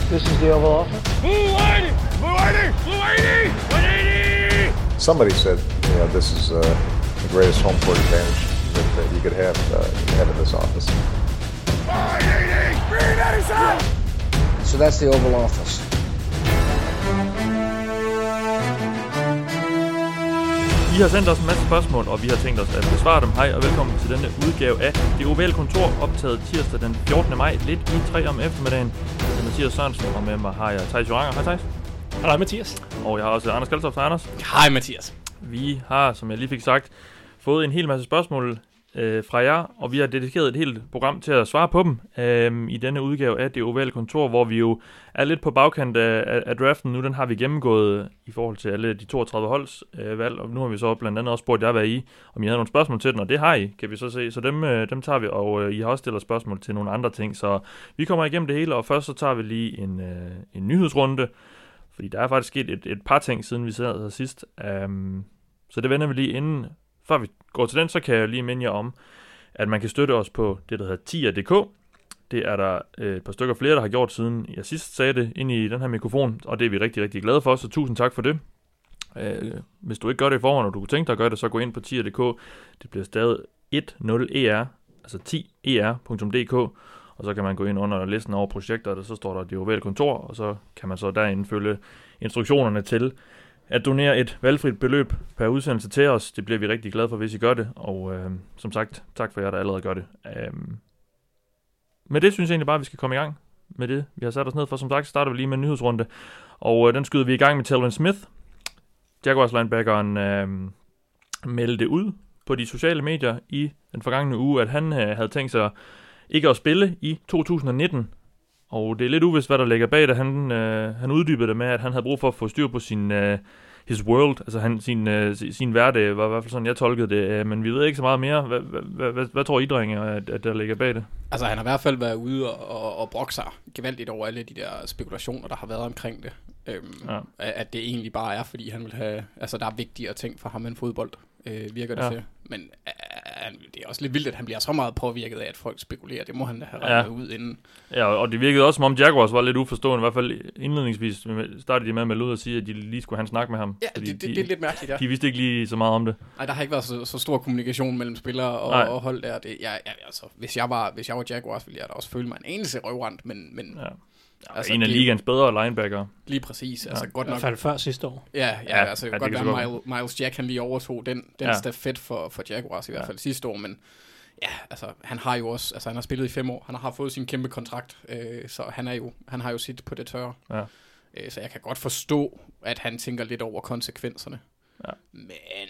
This is the Oval Office. Blue 180! Blue 180! Blue 180! 180! Somebody said, this is the greatest home court advantage that you could have in this office. 180! Green 87! So that's the Oval Office. I har sendt os en masse spørgsmål, og vi har tænkt os at besvare dem. Hej og velkommen til denne udgave af Det Ovale Kontor, optaget tirsdag den 14. maj, lidt i 3 om eftermiddagen. Jeg er Mathias Sørensen, og med mig har jeg Theis Joranger. Hej Theis. Hej Mathias. Og jeg har også Anders Kaltoft. Hej Anders. Hej Mathias. Vi har, som jeg lige fik sagt, fået en hel masse spørgsmål fra jer, og vi har dedikeret et helt program til at svare på dem i denne udgave af Det Ovale Kontor, hvor vi jo er lidt på bagkant af draften nu. Den har vi gennemgået i forhold til alle de 32 holds valg, og nu har vi så blandt andet også spurgt jer, hvad om I havde nogle spørgsmål til den, og det har I, kan vi så se. Så dem tager vi, og I har også stillet spørgsmål til nogle andre ting, så vi kommer igennem det hele, og først så tager vi lige en nyhedsrunde, fordi der er faktisk sket et par ting, siden vi sad her sidst. Så det vender vi lige inden. Før vi går til den, så kan jeg lige minde jer om, at man kan støtte os på det, der hedder tier.dk. Det er der et par stykker flere, der har gjort, siden jeg sidst sagde det ind i den her mikrofon, og det er vi rigtig, rigtig glade for, så tusind tak for det. Hvis du ikke gør det i forhånd, og du kunne tænke dig at gøre det, så gå ind på tier.dk. Det bliver stadig 10er, altså 10er.dk, og så kan man gå ind under listen over projekter, og så står der Det Ovale Kontor, og så kan man så derinde følge instruktionerne til at donere et valgfrit beløb per udsendelse til os. Det bliver vi rigtig glade for, hvis I gør det. Og som sagt, tak for jer, der allerede gør det. Med det synes jeg egentlig bare, at vi skal komme i gang med det. Vi har sat os ned for, som sagt, starter vi lige med en nyhedsrunde. Og den skyder vi i gang med Telvin Smith. Jaguars linebackeren meldte ud på de sociale medier i den forgangne uge, at han havde tænkt sig ikke at spille i 2019. Og det er lidt uvist, hvad der ligger bag det. Han uddybede det med, at han havde brug for at få styr på sin his world, altså sin hverdag, var i hvert fald sådan, jeg tolkede det. Men vi ved ikke så meget mere. Hvad tror I, drenge, at der ligger bag det? Altså, han har i hvert fald været ude og brokke sig gevaldigt over alle de der spekulationer, der har været omkring det. At det egentlig bare er, fordi han vil have, altså der er vigtigere ting for ham end fodbold, virker det til. Men det er også lidt vildt, at han bliver så meget påvirket af, at folk spekulerer. Det må han da have regnet ud inden. Ja, og det virkede også, som om Jaguars var lidt uforstående. I hvert fald indledningsvis startede de med at melde ud og sige, at de lige skulle have en snak med ham. Ja, det er lidt mærkeligt, ja. De vidste ikke lige så meget om det. Nej, der har ikke været så stor kommunikation mellem spillere og hold der. Altså, hvis jeg var Jaguars, ville jeg da også føle mig en eneste røvrendt, men ja. Altså, en af ligaens bedre linebacker. Lige præcis. Altså, godt nok. I hvert fald før sidste år. Altså godt være, Miles Jack han lige overtog den stafet for Jaguars i hvert fald sidste år, men ja, altså han har jo også, altså han har spillet i 5 år, han har fået sin kæmpe kontrakt, så han har jo sit på det tørre. Ja. Så jeg kan godt forstå, at han tænker lidt over konsekvenserne. Ja. Men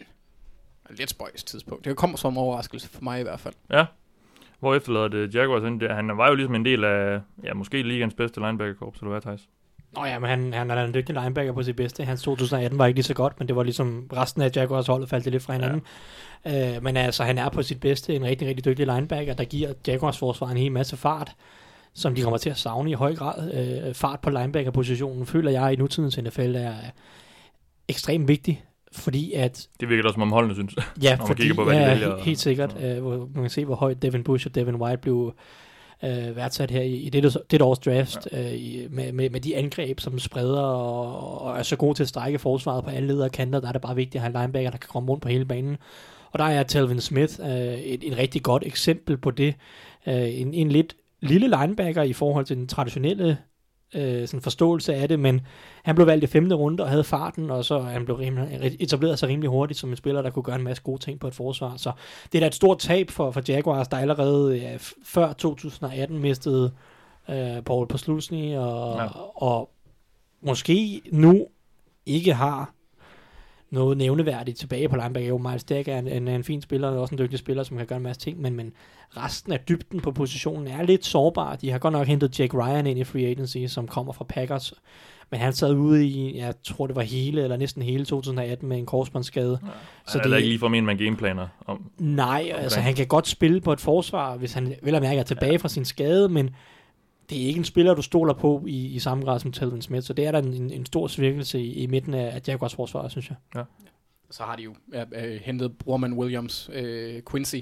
lidt spøjs tidspunkt. Det kommer som overraskelse for mig i hvert fald. Ja. Hvor efterlader det Jaguars? Han var jo ligesom en del af, måske ligaens bedste linebacker-korps, eller hvad, Theis? Nå ja, men han er en dygtig linebacker på sit bedste. Hans 2018 var ikke lige så godt, men det var ligesom resten af Jaguars holdet faldt lidt fra hinanden. Ja. Men altså, han er på sit bedste en rigtig, rigtig dygtig linebacker, der giver Jaguars forsvar en hel masse fart, som de kommer til at savne i høj grad. Fart på linebacker-positionen føler jeg i nutidens NFL er ekstremt vigtig. Fordi at det virker også som om holdene synes. Ja, fordi på, hvad de vælger, helt sikkert. Hvor man kan se, hvor højt Devin Bush og Devin White blev værdsat her i det års draft, med de angreb, som spreder og er så gode til at strække forsvaret på alle ledere og kanter. Der er det bare vigtigt at have en linebacker, der kan komme rundt på hele banen. Og der er Telvin Smith et rigtig godt eksempel på det. En lidt lille linebacker i forhold til den traditionelle sådan forståelse af det, men han blev valgt i 5. runde og havde farten, og så han blev etableret sig rimelig hurtigt som en spiller, der kunne gøre en masse gode ting på et forsvar. Så det er da et stort tab for Jaguars, der allerede før 2018 mistede Paul Posluszny og måske nu ikke har noget nævneværdigt tilbage på linebacker. Jo, Miles Jack er en fin spiller, og også en dygtig spiller, som kan gøre en masse ting, men resten af dybden på positionen er lidt sårbar. De har godt nok hentet Jake Ryan ind i free agency, som kommer fra Packers, men han sad ude i, jeg tror det var hele, eller næsten hele 2018 med en korsbåndsskade. Ja, så det er ikke lige for man gameplaner om. Nej, altså han kan godt spille på et forsvar, hvis han vel at mærke er tilbage fra sin skade, men det er ikke en spiller, du stoler på i samme grad som Telvin Smith, så det er der en stor svirkelse i midten af Jaguars forsvar, synes jeg. Ja. Så har de jo hentet Brorman Williams, Quincy,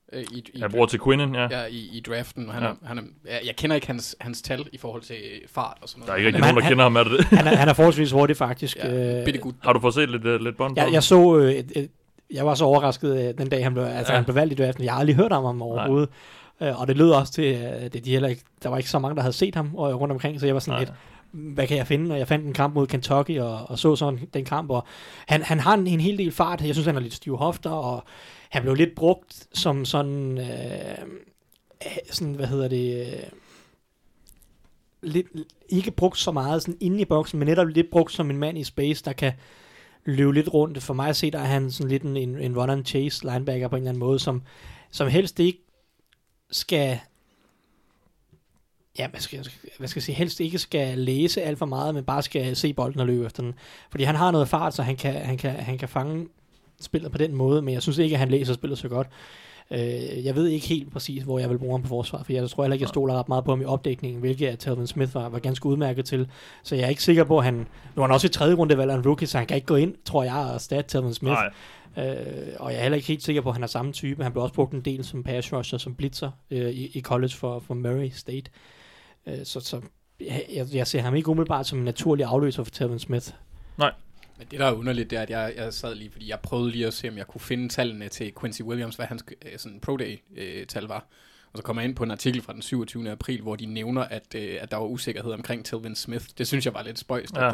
Jeg bruger til Quinnen, i draften. Jeg kender ikke hans tal i forhold til fart og sådan noget. Der er ikke rigtig nogen, der kender ham, er det? Han er forholdsvis hurtig, faktisk. Har du fået set lidt bånd på ham? Jeg var så overrasket den dag, han blev valgt i draften. Jeg har aldrig hørt om ham overhovedet. Og det lød også til, at der var ikke så mange, der havde set ham rundt omkring, så jeg var sådan lidt, hvad kan jeg finde? Og jeg fandt en kamp mod Kentucky, og så sådan den kamp, og han har en hel del fart. Jeg synes, han har lidt stive hofter, og han blev lidt brugt som sådan, lidt, ikke brugt så meget sådan inde i boksen, men netop lidt brugt som en mand i space, der kan løbe lidt rundt. For mig at se, der er han sådan lidt en run-and-chase linebacker på en eller anden måde, som helst ikke skal, hvad skal jeg sige, helst ikke skal læse alt for meget, men bare skal se bolden og løbe efter den. Fordi han har noget fart, så han kan fange spillet på den måde, men jeg synes ikke, at han læser spillet så godt. Jeg ved ikke helt præcis, hvor jeg vil bruge ham på forsvar, for jeg tror heller ikke, jeg stoler ret meget på ham i opdækningen, hvilket Telvin Smith var ganske udmærket til. Så jeg er ikke sikker på, at nu er han også i 3. rundevalg af en rookie, så han kan ikke gå ind, tror jeg, og erstatte Telvin Smith. Og jeg er heller ikke helt sikker på, at han er samme type. Han blev også brugt en del som pass rusher, som blitzer i college for Murray State. Så jeg ser ham ikke umiddelbart som en naturlig afløser for Telvin Smith. Nej. Men det der er underligt, det er, at jeg sad lige, fordi jeg prøvede lige at se, om jeg kunne finde tallene til Quincy Williams, hvad hans sådan pro day tal var. Og så kommer jeg ind på en artikel fra den 27. april, hvor de nævner, at der var usikkerhed omkring Telvin Smith. Det synes jeg var lidt spøjst. Ja.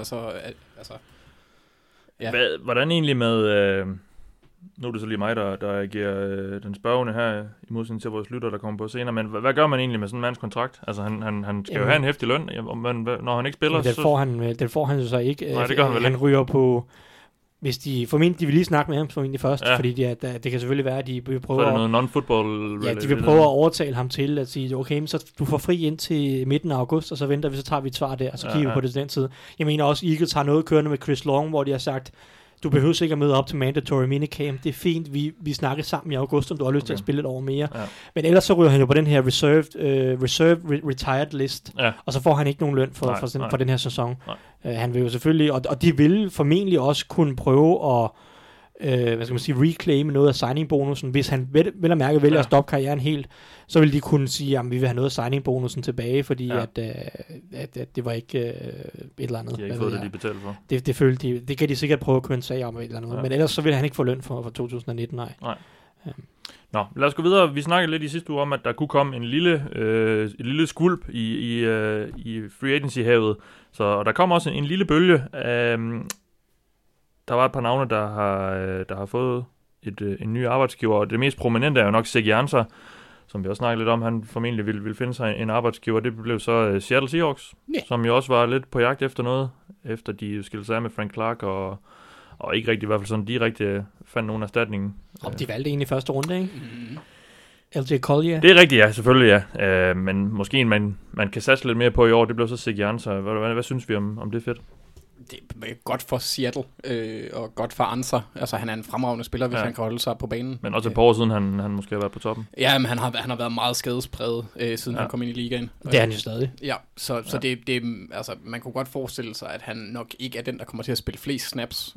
Hvordan egentlig med... Nu er det så lige mig, der giver den spørgende her, i modsætning til vores lytter, der kommer på senere, men hvad gør man egentlig med sådan en mands kontrakt? Altså, han skal jo have en heftig løn, men når han ikke spiller, den får han jo så ikke. Nej, det gør han vel han ryger på, hvis de vil lige snakke med ham formentlig først, fordi det kan selvfølgelig være, at de vil prøve så er det noget non-football. Ja, de vil prøve at overtale ham til at sige, okay, så du får fri ind til midten af august, og så venter vi, så tager vi et svar der, og så kigger vi på det til den tid. Jeg mener også, Eagles har noget kørende med Chris Long, hvor de har sagt, du behøver ikke at møde op til mandatory minicamp. Det er fint, vi snakker sammen i august, om du har lyst til at spille et år mere. Ja. Men ellers så ryger han jo på den her retired list, og så får han ikke nogen løn for den her sæson. Han vil jo selvfølgelig, og de vil formentlig også kunne prøve at reclaim noget af signing-bonusen. Hvis han vel at mærke vælger at stoppe karrieren helt, så vil de kunne sige, at vi vil have noget af signing-bonusen tilbage, fordi at det var ikke et eller andet. De har ikke fået det, de betalte for. Det følte de. Det kan de sikkert prøve at køre en sag om et eller andet. Men ellers så vil han ikke få løn for 2019, nej. Nå, lad os gå videre. Vi snakkede lidt i sidste uge om, at der kunne komme en lille skvulp i free agency-havet. Og der kom også en lille bølge. Der var et par navne, der har fået en ny arbejdsgiver, og det mest prominente er jo nok Ziggy Ansah, som vi også snakkede lidt om. Han formentlig ville finde sig en arbejdsgiver. Det blev så Seattle Seahawks, som jo også var lidt på jagt efter noget, efter de skilte sig af med Frank Clark, og ikke rigtig i hvert fald sådan direkte fandt nogen erstatning. Og de valgte egentlig første runde, ikke? LJ Collier. Det er rigtigt, ja, selvfølgelig, ja. Men måske man kan satse lidt mere på i år. Det blev så Ziggy Ansah. Hvad synes vi om det fedt? Det er godt for Seattle, og godt for Ansah. Altså, han er en fremragende spiller, hvis han kan holde sig på banen. Men også et par år siden, han måske har været på toppen. Ja, men han har været meget skadespræget, siden han kom ind i ligaen. Det er han jo stadig. Ja, så det altså, man kunne godt forestille sig, at han nok ikke er den, der kommer til at spille flest snaps.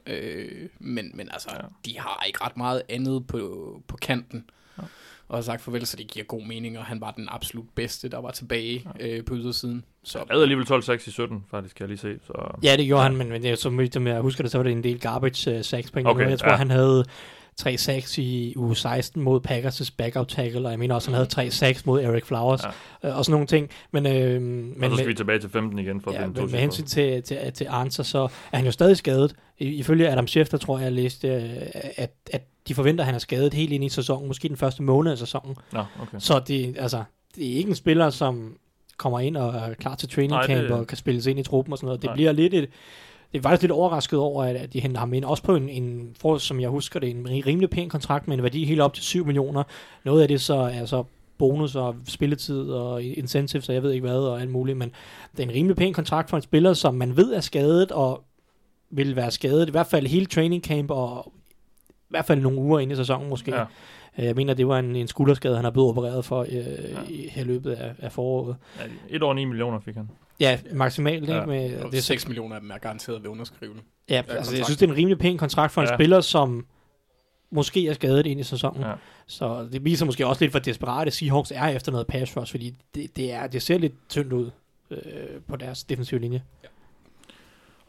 Men altså, de har ikke ret meget andet på kanten. Og har sagt farvel, så det giver god mening, og han var den absolut bedste, der var tilbage på ydersiden. Så havde alligevel 12-6 i 17, faktisk, kan jeg lige se. Så. Ja, det gjorde han, men det er som jeg husker det, så var det en del garbage sacks på en måde. Jeg tror, han havde 3 sacks i uge 16 mod Packers' backup tackle, og jeg mener også, han havde 3 sacks mod Eric Flowers, og sådan nogle ting. Men så skal vi tilbage til 15 igen. Med hensyn til Ansah, så er han jo stadig skadet. Ifølge Adam Schefter, tror jeg læste, at de forventer, at han er skadet helt ind i sæsonen, måske den første måned af sæsonen. Så det er ikke en spiller, som kommer ind og er klar til training camp og kan spilles ind i truppen og sådan noget. Det bliver lidt det er faktisk lidt overrasket over, at de henter ham ind. Også på som jeg husker det, en rimelig pæn kontrakt med en værdi helt op til 7 millioner. Noget af det så er så bonus og spilletid og incentives, og jeg ved ikke hvad, og alt muligt. Men det er en rimelig pæn kontrakt for en spiller, som man ved er skadet og vil være skadet. I hvert fald hele training camp og i hvert fald nogle uger inde i sæsonen måske. Ja. Jeg mener, det var en skulderskade, han har blevet opereret for i løbet af foråret. Ja, 1 år 9 millioner fik han. Ja, maksimalt. Ikke? Med, det er 6 millioner af dem er garanteret ved underskrivende. Ja, altså, jeg synes, det er en rimelig pæn kontrakt for en spiller, som måske er skadet ind i sæsonen. Ja. Så det viser måske også lidt, hvor desperate Seahawks er efter noget pass rush, fordi det ser lidt tyndt ud på deres defensive linje. Ja. Og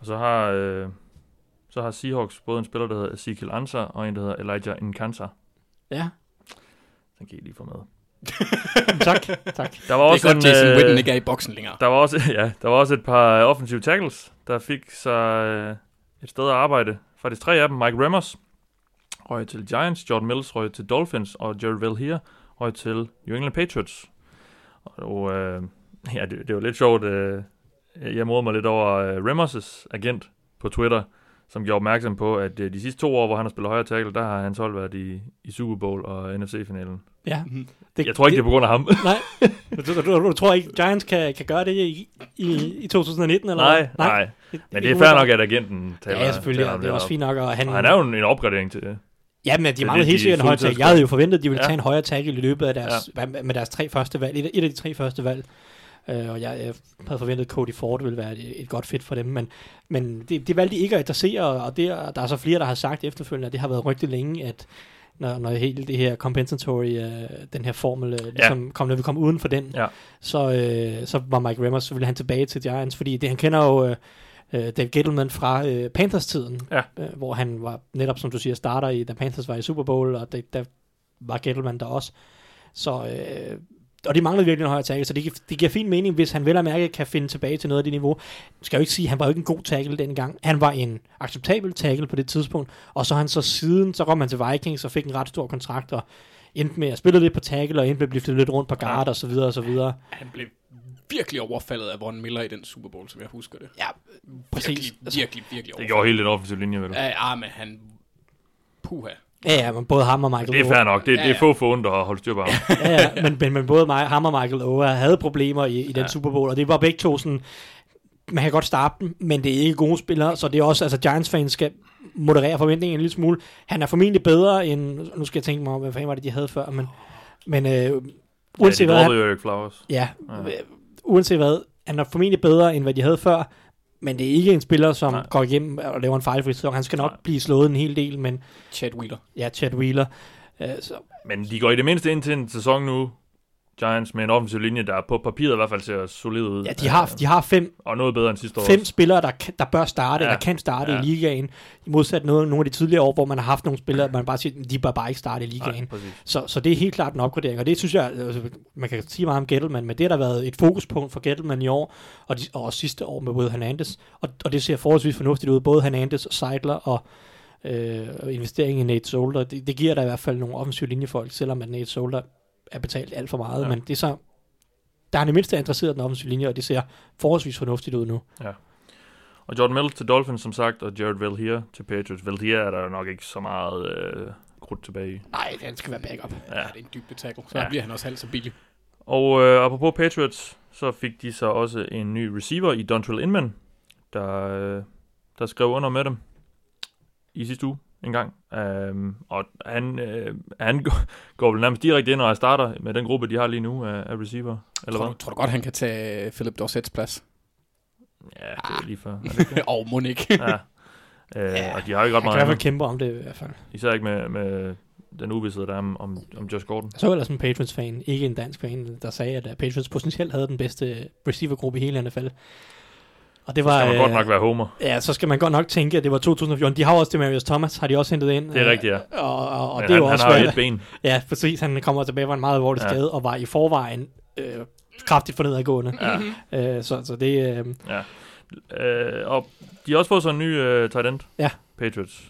så har Seahawks både en spiller, der hedder Ezekiel Ansah, og en, der hedder Elijah Nkansa. Ja. Den kan I lige få med. Tak. Der var også det er godt, Jason Witten ikke er i boksen længere. Der var også et par offensive tackles, der fik sig et sted at arbejde. Faktisk 3 af dem. Mike Remmers røg til Giants, Jordan Mills røg til Dolphins, og Jared Veldheer røg til New England Patriots. Og det var lidt sjovt. Jeg modede mig lidt over Remmers' agent på Twitter, som gjorde opmærksom på, at de sidste 2 år, hvor han har spillet højre tackle, der har hans hold været i Super Bowl og NFC-finalen. Ja. Jeg tror ikke, det er på grund af ham. Nej. Du tror ikke, Giants kan gøre det i 2019? Eller Nej. Men det er fair nok, at agenten taler. Ja, selvfølgelig. Det er også fint nok. Og han er jo en opgradering til det. Ja, men de manglede helt sikkert en højre tackle. Jeg havde jo forventet, at de ville tage en højre tackle i løbet af deres 3 første valg. Et af de 3 første valg. Og jeg havde forventet, at Cody Ford ville være et godt fit for dem, men det valgte de ikke at adressere, og der er så flere, der har sagt efterfølgende, at det har været rygtet længe, at når hele det her compensatory, den her formel, ligesom når vi kom uden for den, så var Mike Remmers, så ville han tilbage til Giants, fordi han kender jo Dave Gettleman fra Panthers-tiden, hvor han var netop, som du siger, starter da Panthers var i Super Bowl, og der var Gettleman der også, så og de manglede virkelig en højere tackle, så det giver fin mening, hvis han vel og mærke kan finde tilbage til noget af det niveau. Jeg skal jo ikke sige, at han var jo ikke en god tackle dengang. Han var en acceptabel tackle på det tidspunkt, og så han så siden, så kom han til Vikings og fik en ret stor kontrakt, og endte med at spille lidt på tackle, og endte med at blive flyttet lidt rundt på guard, og så videre, og så videre. Han blev virkelig overfaldet af Von Miller i den Super Bowl, som jeg husker det. Ja, præcis. Virkelig overfaldet. Det gjorde hele den offensive linje, vel? Ja, men han... Puha. Ja, men både ham og Michael Det er fair nok. Det er få forund, der har holdt styr på ham. men både ham og Michael Oher havde problemer i den Super Bowl, og det var begge to sådan, man kan godt starte dem, men det er ikke gode spillere, så det er også, altså Giants-fans skal moderere forventningen en lille smule. Han er formentlig bedre end, nu skal jeg tænke mig om, hvad fanden var det, de havde før, men uanset hvad... uanset hvad, han er formentlig bedre end hvad de havde før, men det er ikke en spiller, som går igennem og laver en fejlfri sæson. Han skal nok blive slået en hel del, men... Chad Wheeler. Ja, Chad Wheeler. Men de går i det mindste ind til en sæson nu, Giants, med en offensiv linje, der på papiret i hvert fald ser solid ud. Ja, de har 5... Og noget bedre end sidste år. 5 spillere, der bør starte, eller kan starte i ligaen. I modsat nogle af de tidligere år, hvor man har haft nogle spillere, man bare siger, de bør bare ikke starte i ligaen. Så det er helt klart en opgradering, og det synes jeg, man kan sige meget om Gettleman, men det har der været et fokuspunkt for Gettleman i år, og sidste år med både Hernandez, og det ser forholdsvis fornuftigt ud, både Hernandez og Seidler, og investering i Nate Solder, det giver der i hvert fald nogle offensive linjefolk, selvom at Nate Solder er betalt alt for meget, men det er så, der er det mindste interesseret den offensive linje, og det ser forholdsvis fornuftigt ud nu. Ja. Og Jordan Mills til Dolphins, som sagt, og Jared Veldheer til Patriots. Veldheer er der jo nok ikke så meget krudt tilbage i. Nej, han skal være backup. Ja, det er en dybde tackle, så bliver han også halvt så billig. Og apropos Patriots, så fik de så også en ny receiver i Dontrell Inman, der skrev under med dem i sidste uge en gang. Og han går vel nærmest direkte ind og starter med den gruppe, de har lige nu af receiver. Eller hvad? Tror du godt, han kan tage Philip Dorset's plads? Ja, det er lige før. Og Monique. Og de har ikke ret meget. Han kan i hvert fald kæmpe om det i hvert fald. Især ikke med den uvidshed, der er om Josh Gordon. Så ellers en Patriots-fan, ikke en dansk fan, der sagde, at Patriots potentielt havde den bedste receiver-gruppe i hele NFL. Og det var, så skal man godt nok være homer. Ja, så skal man godt nok tænke, at det var 2014. De har også Demarius Thomas, har de også hentet ind. Det er rigtigt, ja. Og men det er jo også, han har jo et ben. Ja, præcis. Han kommer tilbage fra en meget alvorlig skade, og var i forvejen kraftigt for nedadgående. Ja. Så det... og de har også fået sådan en ny tight end, Patriots.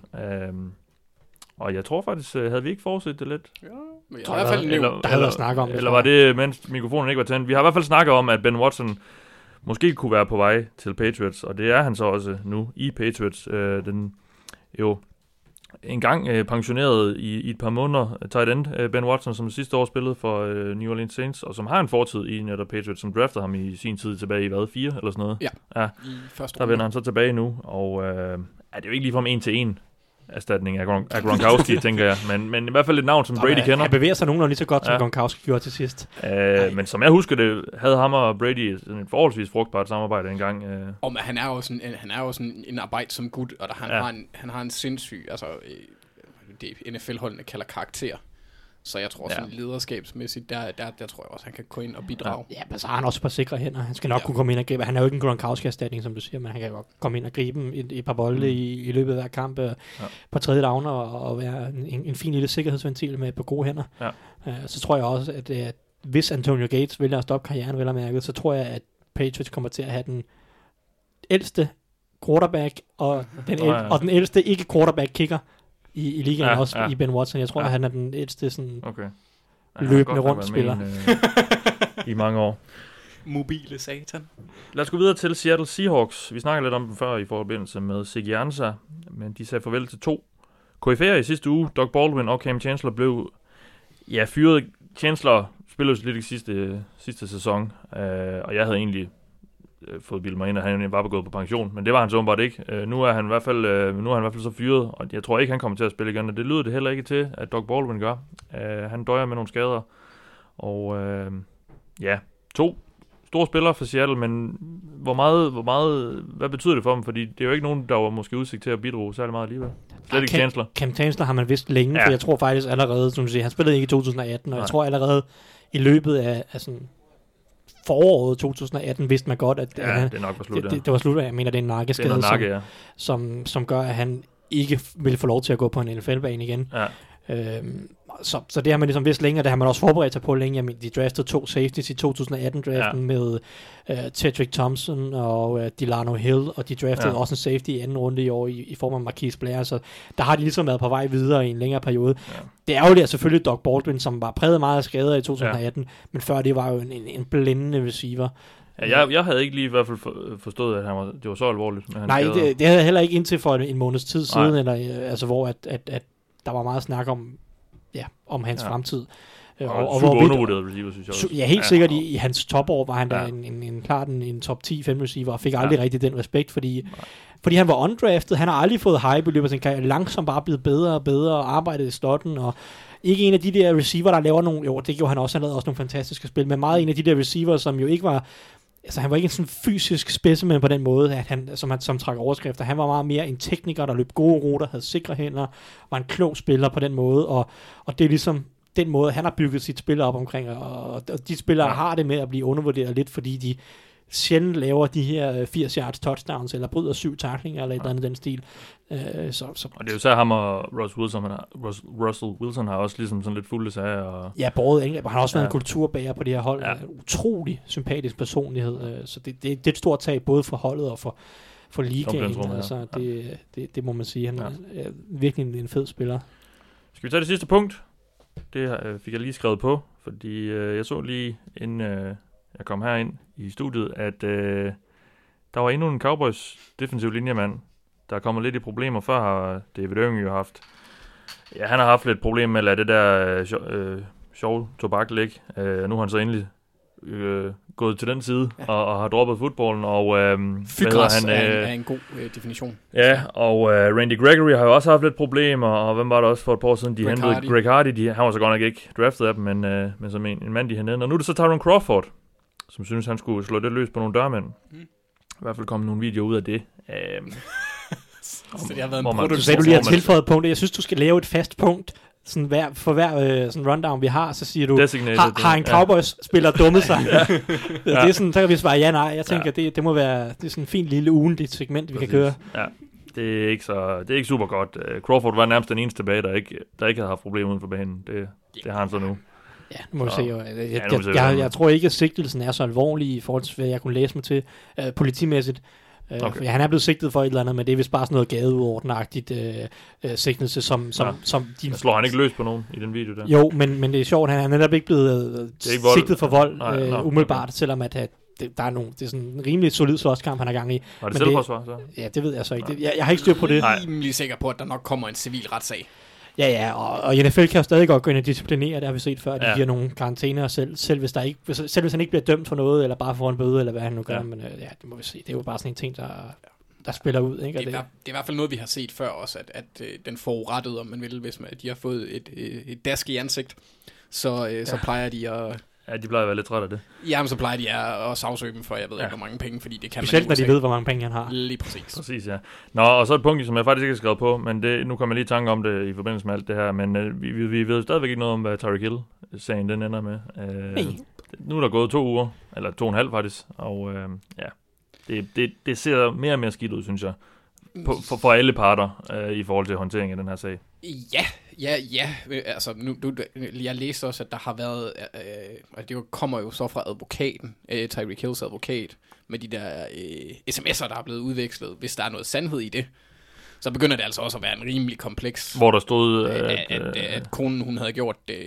Og jeg tror faktisk, havde vi ikke forudset det lidt? Ja, men jeg har i hvert fald der havde været snakket om det. Eller var det, mens mikrofonen ikke var tændt? Vi har i hvert fald snakket om, at Ben Watson måske kunne være på vej til Patriots, og det er han så også nu i Patriots. Den jo engang pensioneret i et par måneder tight end, Ben Watson, som sidste år spillede for New Orleans Saints, og som har en fortid i netop Patriots, som draftede ham i sin tid tilbage i 4 eller sådan noget. Ja. Der vender han så tilbage nu, og det er jo ikke ligefrem 1-til-1 erstatning af Gronkowski, tænker jeg. Men i hvert fald et navn, som Brady kender. Han bevæger sig nogenlunde lige så godt, som Gronkowski gjorde til sidst. Men som jeg husker det, havde ham og Brady sådan et forholdsvis frugtbart samarbejde engang. Men han er jo sådan en arbejdsom gut, og han har en sindssyg, altså det NFL-holdene kalder karakter. Så jeg tror sådan lederskabsmæssigt, der tror jeg også, han kan gå ind og bidrage. Ja, men så har han også på sikre hænder. Han skal nok kunne komme ind og gribe. Han er jo ikke en Gronkowski-erstatning, som du siger, men han kan godt komme ind og gribe et par bolde i løbet af hver kamp på tredje down og være en fin lille sikkerhedsventil med på gode hænder. Ja. Så tror jeg også, at hvis Antonio Gates vælger at stoppe karrieren, vel og mærket, så tror jeg, at Patriots kommer til at have den ældste quarterback og den ældste ikke-quarterback-kicker i ligaen også i Ben Watson. Jeg tror, at han er den ældste sådan løbende rundt-spiller. I mange år. Mobile satan. Lad os gå videre til Seattle Seahawks. Vi snakkede lidt om dem før i forbindelse med Ziggy Ansah, men de sagde farvel til 2 koryfæer i sidste uge. Doug Baldwin og Cam Chancellor blev fyret. Chancellor spillede lidt i sidste sæson, og jeg havde egentlig fået bildet mig ind, at han var gået på pension, men det var han så åbenbart ikke. Nu er han i hvert fald så fyret, og jeg tror ikke, han kommer til at spille igen, og det lyder det heller ikke til, at Doug Baldwin gør. Han døjer med nogle skader, og 2 store spillere for Seattle, men hvad betyder det for dem? Fordi det er jo ikke nogen, der var måske udsigt til at bidrage særlig meget alligevel. Slet ikke Chancellor. Cam Chancellor har man vidst længe, for jeg tror faktisk allerede, som du siger, han spillede ikke i 2018, og jeg tror allerede i løbet af sådan foråret 2018 vidste man godt, at det nok var slut. Det var slut, jeg mener, det er en nakkeskade, som gør, at han ikke vil få lov til at gå på en NFL-bane igen. Ja. Så det har man ligesom vidst længe, og det har man også forberedt sig på længe. Jamen, de draftede 2 safeties i 2018-draften med Tedrick Thompson og Delano Hill, og de draftede også en safety i anden runde i år i form af Marquise Blair, så der har de ligesom været på vej videre i en længere periode. Ja. Det er jo der selvfølgelig Doug Baldwin, som var præget meget af skader i 2018, men før det var jo en blændende receiver. Ja, jeg havde ikke lige i hvert fald forstået, at det var så alvorligt. Nej, det havde jeg heller ikke indtil for en måneds tid siden, eller, altså, hvor at der var meget snak om hans fremtid. Og super undervurderet receiver, synes jeg også. Ja, helt sikkert i hans topår var han der en top 10-5 receiver, og fik aldrig rigtig den respekt, fordi han var undrafted. Han har aldrig fået hype i løbet af sin karriere, langsomt bare blevet bedre og bedre, og arbejdet i slotten, og ikke en af de der receiver, der laver nogle, jo, det gjorde han også, han lavede også nogle fantastiske spil, men meget en af de der receiver, som jo ikke var, altså han var ikke en sådan fysisk specimen på den måde, at han, som trak overskrifter. Han var meget mere en tekniker, der løb gode ruter, havde sikre hænder, var en klog spiller på den måde, og det er ligesom den måde, han har bygget sit spil op omkring, og de spillere har det med at blive undervurderet lidt, fordi de sjældent laver de her 80 yards touchdowns, eller bryder 7 tacklinger, eller et eller andet den stil. Og det er jo så ham og Russell Wilson har også ligesom sådan lidt fuldt af. Og ja, både angreb, og han har også været en kulturbærer på det her hold. Utrolig sympatisk personlighed, så det er et stort tag, både for holdet og for ligaen. Altså, det må man sige. Han er virkelig en fed spiller. Skal vi tage det sidste punkt? Det fik jeg lige skrevet på, fordi jeg så lige, inden jeg kom herind i studiet, at der var endnu en Cowboys defensiv linjemand, der er kommet lidt i problemer. Før har David Irving jo haft, han har haft lidt problemer med at lade det der sjove tobak ligge. Nu har han så endelig gået til den side og har droppet fodbolden. Og Fygræs er en god definition. Ja, og Randy Gregory har jo også haft lidt problemer, og hvem var det også for et par år siden, de hentede Greg Hardy. Han var så godt nok ikke draftet af dem, men som en mand, de hentede. Og nu er det så Tyron Crawford, som synes, han skulle slå det løs på nogle dørmænd. I hvert fald komme nogle videoer ud af det. Så det har været en produktion. Du sagde, du lige har tilføjet punkter. Jeg synes, du skal lave et fast punkt. For hver sådan rundown, vi har, så siger du, har en Cowboys-spiller dummet sig? Det er sådan, så kan vi svare ja, nej. Jeg tænker, det må være sådan en fin lille ugentlig segment, vi kan køre. Ja. Det er ikke super godt. Crawford var nærmest den eneste tilbage, der ikke havde haft problemer uden for banen. Det har han så nu. Ja, nu må vi se. Jeg tror ikke, at sigtelsen er så alvorlig i forhold til, hvad jeg kunne læse mig til politimæssigt. Okay. Han er blevet sigtet for et eller andet, men det er vist bare sådan noget gadeuordnagtigt sigtelse, som de... Slår han ikke løs på nogen i den video der? Jo, men det er sjovt, han er netop ikke blevet sigtet for vold umiddelbart, selvom at der er det er sådan en rimelig solid slåskamp, han er gang i. Var det selvforsvar så? Ja, det ved jeg så ikke. Jeg har ikke styr på det. Jeg er rimelig sikker på, at der nok kommer en civil retssag. Ja, og NFL kan jo stadig godt gå ind og disciplinere, det har vi set før, de giver nogle karantæner selv hvis han ikke bliver dømt for noget, eller bare får en bøde, eller hvad han nu gør, men det må vi se. Det er jo bare sådan en ting, der spiller ud. Ikke? Det er i hvert fald noget, vi har set før også, at den forurettede, om man vil, hvis de har fået et dask i ansigt, så plejer de Ja, de plejer at være lidt trætte af det. Jamen, så plejer de at sagsøge dem for, jeg ved ikke, hvor mange penge, fordi det kan specielt, når de ved, hvor mange penge han har. Lige præcis. Præcis, ja. Nå, og så et punkt, som jeg faktisk ikke har skrevet på, men nu kommer jeg lige i tanke om det i forbindelse med alt det her, men vi ved stadigvæk ikke noget om, hvad Tyreek Hill-sagen den ender med. Nu er der gået 2 uger, eller 2,5 faktisk, og det ser mere og mere skidt ud, synes jeg, for alle parter i forhold til håndtering af den her sag. Ja. Altså, jeg læste også, at der har været, og det kommer jo så fra advokaten, Tyreek Hills advokat, med de der sms'er, der er blevet udvekslet. Hvis der er noget sandhed i det, så begynder det altså også at være en rimelig kompleks. Hvor der stod, at konen, hun havde gjort det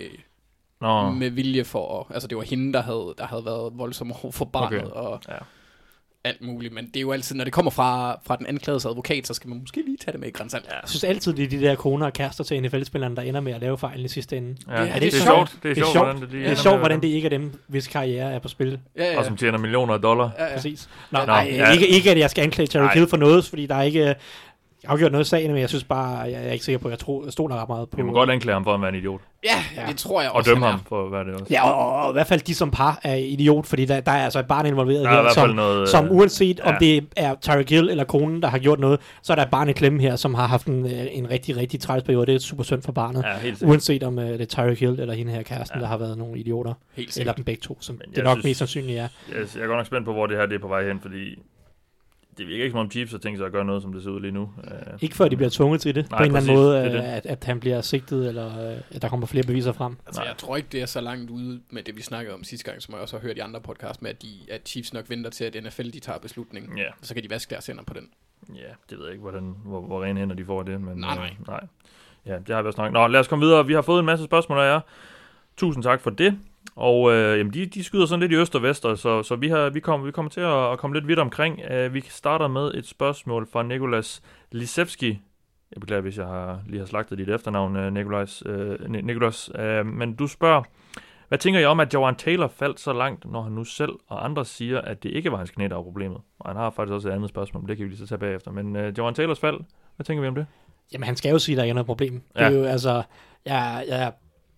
med vilje for, altså det var hende, der havde været voldsom over for barnet, og alt muligt, men det er jo altid, når det kommer fra den anklagedes advokat, så skal man måske lige tage det med i grænsalt. Jeg synes altid, det er de der koner og kærester til NFL-spillerne, der ender med at lave fejl i sidste ende. Ja, det er sjovt. Det er sjovt, hvordan det ikke er dem, hvis karriere er på spil. Ja. Og som tjener millioner af dollar. Ja. Præcis. Ikke at jeg skal anklage Tyreek Hill for noget, fordi der er ikke... Jeg har gjort noget i sagen, men jeg synes bare, jeg er ikke sikker på, jeg stod nok ret meget på... Vi må godt anklage ham for at være en idiot. Ja, det tror jeg også. Og dømme ham for at være det også. Ja, og i hvert fald de som par er idiot, fordi der er altså et barn involveret her, som uanset om det er Tyreek Hill eller konen, der har gjort noget, så er der et barn i klemme her, som har haft en rigtig, rigtig træls periode. Det er super synd for barnet. Ja, uanset om det er Tyreek Hill eller hende her kæresten, der har været nogle idioter. Eller dem begge to, som det nok mest sandsynligt er. Jeg er godt nok spændt på, hvor det her det er på vej hen, fordi... Det virker ikke som om Chiefs har tænkt sig at gøre noget, som det ser ud lige nu. Ikke før de bliver tvunget til det, på en eller anden måde, at han bliver sigtet, eller at der kommer flere beviser frem. Altså, jeg tror ikke, det er så langt ude med det, vi snakkede om sidste gang, som jeg også har hørt i andre podcast, med at Chiefs nok venter til, at NFL de tager beslutningen. Yeah. Så kan de vaske deres hænder på den. Ja, det ved jeg ikke, hvor rene hænder de får det. Men, nej. Ja, det har vi også snakket. Nå, lad os komme videre. Vi har fået en masse spørgsmål af jer. Tusind tak for det. Og de skyder sådan lidt i øst og vest, så vi kommer til at komme lidt vidt omkring. Vi starter med et spørgsmål fra Nikolas Lisevski. Jeg beklager, hvis jeg lige har slagtet dit efternavn, Nikolas. Men du spørger, hvad tænker I om, at Jawaan Taylor faldt så langt, når han nu selv og andre siger, at det ikke var hans knæ, der var problemet? Og han har faktisk også et andet spørgsmål, men det kan vi lige så tage bagefter. Men Jawaan Taylors fald, hvad tænker vi om det? Jamen, han skal jo sige, at der ikke er noget problem. Ja. Det er jo, altså, jeg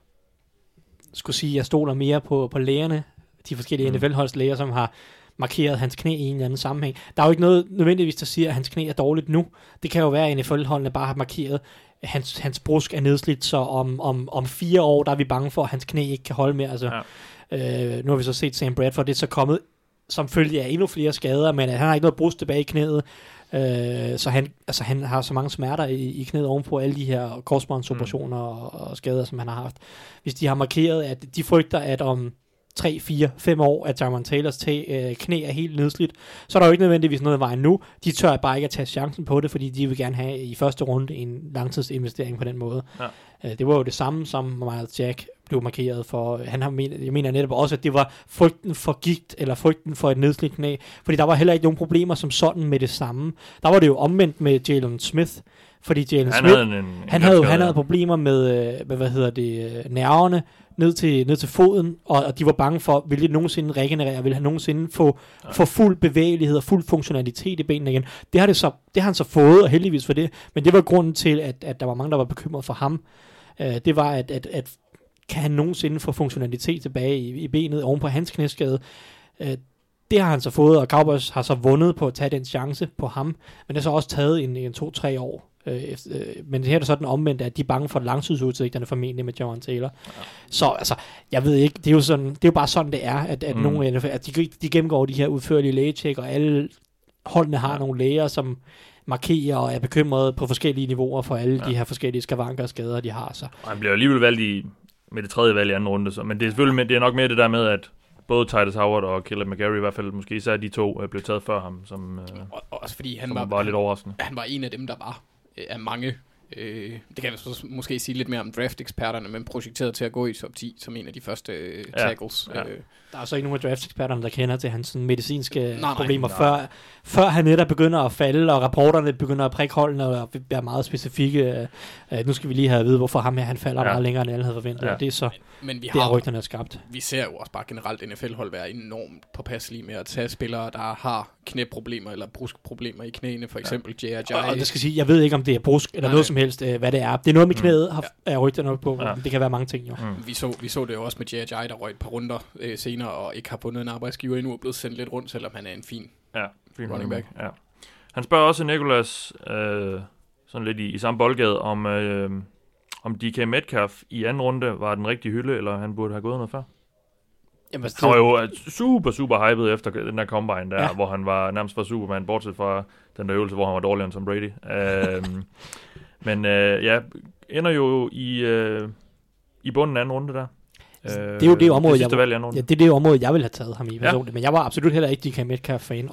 skulle sige, at jeg stoler mere på lægerne, de forskellige NFL-holds læger, som har markeret hans knæ i en eller anden sammenhæng. Der er jo ikke noget nødvendigvis, der siger, at hans knæ er dårligt nu. Det kan jo være, at NFL-holdene bare har markeret, at hans brusk er nedslidt, så om 4 år, der er vi bange for, at hans knæ ikke kan holde mere. Altså, nu har vi så set Sam Bradford, det er så kommet som følge af endnu flere skader, men han har ikke noget brusk tilbage i knæet. Så han har så mange smerter i knæet ovenpå alle de her korsbåndsoperationer og skader, som han har haft. Hvis de har markeret, at de frygter, at om 3, 4, 5 år, at Jawaan Taylors knæ er helt nedslidt, så er der jo ikke nødvendigvis noget i vejen nu. De tør bare ikke at tage chancen på det, fordi de vil gerne have i første runde en langtidsinvestering på den måde. Ja. Det var jo det samme, som Miles Jack blev markeret for. Jeg mener netop også, at det var frygten for gigt, eller frygten for et nedslidt knæ, fordi der var heller ikke nogen problemer som sådan med det samme. Der var det jo omvendt med Jalen Smith, fordi Jalen Smith, han havde problemer med nerverne, ned til foden, og de var bange for, vil det nogensinde regenerere, vil han nogensinde få fuld bevægelighed og fuld funktionalitet i benene igen. Det har han så fået, og heldigvis for det, men det var grunden til, at der var mange, der var bekymret for ham. Det var, at kan han nogensinde få funktionalitet tilbage i benet oven på hans knæskade. Det har han så fået, og Cowboys har så vundet på at tage den chance på ham, men det har så også taget en 2-3 år. Men her er det sådan omvendt, at de er bange for langtidsudsigterne formentlig med Jawaan Taylor. Så altså, jeg ved ikke, det er jo bare sådan det er, at nogle at de gennemgår de her udførlige lægetjek, og alle holdene har nogle læger, som markerer og er bekymrede på forskellige niveauer for alle de her forskellige skavanker og skader, de har. Så. Og han bliver alligevel valgt med det tredje valg i anden runde, så. Men det er selvfølgelig det er nok mere det der med, at både Titus Howard og Caleb McGarry, i hvert fald måske især de to, blev taget før ham, som også fordi han var lidt overraskende. Han var en af dem, der var af mange, det kan vi måske sige lidt mere om draft-eksperterne, men projekteret til at gå i top 10 som en af de første tackles. Der er så ikke nogen af draft-eksperterne, der kender til hans medicinske problemer, før han netop begynder at falde, og rapporterne begynder at prikke holdene, og være meget specifikke. Nu skal vi lige have at vide, hvorfor ham her, han falder meget længere, end alle havde forventet. Ja. Det er så, men vi har rygterne er skabt. Vi ser jo også bare generelt NFL-hold være enormt påpasselige med at tage spillere, der har knæproblemer eller bruskproblemer i knæene, for eksempel J.R.J. Og det skal sige, jeg ved ikke, om det er brusk eller noget som helst, hvad det er. Det er noget med knæet, er rygterne op på. Det kan være mange ting, jo. Vi så det jo også med J.R.J., der røg et par runder senere, og ikke har fundet en arbejdsgiver endnu, og blevet sendt lidt rundt, selvom han er en fin running back. Ja. Han spørger også Nicolas, sådan lidt i samme boldgade, om DK Metcalf i anden runde var den rigtige hylde, eller han burde have gået noget før. Jamen, han var jo super hyped efter den der combine der, hvor han var nærmest for Superman, bortset fra den der øvelse, hvor han var dårligere end Tom Brady. Men ender jo i bunden af anden runde der. Det er jo det område, det er det område, jeg ville have taget ham i personligt, men jeg var absolut heller ikke DK Metcalf-fan,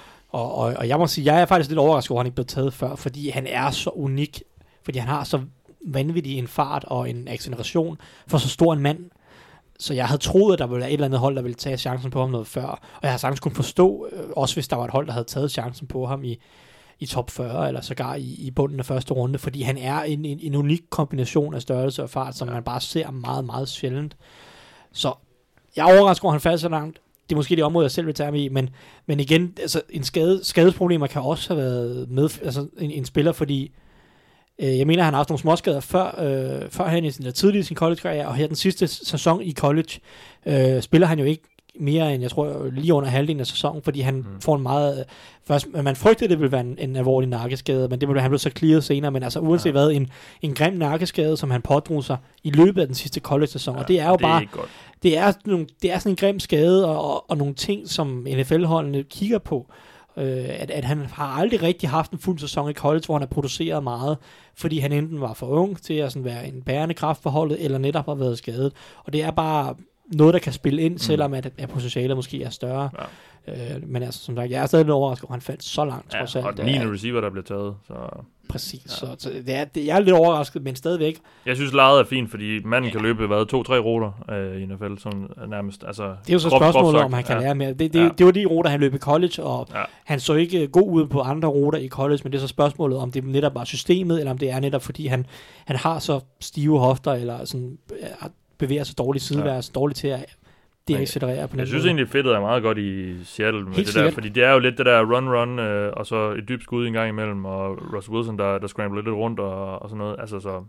og jeg må sige, jeg er faktisk lidt overrasket over, at han ikke blev taget før, fordi han er så unik, fordi han har så vanvittig en fart og en acceleration for så stor en mand. Så jeg havde troet, at der ville være et eller andet hold, der ville tage chancen på ham noget før. Og jeg har sagtens kunne forstå, også hvis der var et hold, der havde taget chancen på ham i top 40, eller sågar i bunden af første runde, fordi han er en unik kombination af størrelse og fart, som man bare ser meget, meget sjældent. Så jeg er overrasket over, at han faldt så langt. Det er måske det område, jeg selv vil tage ham i, men igen, altså skadesproblemer kan også have været med, altså en spiller, fordi jeg mener, han har haft nogle småskader før han i sin tidlige sin college-karriere, og her den sidste sæson i college spiller han jo ikke mere end, jeg tror, lige under halvdelen af sæsonen, fordi han får en meget... Først, man frygtede, det ville være en alvorlig nakkeskade, men det ville han blev så clearet senere, men altså uanset hvad, en grim nakkeskade, som han pådrog sig i løbet af den sidste college-sæson, og det er jo bare... Det er sådan en grim skade, og nogle ting, som NFL-holdene kigger på, at han har aldrig rigtig haft en fuld sæson i college, hvor han har produceret meget, fordi han enten var for ung til at sådan være en bærende kraft for holdet, eller netop har været skadet. Og det er bare noget, der kan spille ind, selvom at potentialet måske er større. Ja. Men altså, som sagt, jeg er stadig lidt overrasket, at han faldt så langt. Ja, trods alt. Og den 9. receiver, der blev taget. Så. Præcis. Ja. Så jeg er lidt overrasket, men stadigvæk. Jeg synes, lejet er fint, fordi manden kan løbe 2-3 ruter i NFL, sådan nærmest. Altså, det er jo så spørgsmålet, om han kan lære mere. Det var de ruter, han løb i college, og han så ikke god ud på andre ruter i college, men det er så spørgsmålet, om det netop var systemet, eller om det er netop, fordi han har så stive hofter, eller sådan, bevæger sig dårligt sideværs, dårligt til at deaccelerere på den. Jeg synes egentlig, fedtet er meget godt i Seattle med helt det der, fordi det er jo lidt det der run, og så et dybt skud en gang imellem, og Russell Wilson, der scrambler lidt rundt og sådan noget. Altså, så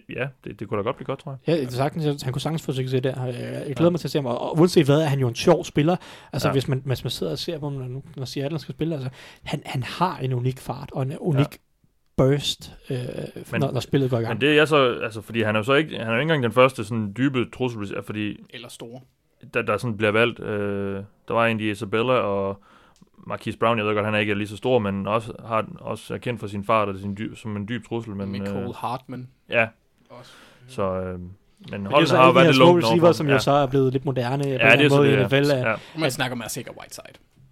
det kunne da godt blive godt, tror jeg. Ja, det er sagtens, han kunne sagtens få succes der. Jeg glæder mig til at se ham, og uanset hvad, er han jo en sjov spiller. Altså, hvis man sidder og ser på ham, når Seattle skal spille, altså, han har en unik fart, og en unik burst, når spillet går i gang. Men det er så, altså, fordi han er jo ikke engang den første sådan dybe trussel, fordi... Eller store. Der sådan bliver valgt. Der var egentlig Isabella og Marquise Brown. Jeg ved godt, han er ikke lige så stor, men også er kendt for sin fart og som en dyb trussel. Men Nicole Hartman. Ja. Også. Så... men holdet har jo været lidt lungt receiver, som jo så er blevet lidt moderne. Ja, det er så det. NFL, man snakker med at sikre Whiteside.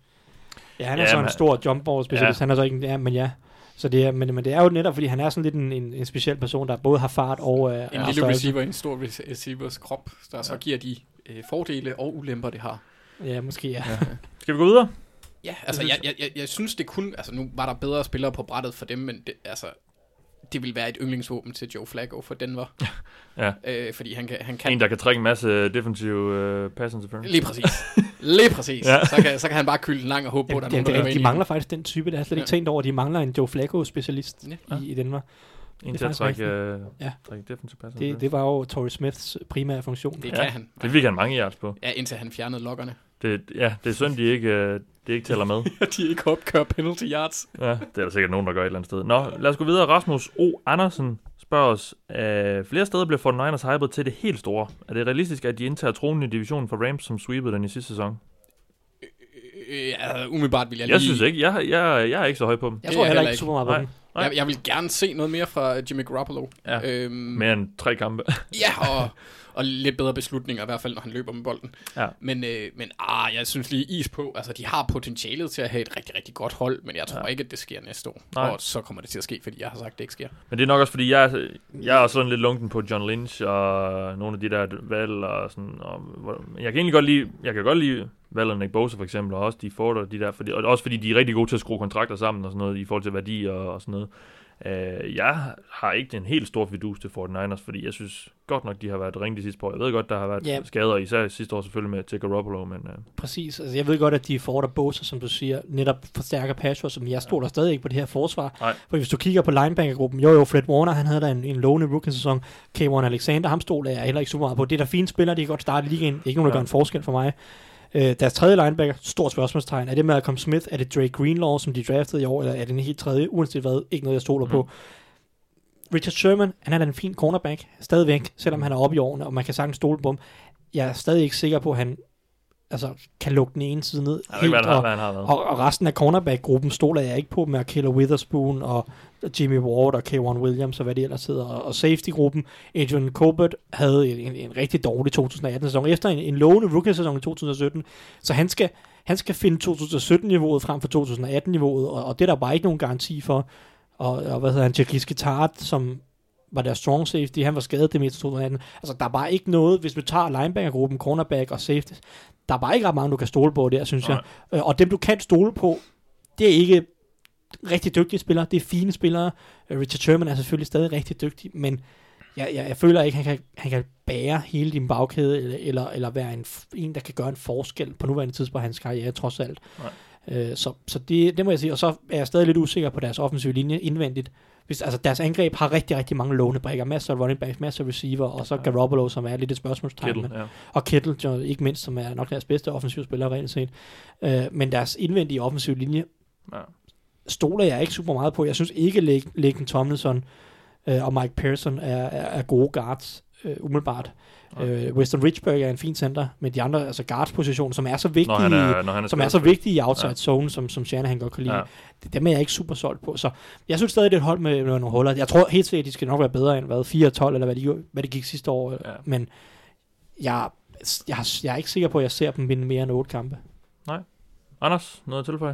Ja, han er så en stor jumpball specialist. Han er så ikke... Ja, men ja. Så det er, men det er jo netop, fordi han er sådan lidt en speciel person, der både har fart og... en lille receiver, en stor receivers krop, der så giver de fordele og ulemper, det har. Ja, måske ja. Skal vi gå videre? Ja, altså jeg synes, det kunne... Altså nu var der bedre spillere på brættet for dem, men det vil være et yndlingsvåben til Joe Flacco for Denver. Ja. Fordi han kan... En, der kan trække en masse defensive pass interference. Lige præcis. Ja. Så kan han bare kylde den lang og håbe på, at der de mangler faktisk den type, der er slet ikke tænkt over. De mangler en Joe Flacco-specialist i Denver. En til at trække defensive pass. Det var jo Torrey Smiths primære funktion. Det kan han. Det fik han mange yards på. Ja, indtil han fjernede lokkerne. Det er synd, de ikke tæller med. De ikke opkører penalty yards. Ja, det er der sikkert nogen, der gør et eller andet sted. Nå, lad os gå videre. Rasmus O. Andersen spørger os, flere steder bliver 49ers hypet til det helt store. Er det realistisk, at de indtager tronen i divisionen for Rams, som sweepede den i sidste sæson? Ja, umiddelbart vil jeg lige... Jeg synes ikke. Jeg er ikke så høj på dem. Jeg tror heller ikke super meget på dem. Jeg vil gerne se noget mere fra Jimmy Garoppolo. Ja, mere end 3 kampe. Ja, og lidt bedre beslutninger, i hvert fald, når han løber med bolden. Ja. Men jeg synes lige is på. Altså, de har potentialet til at have et rigtig, rigtig godt hold, men jeg tror ikke, at det sker næste år. Nej. Og så kommer det til at ske, fordi jeg har sagt, at det ikke sker. Men det er nok også, fordi jeg er også sådan lidt lunken på John Lynch og nogle af de der valg og sådan. Jeg kan egentlig godt lide valget Nick Bosa for eksempel, og også de Ford og de der, og også fordi de er rigtig gode til at skrue kontrakter sammen og sådan noget, i forhold til værdi og sådan noget. Jeg har ikke den helt store fidus til 49ers, fordi jeg synes godt nok, de har været ringe de sidste år. Jeg ved godt, der har været skader, især sidste år selvfølgelig med Garoppolo, men... Præcis, altså jeg ved godt, at de Ford og Bosa, som du siger, netop forstærker pass rush, som jeg stoler stadig ikke på det her forsvar. Nej. For hvis du kigger på linebacker-gruppen, Fred Warner, han havde da en lovende rookie-sæson. K1 Alexander, ham stoler jeg heller ikke super meget på. Det er der fine spillere, de kan godt starte i ligaen. Ikke nogen, der gør en forskel for mig. Deres tredje linebacker, stort spørgsmålstegn. Er det Malcolm Smith? Er det Drake Greenlaw, som de draftede i år? Eller er det en helt tredje? Uanset hvad, ikke noget, jeg stoler på. Richard Sherman, han er da en fin cornerback, stadigvæk, selvom han er oppe i årene, og man kan sagtens stole på ham. Jeg er stadig ikke sikker på, at han kan lukke den ene side ned. Helt, og resten af cornerback-gruppen stoler jeg ikke på, med Killer Witherspoon og Jimmy Ward og K1 Williams og hvad de ellers hedder. Og safety-gruppen, Adrian Colbert havde en rigtig dårlig 2018-sæson, efter en lovende rookie-sæson i 2017. Så han skal finde 2017-niveauet frem for 2018-niveauet, og det er der bare ikke nogen garanti for. Og hvad hedder han, Jacques Guittard, som var der strong safety, han var skadet det meste 2018. Altså, der er bare ikke noget, hvis vi tager linebacker-gruppen, cornerback og safety, der er bare ikke ret mange, du kan stole på der, synes jeg. Og dem, du kan stole på, det er ikke rigtig dygtige spillere, det er fine spillere. Richard Sherman er selvfølgelig stadig rigtig dygtig, men jeg føler ikke, han kan bære hele din bagkæde, eller være en, der kan gøre en forskel på nuværende tidspunkt på hans karriere, trods alt. Så det må jeg sige, og så er jeg stadig lidt usikker på deres offensive linje indvendigt. Altså deres angreb har rigtig, rigtig mange lovende brækker, masser af running backs, masser af receiver, og så Garoppolo, som er lidt et spørgsmålstegn, og Kittle, ikke mindst, som er nok deres bedste offensive spiller rent set. Men deres indvendige offensive linje stoler jeg ikke super meget på. Jeg synes ikke, Laken Tomlinson og Mike Pearson er gode guards umiddelbart. Weston Richburg er en fin center, men de andre, altså guards-positioner, som er så vigtige, så vigtige i outside zone, som Shanahan godt kan lide, dem er jeg ikke super solgt på. Så jeg synes stadig, det er et hold med nogle huller. Jeg tror helt sikkert, de skal nok være bedre end 4-12, eller hvad de gik sidste år. Men jeg er ikke sikker på, at jeg ser dem vinde mere end 8 kampe. Nej. Anders, noget at tilføje?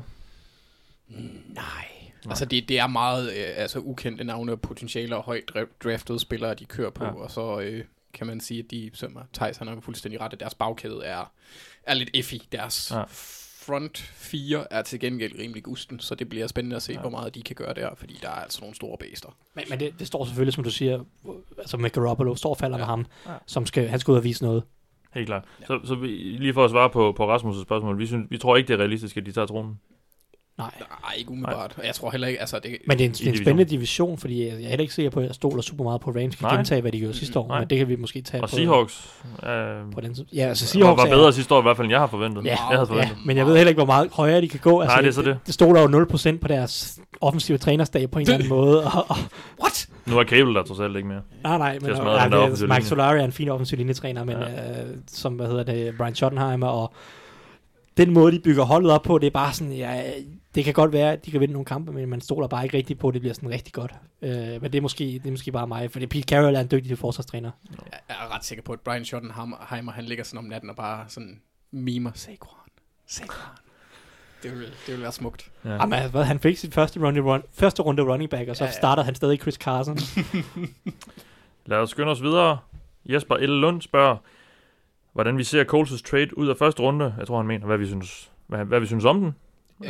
Nej. Altså det er meget ukendte navne og potentialer og højt draftede spillere, de kører på, og så kan man sige, at de, som Theis han har fuldstændig ret, at deres bagkæde er lidt iffy. Deres front 4 er til gengæld rimelig gusten, så det bliver spændende at se, hvor meget de kan gøre der, fordi der er altså nogle store bæster. Men det står selvfølgelig, som du siger, altså med Garoppolo, står og falder med ham, som han skal ud og vise noget. Helt klart. Ja. Så lige for at svare på Rasmus' spørgsmål, vi tror ikke, det er realistisk, at de tager tronen. Nej, ikke umiddelbart. Jeg tror heller ikke, altså men det er en spændende division, fordi jeg er heller ikke sikker på, at jeg stoler super meget på Rams kan gentage, hvad de gjorde sidste år, men det kan vi måske tage og på. Og Seahawks. På den, altså Seahawks var bedre sidste år i hvert fald, end jeg har forventet. Ja, men jeg ved heller ikke, hvor meget højere de kan gå. Altså, nej, det er så det. Det stoler jo 0% på deres offensive trænerstab på en eller anden måde. What? Nu er Cable der trods alt ikke mere. Nej, men Mike Solari er en fin offensiv linjetræner, men som, Brian Schottenheimer, og den måde, de bygger holdet op på, det er bare sådan, det kan godt være, at de kan vinde nogle kampe, men man stoler bare ikke rigtigt på, at det bliver sådan rigtig godt. Men det er måske bare mig, fordi Pete Carroll er en dygtig forsvarstræner. Jeg er ret sikker på, at Brian Schottenheimer, han ligger sådan om natten og bare sådan mimer Saquon. Det vil være smukt. Ja. Jamen, han fik sit første runde running back, og så startede han stadig Chris Carson. Lad os skynde os videre. Jesper L. Lund spørger, hvordan vi ser Coles' trade ud af første runde. Jeg tror, han mener, hvad vi synes om den.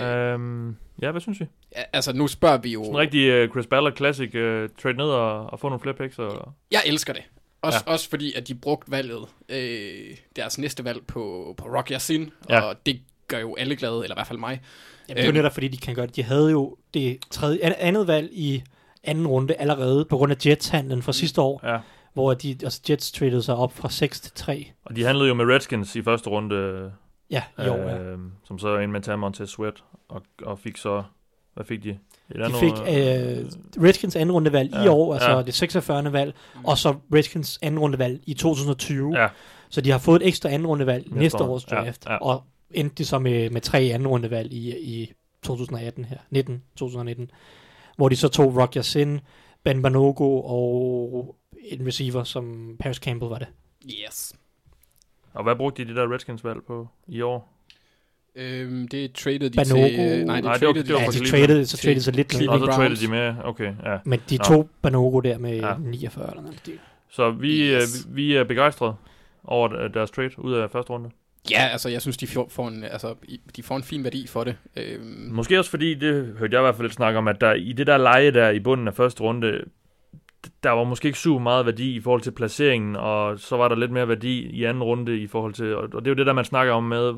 Hvad synes vi? Ja, altså, nu spørger vi jo... Sådan en rigtig Chris Ballard Classic trade ned og få nogle flere picks. Jeg elsker det. Også fordi, at de brugte valget, deres næste valg på Rock Ya-Sin, og det gør jo alle glade, eller i hvert fald mig. Jamen, det er jo netop, fordi de kan gøre det. De havde jo det andet valg i anden runde allerede, på grund af Jets-handlen fra sidste år. Hvor Jets tradede sig op fra 6 til 3. Og de handlede jo med Redskins i første runde. Ja, som så en med Tamron til Sweat, og fik så... Hvad fik de? De fik Redskins anden rundevalg i år, altså det 46. valg, og så Redskins anden rundevalg i 2020. Ja. Så de har fået et ekstra anden rundevalg næste års draft, og endte de så med 3 anden rundevalg i 2018 her, 2019, hvor de så tog Rock Ya-Sin, Ben Banogo og en receiver, som Paris Campbell var det. Yes. Og hvad brugte de der Redskins-valg på i år? Det traded de Banogo. til... Nej, de traded sig lidt. Og så traded de med, okay, ja. Men de tog Banogo der med 49 eller noget. Så vi er begejstrede over deres trade ud af første runde. Ja, altså jeg synes, de får en fin værdi for det. Måske også fordi, det hørte jeg i hvert fald lidt snakke om, at der i det der leje der i bunden af første runde, der var måske ikke super meget værdi i forhold til placeringen, og så var der lidt mere værdi i anden runde i forhold til, og det er jo det der, man snakker om med,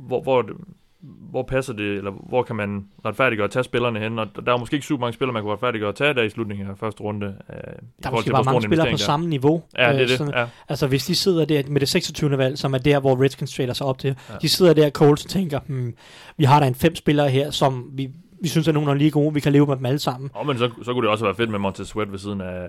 hvor passer det, eller hvor kan man retfærdiggøre at tage spillerne hen, og der er måske ikke super mange spillere, man kunne retfærdiggøre at tage der i slutningen af første runde. Der er måske bare mange spillere på samme niveau. Ja, det er det. Ja. Altså hvis de sidder der med det 26. valg, som er der, hvor Redskins trader sig op til, de sidder der, Colts, og tænker, vi har da en 5 spillere her, som vi synes er nogen, der er lige gode, vi kan leve med dem alle sammen. Men så kunne det også være fedt med Montez Sweat ved siden af...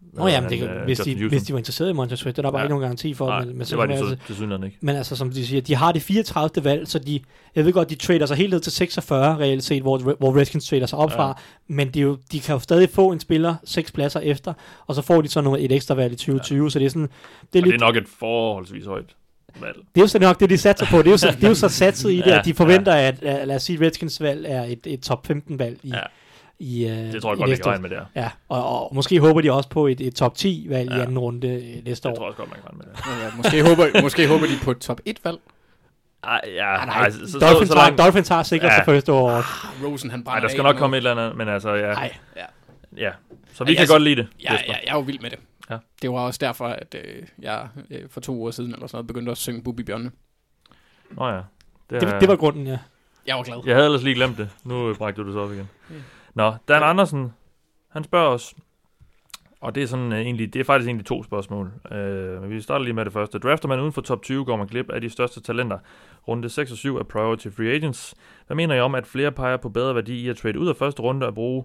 Hvis de var interesseret i Montez Sweat, det er der bare ikke nogen garanti for. Nej, det var de så til synden ikke. Men altså, som de siger, de har det 34. valg, så jeg ved godt, de trader sig helt ned til 46 reelt set, hvor Redskins trader sig op fra, men de kan jo stadig få en spiller 6 pladser efter, og så får de så et ekstra valg i 2020, så det er sådan... Det er nok et forholdsvis højt valg. Det er jo så nok det, de satser på. Det er jo så satset i det, at de forventer, at lad os sige, Redskins valg er et top 15 valg i det tror jeg godt, vi kan regne med det. Ja, og måske håber de også på et top 10 valg i anden runde næste år. Det tror jeg også godt, man kan regne med Ja, det. måske håber de på et top 1 valg. Nej. Dolphins har sikkert det første år. Rosen, han brænder. Der skal nok komme et eller andet, men altså, ja. Så vi kan godt lide det. Jeg er jo vild med det. Ja. Det var også derfor, at jeg for 2 uger siden eller sådan noget, begyndte at synge Bubi Bjørne. Nå ja. Det var grunden, ja. Jeg var glad. Jeg havde ellers lige glemt det. Nu bragte du det så op igen. Nå, Dan Andersen, han spørger os, og det er sådan det er faktisk egentlig 2 spørgsmål. Men vi starter lige med det første. Drafter man uden for top 20, går man glip af de største talenter. Runde 6 og 7 er priority free agents. Hvad mener I om, at flere peger på bedre værdi i at trade ud af første runde og bruge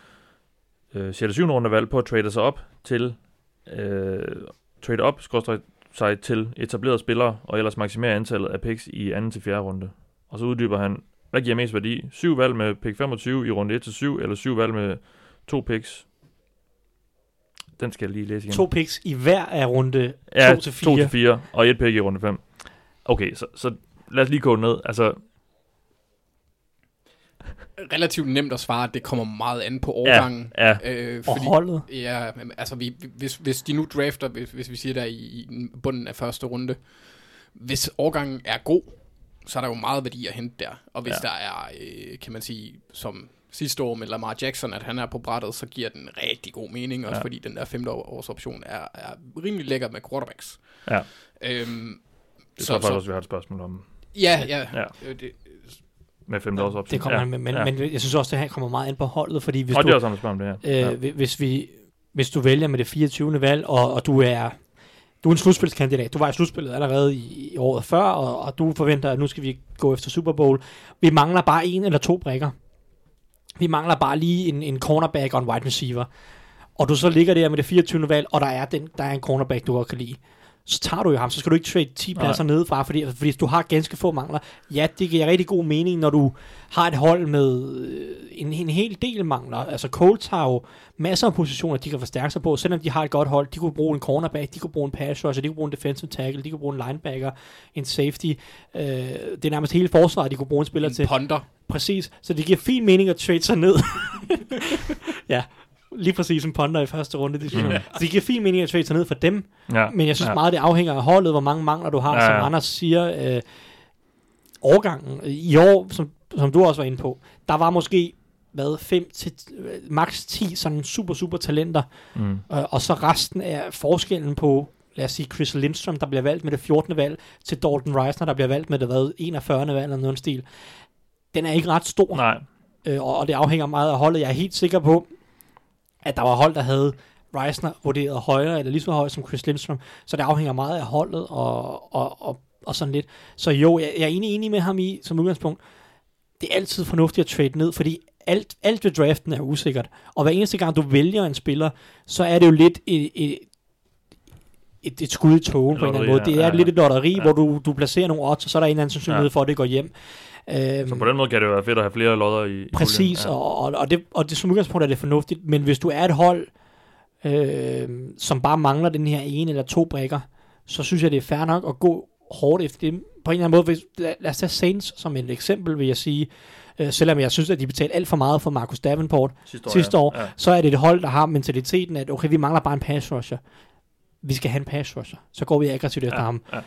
6. og 7. rundevalg på at trade sig op til trade op, sig til etablerede spillere, og ellers maksimere antallet af picks i 2. til 4. runde. Og så uddyber han, hvad giver mest værdi? 7 valg med pick 25 i runde 1-7, eller 7 valg med 2 picks? Den skal jeg lige læse igen. 2 picks i hver af runde 2-4, og 1 pick i runde 5. Okay, så lad os lige gå ned. Altså... Relativt nemt at svare, at det kommer meget an på årgangen. Ja. Og holdet. Ja, altså hvis de nu drafter, hvis vi siger der i bunden af første runde, hvis årgangen er god, så er der jo meget værdi at hente der. Og hvis der er, kan man sige, som sidste år med Lamar Jackson, at han er på brættet, så giver den rigtig god mening, også fordi den der 5. års option er rimelig lækker med quarterbacks. Ja. Det tror jeg faktisk også, vi har et spørgsmål om. Ja. Med 5 års option. Det kommer men jeg synes også, det her kommer meget ind på holdet, fordi hvis det er også om at spørge om det her. Hvis du vælger med det 24. valg, og du er en slutspilskandidat. Du var i slutspillet allerede i året før, og du forventer, at nu skal vi gå efter Super Bowl. Vi mangler bare 1 eller 2 brikker. Vi mangler bare lige en cornerback og en wide receiver. Og du så ligger der med det 24. valg, og der er en cornerback, du godt kan lide. Så tager du jo ham, så skal du ikke trade 10 pladser nedefra, fordi du har ganske få mangler. Ja, det giver rigtig god mening, når du har et hold med en hel del mangler. Altså Colts har jo masser af positioner, de kan forstærke sig på, selvom de har et godt hold. De kunne bruge en cornerback, de kunne bruge en pass rusher, de kunne bruge en defensive tackle, de kunne bruge en linebacker, en safety. Det er nærmest hele forsvaret, de kunne bruge en spiller til. En punter. Præcis, så det giver fin mening at trade sig ned. Ja. Lige præcis en punter i første runde. Så det giver fin mening at trade sig ned for dem. Ja. Men jeg synes meget, det afhænger af holdet, hvor mange mangler du har, som Anders siger. Årgangen i år, som du også var inde på, der var måske 5 til max 10 sådan super talenter. Og så resten af forskellen på, lad os sige, Chris Lindstrom, der bliver valgt med det 14. valg, til Dalton Reisner, der bliver valgt med det 41. valg eller noget stil. Den er ikke ret stor. Nej. Og det afhænger meget af holdet. Jeg er helt sikker på, at der var hold, der havde Reisner vurderet højere, eller lige så højt som Chris Lindstrom, så det afhænger meget af holdet, og sådan lidt. Så jo, jeg er enig med ham i, som udgangspunkt, det er altid fornuftigt at trade ned, fordi alt ved draften er usikkert, og hver eneste gang du vælger en spiller, så er det jo lidt et skud i togen på en eller anden måde. Det er lidt et lotteri, hvor du placerer nogle odds, og så er der en eller anden sandsynlighed for, at det går hjem. Så på den måde kan det være fedt at have flere lodder i præcis, og det som udgangspunkt er det fornuftigt, men hvis du er et hold, som bare mangler den her 1 eller 2 brikker, så synes jeg, det er fair nok at gå hårdt efter dem. På en eller anden måde, lad os tage Saints som et eksempel, vil jeg sige, selvom jeg synes, at de betalte alt for meget for Marcus Davenport sidste år, så er det et hold, der har mentaliteten, at okay, vi mangler bare en pass rusher. vi skal have en pass rusher, så går vi aggressivt efter ham. Ja.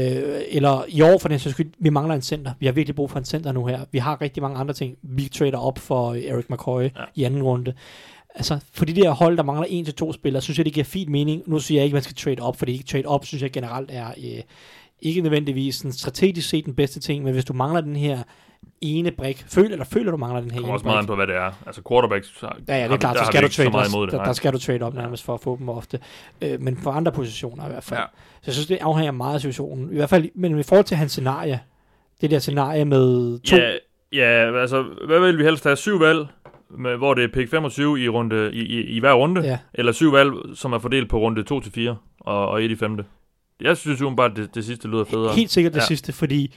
Eller i år for den sags skyld, vi mangler en center. Vi har virkelig brug for en center nu her. Vi har rigtig mange andre ting. Vi trader op for Eric McCoy i anden runde. Altså, for de der hold, der mangler 1-2 spillere, synes jeg, det giver fint mening. Nu siger jeg ikke, at man skal trade op, fordi trade op, synes jeg generelt er ikke nødvendigvis en strategisk set den bedste ting, men hvis du mangler den her ene brik, føler du mangler den her ene brik. Det kommer også meget an på, hvad det er. Altså quarterbacks, det er klart, så skal du trade der skal du trade op nærmest for at få dem ofte. Men for andre positioner i hvert fald. Ja. Så jeg synes, det afhænger meget af situationen. I hvert fald, men i forhold til hans scenarie, det der scenarie med 2... Ja, altså, hvad vil vi helst have? 7 valg, hvor det er pick 25 i runde i hver runde, eller 7 valg, som er fordelt på runde 2-4 og 1 i 5. Jeg synes jo bare, at det sidste lyder federe. Helt sikkert det sidste, fordi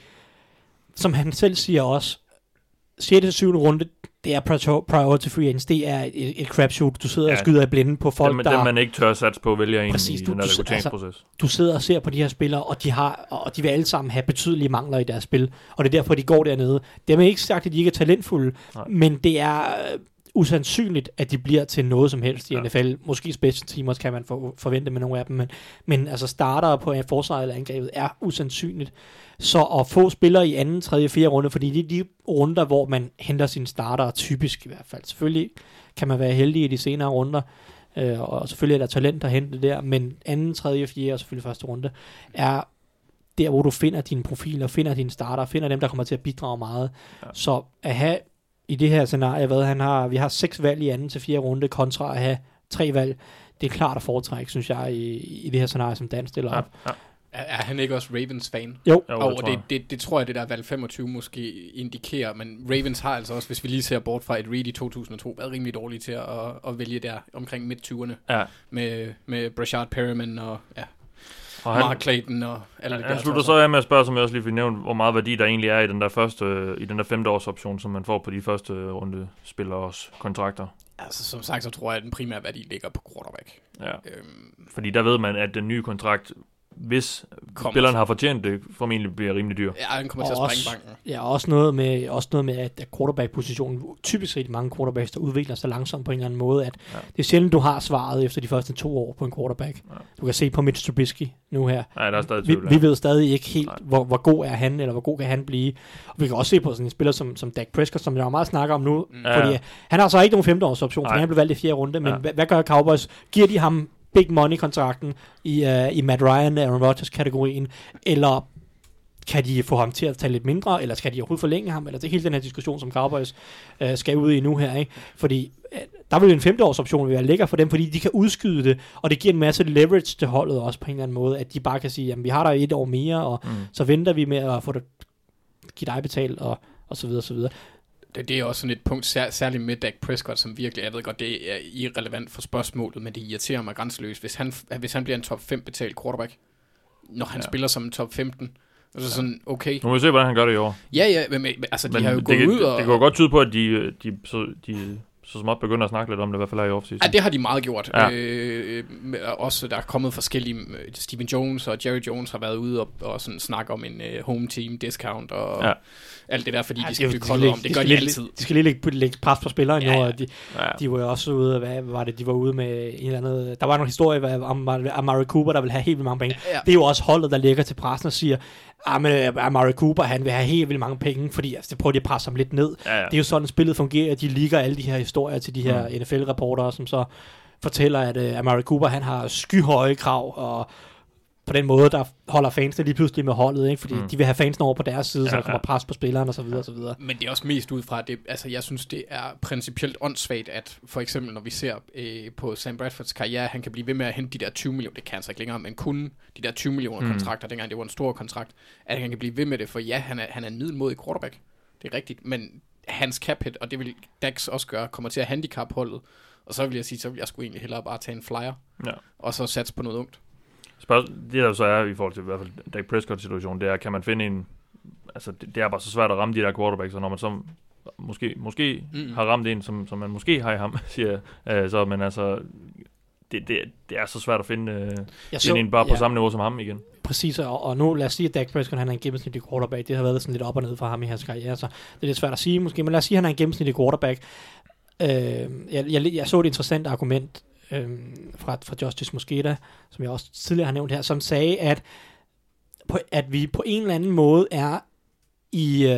som han selv siger også, 6. og 7. runde, det er priority free agents, det er et crapshoot. Du sidder og skyder i blinde på folk, dem man ikke tør satse på at vælge en i den her rekrutteringsproces. Altså, du sidder og ser på de her spillere, og de vil alle sammen have betydelige mangler i deres spil, og det er derfor, de går dernede. Det er ikke sagt, at de ikke er talentfulde, men det er usandsynligt, at de bliver til noget som helst i NFL. Måske special teamers kan man forvente med nogle af dem, men altså starter på en forsvar eller angrebet er usandsynligt. Så at få spillere i anden, tredje, fjerde runde, fordi det er de runder, hvor man henter sine starter, typisk i hvert fald. Selvfølgelig kan man være heldig i de senere runder, og selvfølgelig er der talent at hente der, men anden, tredje, fjerde og selvfølgelig første runde er der, hvor du finder dine profiler, finder dine starter, finder dem, der kommer til at bidrage meget. Ja. Så at have i det her scenarie, vi har 6 valg i anden til fjerde runde, kontra at have 3 valg, det er klart at foretrække, synes jeg, i det her scenarie, som Dan stiller op. Ja. Er han ikke også Ravens-fan? Jo. Og det tror jeg, det der valg 25 måske indikerer, men Ravens har altså også, hvis vi lige ser bort fra et Reed i 2002, været rimelig dårlige til at vælge der omkring midt-20'erne. Ja. Med Brashard Perriman og Mark Clayton og alle det der. Han slutter så af med at spørge, som jeg også lige fik nævnt, hvor meget værdi der egentlig er i den der 5. års option, som man får på de første runde spilleres kontrakter. Altså, som sagt, så tror jeg, at den primære værdi ligger på quarterback. Ja. Fordi der ved man, at den nye kontrakt, hvis spilleren har fortjent det, formentlig bliver rimelig dyr. Ja, den kommer til at springe banken. Ja, også noget med at quarterback-positionen, typisk rigtig mange quarterbacks, der udvikler sig langsomt på en eller anden måde, at det er sjældent, du har svaret efter de første 2 år på en quarterback. Ja. Du kan se på Mitch Trubisky nu her. Ja, der er stadig tvivl. Vi ved stadig ikke helt, hvor god er han, eller hvor god kan han blive. Og vi kan også se på sådan en spiller som Dak Prescott, som jeg meget snakker om nu, fordi han har så ikke nogen 5. års option, for han blev valgt i 4. runde, men hvad gør Cowboys? Giver de ham big money-kontrakten i Matt Ryan, Aaron Rodgers-kategorien, eller kan de få ham til at tage lidt mindre, eller skal de overhovedet forlænge ham, eller det er hele den her diskussion, som Cowboys skal ud i nu her, ikke? Fordi der vil en 5. års option være lækker for dem, fordi de kan udskyde det, og det giver en masse leverage til holdet også på en eller anden måde, at de bare kan sige, jamen vi har der 1 år mere, og så venter vi med at få det, give dig betalt, og så videre, så videre. Det er også sådan et punkt, særligt med Dak Prescott, som virkelig, jeg ved godt, det er irrelevant for spørgsmålet, men det irriterer mig grænseløst, hvis han bliver en top 5 betalt quarterback, når han spiller som en top 15. Altså sådan, okay. Nu må vi se, hvordan han gør det i år. Ja, men altså, de har jo gået ud og... Det kan jo godt tyde på, at de så småt begynder at snakke lidt om det, i hvert fald her i offseason. Ja, det har de meget gjort. Ja. Også der er kommet forskellige... Stephen Jones og Jerry Jones har været ude og sådan snakke om en home team discount og alt det der, fordi de skal bygge holdet om. Det gør de altid. De skal lige lægge pres på spilleren nu, og de var jo også ude... Hvad var det? De var ude med en eller anden... Der var nogle historier om Amari Cooper, der vil have helt vildt mange penge. Ja. Det er jo også holdet, der ligger til pressen og siger... men Amari Cooper, han vil have helt vildt mange penge, fordi det prøver de at presse ham lidt ned. Ja. Det er jo sådan, spillet fungerer. De ligger alle de her historier til de her NFL-reportere, som så fortæller, at Amari Cooper, han har skyhøje krav, og på den måde, der holder fansene lige pludselig med holdet, ikke? Fordi de vil have fansene over på deres side, så der kommer pres på spilleren, og så videre, og så videre. Men det er også mest ud fra, jeg synes, det er principielt åndssvagt, at for eksempel, når vi ser på Sam Bradfords karriere, han kan blive ved med at hente de der 20 millioner, det kan han så ikke længere, men kun de der 20 millioner kontrakter, dengang det var en stor kontrakt, at han kan blive ved med det, for han er en middelmådig quarterback. Det er rigtigt, men hans cap hit, og det vil Dax også gøre, kommer til at handicap holdet, og så vil jeg sige, så vil jeg sgu egentlig hellere bare tage en flyer, og så satse på noget ungt. Det der så er i forhold til i hvert fald Dak Prescott-situationen, det er, kan man finde en... Altså, det er bare så svært at ramme de der quarterbacks, og når man så måske har ramt en, som man måske har i ham, siger så, men altså... Det er så svært at finde en bare på samme niveau som ham igen. Præcis, og nu lad os sige, at Dak Prescott, han er en gennemsnitlig quarterback. Det har været sådan lidt op og ned for ham i hans karriere, så det er lidt svært at sige måske, men lad os sige, at han er en gennemsnitlig quarterback. Jeg så et interessant argument fra Justice Mosqueda, som jeg også tidligere har nævnt her, som sagde, at vi på en eller anden måde er i...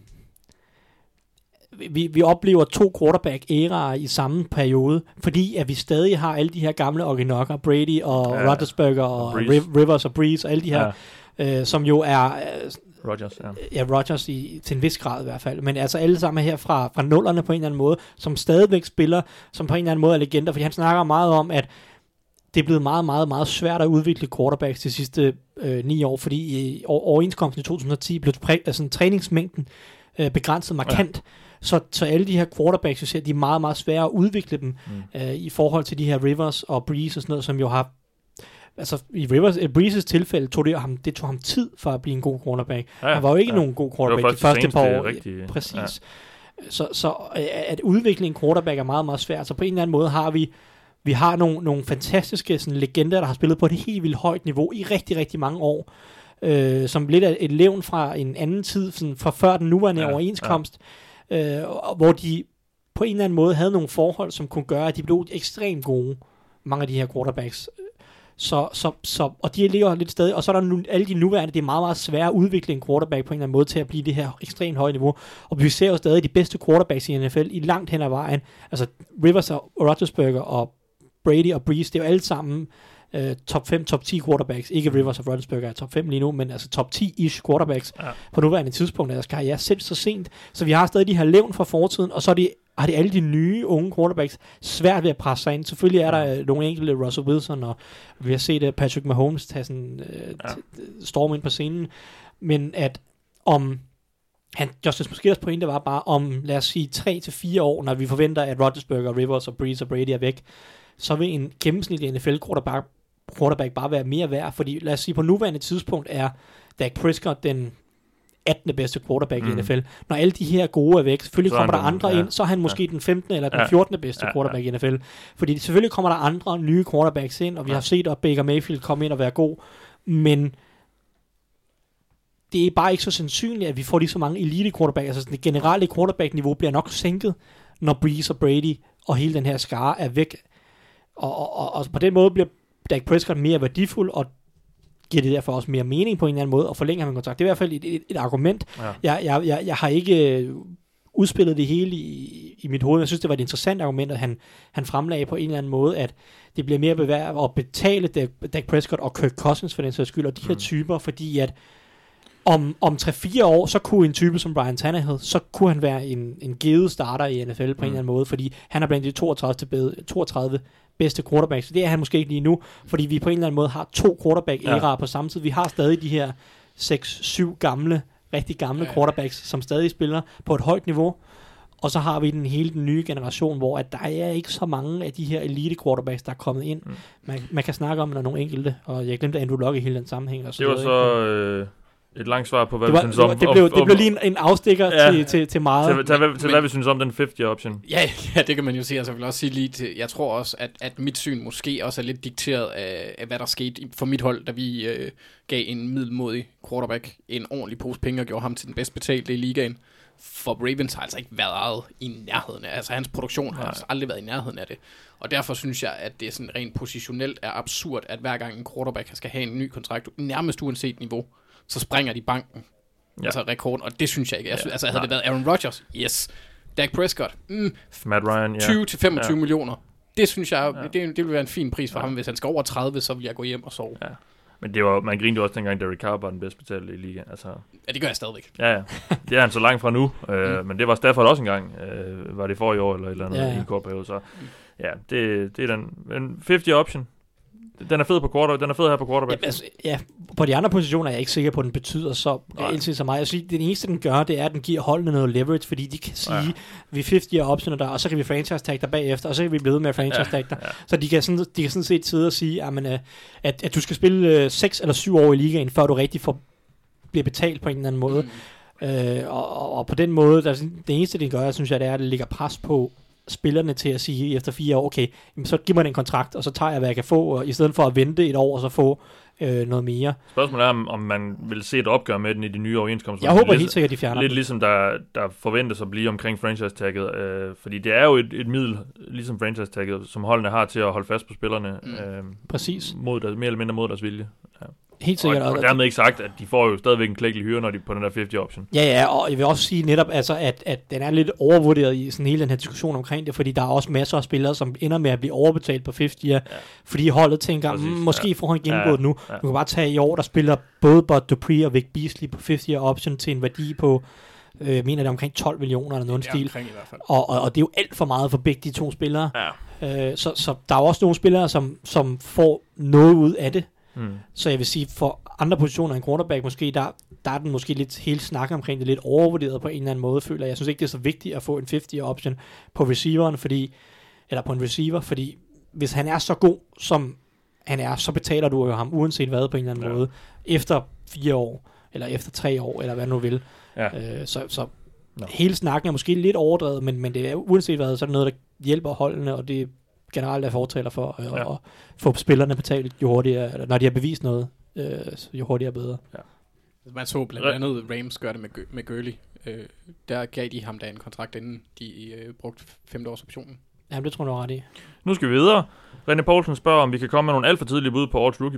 Vi oplever 2 quarterback-æraer i samme periode, fordi at vi stadig har alle de her gamle organokker, Brady og Roethlisberger og Rivers og Breeze og alle de her, som jo er... Rodgers, Rodgers til en vis grad i hvert fald, men altså alle sammen her fra nullerne på en eller anden måde, som stadigvæk spiller, som på en eller anden måde er legender, fordi han snakker meget om, at det er blevet meget, meget, meget svært at udvikle quarterbacks de sidste 9 år, fordi i overenskomsten i 2010 blev træningsmængden begrænset markant. Så alle de her quarterbacks, jeg ser, de er meget, meget svære at udvikle dem i forhold til de her Rivers og Breeze og sådan noget, som jo har... Altså i Breezes tilfælde tog det tog ham tid for at blive en god quarterback. Han var jo ikke nogen god quarterback de første par år. Præcis. Ja. Så at udvikle en quarterback er meget, meget svært. Så på en eller anden måde har vi har nogle fantastiske sådan, legender, der har spillet på et helt vildt højt niveau i rigtig, rigtig mange år. Som lidt af et levn fra en anden tid, sådan fra før den nuværende overenskomst, hvor de på en eller anden måde havde nogle forhold, som kunne gøre, at de blev ekstremt gode, mange af de her quarterbacks. Og de ligger lidt stadig, og så er der alle de nuværende, det er meget, meget svært at udvikle en quarterback på en eller anden måde til at blive det her ekstremt høje niveau. Og vi ser jo stadig de bedste quarterbacks i NFL i langt hen ad vejen. Altså Rivers og Roethlisberger og Brady og Breeze, det er jo alle sammen top 5, top 10 quarterbacks. Ikke Rivers og Roethlisberger er top 5 lige nu, men altså top 10-ish quarterbacks på nuværende tidspunkt af deres karriere, selv så sent. Så vi har stadig de her levn fra fortiden, og så har de alle de nye unge quarterbacks svært ved at presse sig ind. Selvfølgelig er der nogle enkelte, Russell Wilson, og vi har set Patrick Mahomes tage sådan storm ind på scenen, men at Justice Mosquedas pointe var bare om, lad os sige, 3-4 år, når vi forventer, at Roethlisberger, Rivers og Breeze og Brady er væk, så vil en gennemsnitlig NFL-quarterback bare være mere værd, fordi lad os sige, på nuværende tidspunkt er Dak Prescott den 18. bedste quarterback i NFL. Når alle de her gode er væk, selvfølgelig kommer der andre ind, så er han måske den 15. eller den 14. bedste quarterback i NFL. Fordi selvfølgelig kommer der andre nye quarterbacks ind, og vi har set, at Baker Mayfield komme ind og være god, men det er bare ikke så sandsynligt, at vi får lige så mange elite quarterbacks. Altså det generelle quarterback-niveau bliver nok sænket, når Breeze og Brady og hele den her skare er væk. Og på den måde bliver Dak Prescott mere værdifuld, og giver det derfor også mere mening på en eller anden måde, og forlænger man kontrakt. Det er i hvert fald et argument. Ja. Jeg har ikke udspillet det hele i mit hoved. Jeg synes, det var et interessant argument, at han fremlagde på en eller anden måde, at det bliver mere bevæget at betale Dak Prescott og Kirk Cousins for den sags skyld, og de her typer, fordi at om 3-4 år, så kunne en type som Ryan Tannehill, så kunne han være en givet starter i NFL på en eller anden måde, fordi han er blandt de 32 bedste quarterbacks. Det er han måske ikke lige nu, fordi vi på en eller anden måde har 2 quarterback-æraer på samme tid. Vi har stadig de her 6-7 rigtig gamle quarterbacks, som stadig spiller på et højt niveau, og så har vi den nye generation, hvor at der er ikke så mange af de her elite quarterbacks, der er kommet ind. Man kan snakke om, når nogle enkelte, og jeg glemte Andrew Luck i hele den sammenhæng. Og så det var så et langt svar på, hvad vi synes om. Det blev lige en afstikker til meget. Til hvad vi synes om den 50 option. Ja, det kan man jo sige. Altså, jeg vil også sige lige til, jeg tror også, at mit syn måske også er lidt dikteret af hvad der skete for mit hold, da vi gav en middelmodig quarterback en ordentlig pose penge og gjorde ham til den bedst betalte i ligaen. For Ravens har altså ikke været i nærheden af. Altså hans produktion har altså aldrig været i nærheden af det. Og derfor synes jeg, at det sådan rent positionelt er absurd, at hver gang en quarterback skal have en ny kontrakt, nærmest uanset niveau, så springer de banken. Altså rekorden, og det synes jeg ikke. Altså havde det været Aaron Rodgers, yes. Dak Prescott, Matt Ryan, 20-25 millioner. Det synes jeg, det vil være en fin pris for ham. Hvis han skal over 30, så vil jeg gå hjem og sove. Ja. Men man grinede også dengang, Derek Carr var den bedst betalte i ligaen. Altså. Ja, det gør jeg stadigvæk. Ja. Det er han så langt fra nu. Men det var Stafford også engang. Var det forrige år eller et eller andet i en kort periode. Så ja, det er den. Men 50 option. Den er fed på quarterback. Den er fed her på quarterback. Ja, på de andre positioner er jeg ikke sikker på, at den betyder så indtil så meget. Jeg synes, det eneste, den gør, det er, at den giver holdene noget leverage, fordi de kan sige, vi 50 optioner der, og så kan vi franchise-tag der bagefter, og så kan vi blive ved med at franchise-tag der. Så de kan sådan set sidde og sige, at du skal spille 6 eller 7 år i ligaen, før du rigtig bliver betalt på en eller anden måde. Og på den måde, det eneste, det gør, synes jeg, det er, at det ligger pres på spillerne til at sige efter 4 år, okay, så giv mig en kontrakt, og så tager jeg, hvad jeg kan få, og i stedet for at vente et år, og så få noget mere. Spørgsmålet er, om man vil se et opgør med den i de nye overenskomster. Jeg håber helt sikkert, de fjerner lidt ligesom der forventes at blive omkring franchise-tagget, fordi det er jo et middel, ligesom franchise-tagget, som holdene har til at holde fast på spillerne. Præcis. Mere eller mindre mod deres vilje. Ja. Helt sikkert. Og dermed ikke sagt, at de får jo stadigvæk en klækkelig hyre, når de er på den der 50-option. Ja, og jeg vil også sige netop, altså, at den er lidt overvurderet i sådan hele den her diskussion omkring det, fordi der er også masser af spillere, som ender med at blive overbetalt på 50'er, fordi holdet tænker, måske får han gennemgået nu. Du kan bare tage i år, der spiller både Bud Dupree og Vic Beasley på 50'er option til en værdi på, mener det omkring 12 millioner eller noget stil. Og det er jo alt for meget for begge de to spillere. Ja. Så der er også nogle spillere, som får noget ud af det. Så jeg vil sige, for andre positioner end quarterback måske, der er den måske lidt hele snakken omkring det lidt overvurderet på en eller anden måde, føler jeg. Jeg synes ikke, det er så vigtigt at få en 50 option på receiveren, fordi hvis han er så god, som han er, så betaler du jo ham uanset hvad på en eller anden måde, efter 4 år, eller efter 3 år, eller hvad du vil. Ja. Så hele snakken er måske lidt overdrevet, men det er uanset hvad, så er det noget, der hjælper holdene, og det generelt er fortaler for at få spillerne betalt jo hurtigere, når de har bevist noget, jo hurtigere bedre. Ja. Man så blandt andet Rams gøre det med Gurley. Der gav de ham da en kontrakt, inden de brugte 5. års optionen. Jamen, det tror jeg nok ret i. Nu skal vi videre. René Poulsen spørger, om vi kan komme med nogle alt for tidlige bud på årets rookie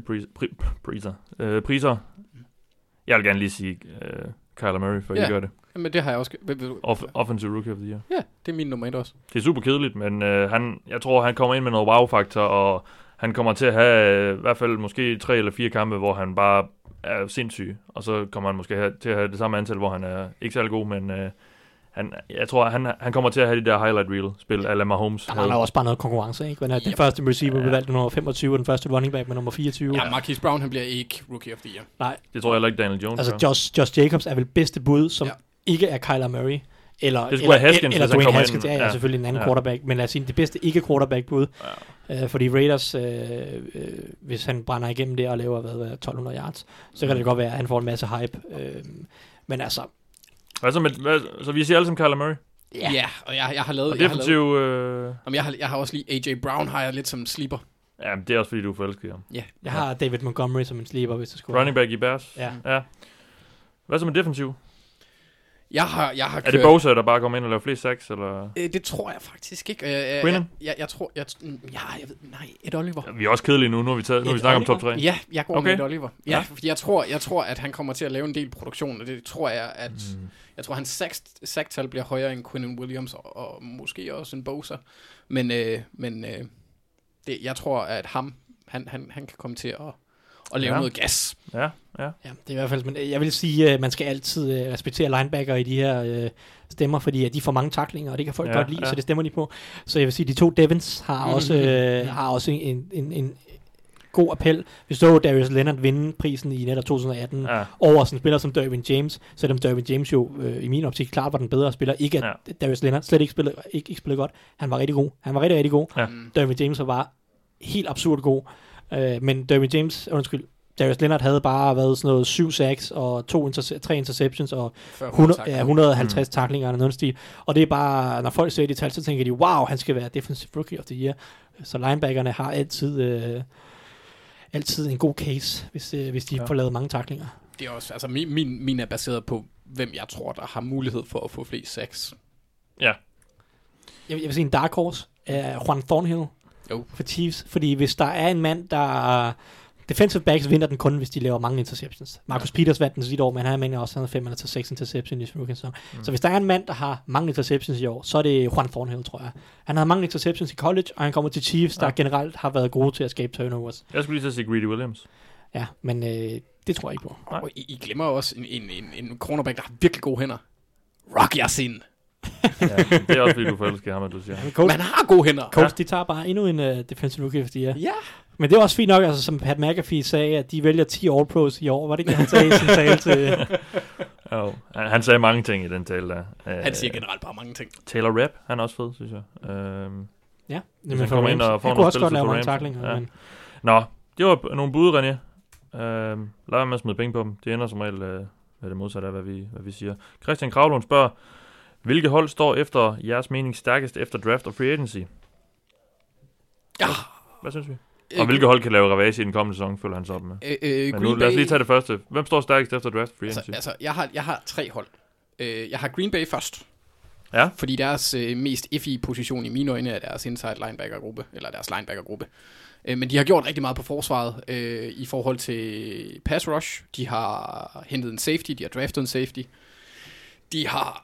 priser. Jeg vil gerne lige sige Kyler Murray, for I gør det. Men det har jeg også. Offensive Rookie of the Year. Ja, det er min nummer 1 også. Det er super kedeligt, men jeg tror, han kommer ind med noget wow-faktor, og han kommer til at have i hvert fald måske 3 eller 4 kampe, hvor han bare er sindssyg, og så kommer han måske til at have det samme antal, hvor han er ikke særlig god, men jeg tror, han kommer til at have de der highlight reel-spil, ala Mahomes. Han har også bare noget konkurrence, ikke? Den første receiver blev valgt nummer 25, og den første running back med nummer 24. Ja, Marquise Brown, han bliver ikke Rookie of the Year. Nej. Det tror jeg heller ikke, Daniel Jones. Altså, Josh Jacobs er vel bedste bud, som ikke er Kyler Murray. Eller Dwayne Haskins, er selvfølgelig en anden quarterback, men lad os sige, det bedste ikke quarterback-bud. Fordi Raiders, hvis han brænder igennem det og laver 1200 yards, så kan det godt være, at han får en masse hype. Men altså... Så vi siger alle som Kyler Murray? Ja, og jeg har lavet... Og defensiv... Jeg har også lige AJ Brown, har jeg lidt som sleeper. Ja, men det er også fordi, du er forelsket i ham. Ja, jeg har David Montgomery som en sleeper, hvis det skulle. Running back i Bears? Ja. Hvad så med defensiv? Jeg har er det Bosa, der bare kommer ind og laver flere sacks, eller? Det tror jeg faktisk ikke. Jeg tror... jeg ved... Nej, Ed Oliver. Ja, vi er også kedelige nu har vi snakket om top 3. Ja, jeg går med Ed Oliver. Ja, fordi jeg tror, at han kommer til at lave en del produktion, og det tror jeg, at... Jeg tror, hans sacktal bliver højere end Quinnen Williams, og måske også en Bosa. Men jeg tror, at han kan komme til at lave noget gas. Ja, det er i hvert fald, men jeg vil sige, at man skal altid respektere linebacker i de her stemmer, fordi at de får mange tacklinger, og det kan folk godt lide, så det stemmer de på. Så jeg vil sige, at de to Devons har også en god appel. Vi så Darius Leonard vinde prisen i netop 2018 over sådan en spiller som Derwin James, selvom Derwin James jo i min optik klart var den bedre spiller. Ikke at Darius Leonard slet ikke spillede godt. Han var rigtig god. Han var rigtig, rigtig god. Ja. Derwin James var bare helt absurd god. Men Darius Leonard havde bare været sådan noget 7 sacks og 3 interceptions og 150 tacklinger eller noget stil. Og det er bare, når folk ser de tal, så tænker de, wow, han skal være defensive rookie of the year. Så linebackerne har altid en god case, hvis de får lavet mange tacklinger. Det er også, altså min er baseret på, hvem jeg tror, der har mulighed for at få flest sacks. Ja. Jeg vil sige en dark horse er Juan Thornhill for Chiefs, fordi hvis der er en mand, der defensive backs vinder den kun, hvis de laver mange interceptions. Marcus Peters vandt den sidste år, men han mener også, at han havde 5 eller 6 interceptions i rookie sæson. Så hvis der er en mand, der har mange interceptions i år, så er det Juan Thornhill, tror jeg. Han havde mange interceptions i college, og han kommer til Chiefs, der generelt har været gode til at skabe turnovers. Jeg skulle lige så sige Greedy Williams. Ja, men det tror jeg ikke på. Og I glemmer også en cornerback, der har virkelig gode hænder. Rock Yassin. Ja, det er også fordi, du forelsker ham, at du siger. Men han har gode hænder. Colts, de tager bare endnu en defensive rookie, fordi ja. Men det er også fint nok, altså, som Pat McAfee sagde, at de vælger 10 All-Pros i år. Var det ikke, han sagde i sin tale til... Jo, han sagde mange ting i den tale der. Han siger generelt bare mange ting. Taylor Rapp, han er også fed, synes jeg. Ja, men han kommer ind og får han kunne også godt lave mange tacklinger. Ja. Men... Nå, det var nogle bud, René. Lad være med at smide penge på dem. Det ender som regel med det modsatte af, hvad vi siger. Christian Kravlund spørger, hvilke hold står efter jeres mening stærkest efter draft og free agency? Ja. Hvad synes vi? Og hvilke hold kan lave ravage i den kommende sæson, følger han så op med? Men nu, lad os lige tage det første. Hvem står stærkest efter draft free agency? Altså, jeg har 3 hold. Jeg har Green Bay først. Ja. Fordi deres mest iffy position i mine øjne er deres inside linebacker-gruppe, eller deres linebacker-gruppe. Men de har gjort rigtig meget på forsvaret i forhold til pass rush. De har hentet en safety, de har draftet en safety. De har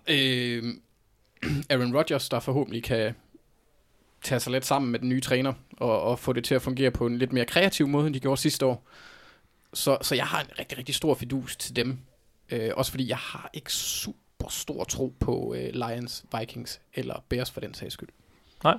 Aaron Rodgers, der forhåbentlig kan tage sig lidt sammen med den nye træner, og få det til at fungere på en lidt mere kreativ måde, end de gjorde sidste år. Så jeg har en rigtig, rigtig stor fidus til dem. Også fordi jeg har ikke super stor tro på Lions, Vikings eller Bears for den sags skyld. Nej.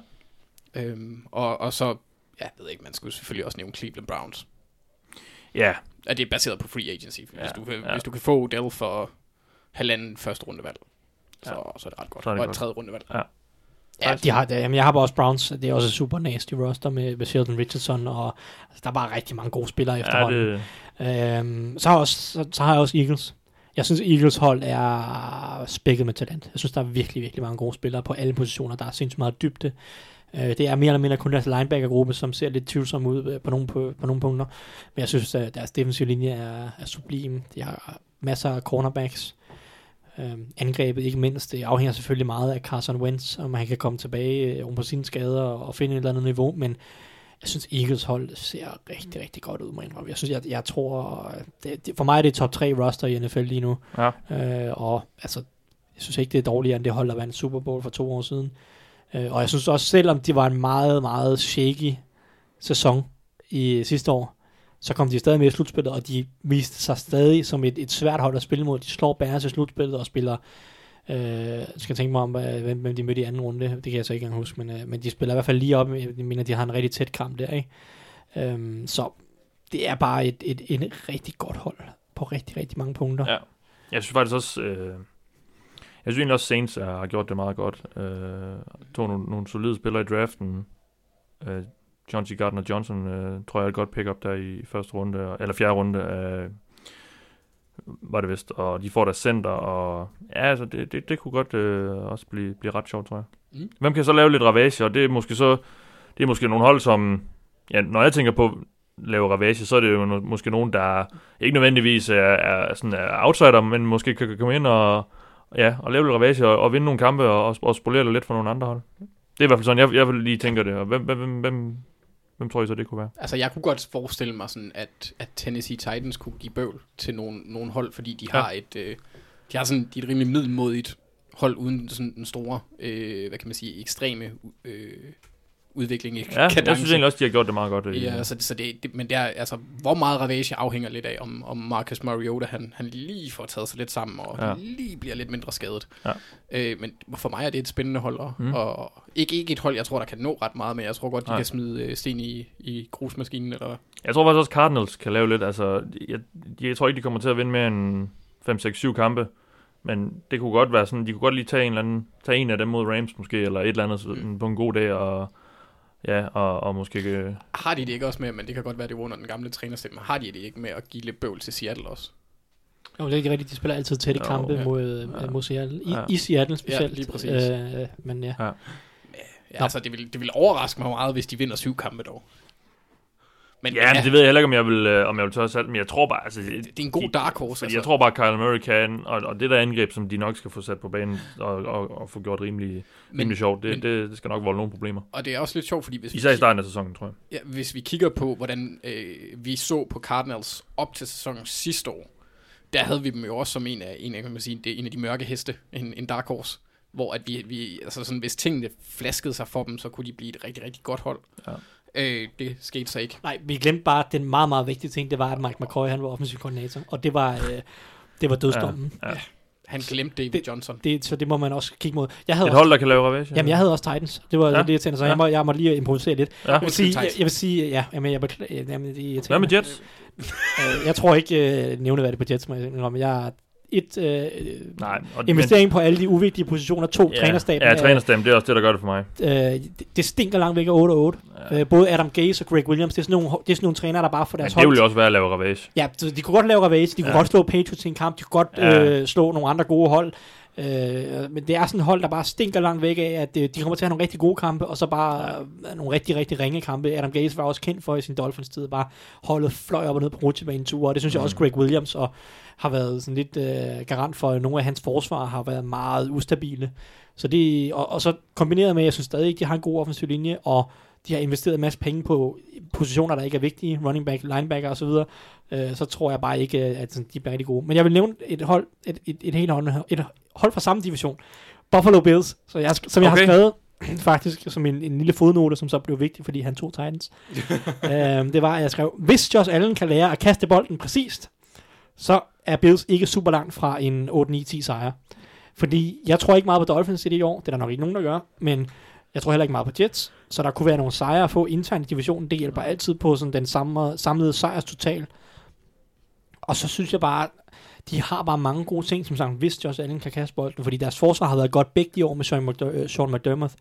Og så, jeg ved ikke, man skulle selvfølgelig også nævne Cleveland Browns. Ja. At det er baseret på free agency. Hvis du kan få Odell for 1,5 første rundevalg, så er det ret godt. Og et 3. rundevalg. Ja. Ja, jeg har bare også Browns. Det er også et super nasty roster med Sheldon Richardson, og altså, der er bare rigtig mange gode spillere efterhånden. Så har jeg også Eagles. Jeg synes, Eagles hold er spækket med talent. Jeg synes, der er virkelig, virkelig mange gode spillere på alle positioner. Der er sindssygt meget dybde. Det er mere eller mindre kun deres linebacker-gruppe, som ser lidt tvivlsom ud på nogle punkter. Men jeg synes, at deres defensive linje er sublime. De har masser af cornerbacks. Angrebet ikke mindst, det afhænger selvfølgelig meget af Carson Wentz, om han kan komme tilbage på sine skader og finde et eller andet niveau, men jeg synes Eagles hold ser rigtig, rigtig godt ud, må jeg synes, jeg tror for mig er det top 3 roster i NFL lige nu. Ja. Og altså jeg synes ikke det er dårligere end det hold der vandt Super Bowl for 2 år siden. Og jeg synes også, selvom det var en meget, meget shaky sæson i sidste år, så kom de stadig med i slutspillet, og de viste sig stadig som et svært hold at spille mod. De slår Bears i slutspillet og spiller, skal tænke mig om, hvem de mødte i anden runde, det kan jeg så ikke engang huske, men de spiller i hvert fald lige op, jeg mener, de har en rigtig tæt kamp der, ikke? Så det er bare et rigtig godt hold på rigtig, rigtig mange punkter. Ja. Jeg synes faktisk også, jeg synes egentlig også Saints har gjort det meget godt. Tog nogle solide spillere i draften. John G. Gardner-Johnson tror jeg er et godt pick-up der i første runde, eller 4. runde, var det vist, og de får deres center, og ja, altså det kunne godt også blive ret sjovt, tror jeg. Hvem kan så lave lidt ravage, og det er måske nogle hold, som, ja, når jeg tænker på lave ravage, så er det jo måske nogen, der ikke nødvendigvis er outsider, men måske kan komme ind og lave lidt ravage, og vinde nogle kampe, og spolere lidt for nogle andre hold. Det er i hvert fald sådan, jeg vil lige tænke det, og hvem tror I så, det kunne være? Altså, jeg kunne godt forestille mig sådan, at Tennessee Titans kunne give bøvl til nogle hold, fordi de har de er et rimelig middelmodigt hold uden sådan en store, hvad kan man sige, ekstreme udvikling i kadence. Jeg synes egentlig også, de har gjort det meget godt. Ja, så men det er, altså, hvor meget ravage afhænger lidt af, om Marcus Mariota, han lige får taget sig lidt sammen, og lige bliver lidt mindre skadet. Ja. Men for mig er det et spændende hold, og ikke et hold, jeg tror, der kan nå ret meget, men jeg tror godt, de kan smide sten i grusmaskinen. Eller... Jeg tror faktisk også, Cardinals kan lave lidt. Altså, jeg tror ikke, de kommer til at vinde mere end 5-6-7 kampe, men det kunne godt være sådan, de kunne godt lige tage en af dem mod Rams måske, eller et eller andet på en god dag, og måske ikke... Har de det ikke også med, men det kan godt være, det var under den gamle trænerstemme, har de det ikke med at give lidt bøvl til Seattle også? Jo, det er ikke rigtigt, de spiller altid tætte kampe mod Seattle, i Seattle specielt. Ja, lige præcis. Men ja. Altså, det vil overraske mig meget, hvis de vinder 7 kampe dog. Men det ved jeg heller ikke, om jeg vil tørre sat, men jeg tror bare... Altså, det er en god dark horse. Altså. Jeg tror bare, Kyler Murray kan, og det der angreb, som de nok skal få sat på banen, og få gjort rimelig sjovt, det skal nok volde nogle problemer. Og det er også lidt sjovt, fordi... Især i starten af sæsonen, tror jeg. Ja, hvis vi kigger på, hvordan vi så på Cardinals op til sæsonen sidste år, der havde vi dem jo også som en af de mørke heste, en dark horse, hvor at vi altså sådan, hvis tingene flaskede sig for dem, så kunne de blive et rigtig, rigtig godt hold. Ja. Det skete så ikke. Nej, vi glemte bare den meget, meget vigtige ting, det var, at Mike McCoy, han var offensiv koordinator, og det var dødsdommen. Ja. Han glemte David Johnson. Så det må man også kigge mod. Hold, der kan lave ravage. Jamen, jeg havde også Titans. Det var det, jeg tænkte, så jeg må lige improvisere lidt. Ja. Jeg vil sige, ja, jeg beklager. Hvad med Jets? Jeg tror ikke nævneværdigt på Jets, men jeg investering på alle de uvigtige positioner, 2 trænerstaben. Ja, trænerstaben, det er også det, der gør det for mig. Det stinker langt væk af 8-8. Både Adam Gase og Greg Williams, det er sådan nogle trænere, der bare får deres hold. Det ville jo også være at lave ravage. Ja, de kunne godt lave ravage, de kunne godt slå Patriots i en kamp, de kunne godt slå nogle andre gode hold. Men det er sådan et hold, der bare stinker langt væk af, at de kommer til at have nogle rigtig gode kampe, og så bare nogle rigtig, rigtig ringe kampe. Adam Gase var også kendt for i sin Dolphins-tid, bare holdet fløj op og ned på rutsjebaneture, og det synes jeg også Greg Williams og har været sådan lidt garant for, at nogle af hans forsvar har været meget ustabile. Så det, og så kombineret med, jeg synes stadig ikke, de har en god offensiv linje, og de har investeret en masse penge på positioner, der ikke er vigtige, running back, linebacker og så videre, så tror jeg bare ikke, at de bliver rigtig gode. Men jeg vil nævne et hold, et hold fra samme division, Buffalo Bills, som jeg har skrevet faktisk som en lille fodnote, som så blev vigtig, fordi han tog Titans. Det var, at jeg skrev, hvis Josh Allen kan lære at kaste bolden præcist, så er Bills ikke super langt fra en 8-9-10 sejr. Fordi jeg tror ikke meget på Dolphins i det år, det er der nok ikke nogen, der gør, men jeg tror heller ikke meget på Jets, så der kunne være nogle sejre at få internt i divisionen. Det hjælper altid på sådan den samlede sejrstotal. Og så synes jeg bare, de har bare mange gode ting, som sagt, hvis Josh Allen kan kaste bolden, fordi deres forsvar har været godt begge de år med Sean McDermott,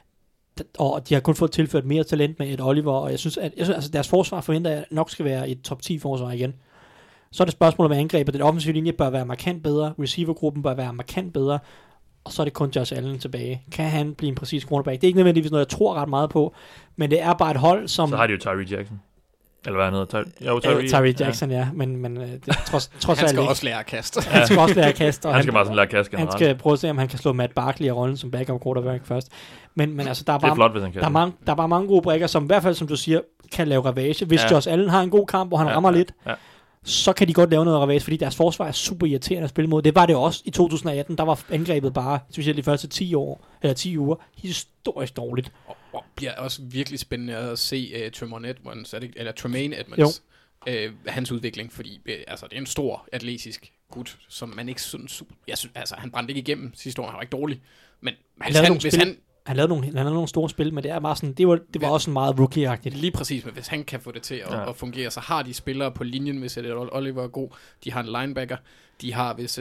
og de har kun fået tilført mere talent med Ed Oliver, og jeg synes altså, deres forsvar forventer jeg nok skal være et top 10 forsvar igen. Så er det spørgsmålet om angrebet. Den offensive linje bør være markant bedre, receivergruppen bør være markant bedre, og så er det kun Josh Allen tilbage. Kan han blive en præcis cornerback? Det er ikke nødvendigvis noget, jeg tror ret meget på, men det er bare et hold, som... Så har de jo Tyree Jackson. Eller hvad han hedder? Tyree Jackson, ja. Men trods han skal også lære at kaste. Han skal også lære at kaste. Han skal bare sådan lære at kaste. Han skal prøve at se, om han kan slå Matt Barkley i rollen som backup quarterback først. Men altså, der er bare, det er flot, hvis han kan. Der er bare mange gode brækker, som i hvert fald, som du siger, kan lave ravage. Hvis Josh Allen har en god kamp, hvor han rammer lidt, så kan de godt lave noget ravage, fordi deres forsvar er super irriterende at spille mod. Det var det også i 2018. Der var angrebet bare, specielt de første 10 uger, historisk dårligt. Og bliver også virkelig spændende at se Tremaine Edmonds, hans udvikling, fordi altså, det er en stor atletisk gut, som man ikke synes, jeg synes, altså han brændte ikke igennem sidste år, han var ikke dårlig, men han lavede nogle store spil, men det er bare sådan, det var også en meget rookie-agtigt. Lige præcis, men hvis han kan få det til at fungere, så har de spillere på linjen, hvis Oliver er god, de har en linebacker, de har hvis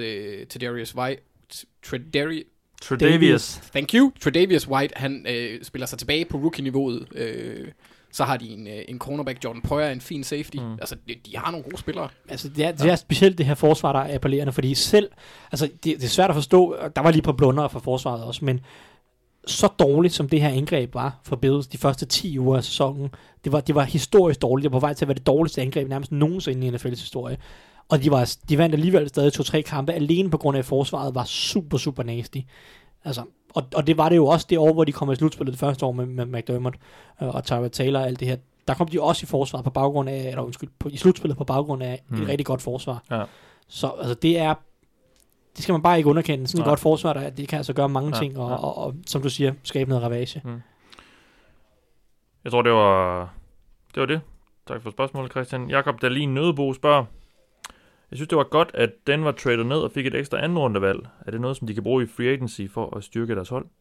Tre'Davious White, han spiller sig tilbage på rookie-niveauet, så har de en cornerback, Jordan Poyer, en fin safety. Altså, de har nogle gode spillere. Altså, det er specielt det her forsvar, der er appellerende, fordi selv, altså, det er svært at forstå, der var lige på blunder for forsvaret også, men så dårligt, som det her angreb var for Bills de første 10 uger af sæsonen, det var historisk dårligt, og på vej til at være det dårligste angreb nærmest nogensinde i NFL's historie. Og de vandt alligevel stadig 2-3 kampe, alene på grund af, at forsvaret var super, super nasty. Altså, og det var det jo også det år, hvor de kom i slutspillet det første år med McDermott og Tyrod Taylor og alt det her. Der kom de også i forsvaret på baggrund af, i slutspillet på baggrund af et rigtig godt forsvar. Ja. Så altså, det skal man bare ikke underkende. Sådan et godt forsvar, det kan altså gøre mange ting, og som du siger, skabe noget ravage. Jeg tror, det var det. Tak for spørgsmålet, Christian. Jakob Dahlin Nødebo spørger, jeg synes, det var godt, at den var tradet ned og fik et ekstra anden rundevalg. Er det noget, som de kan bruge i free agency for at styrke deres hold?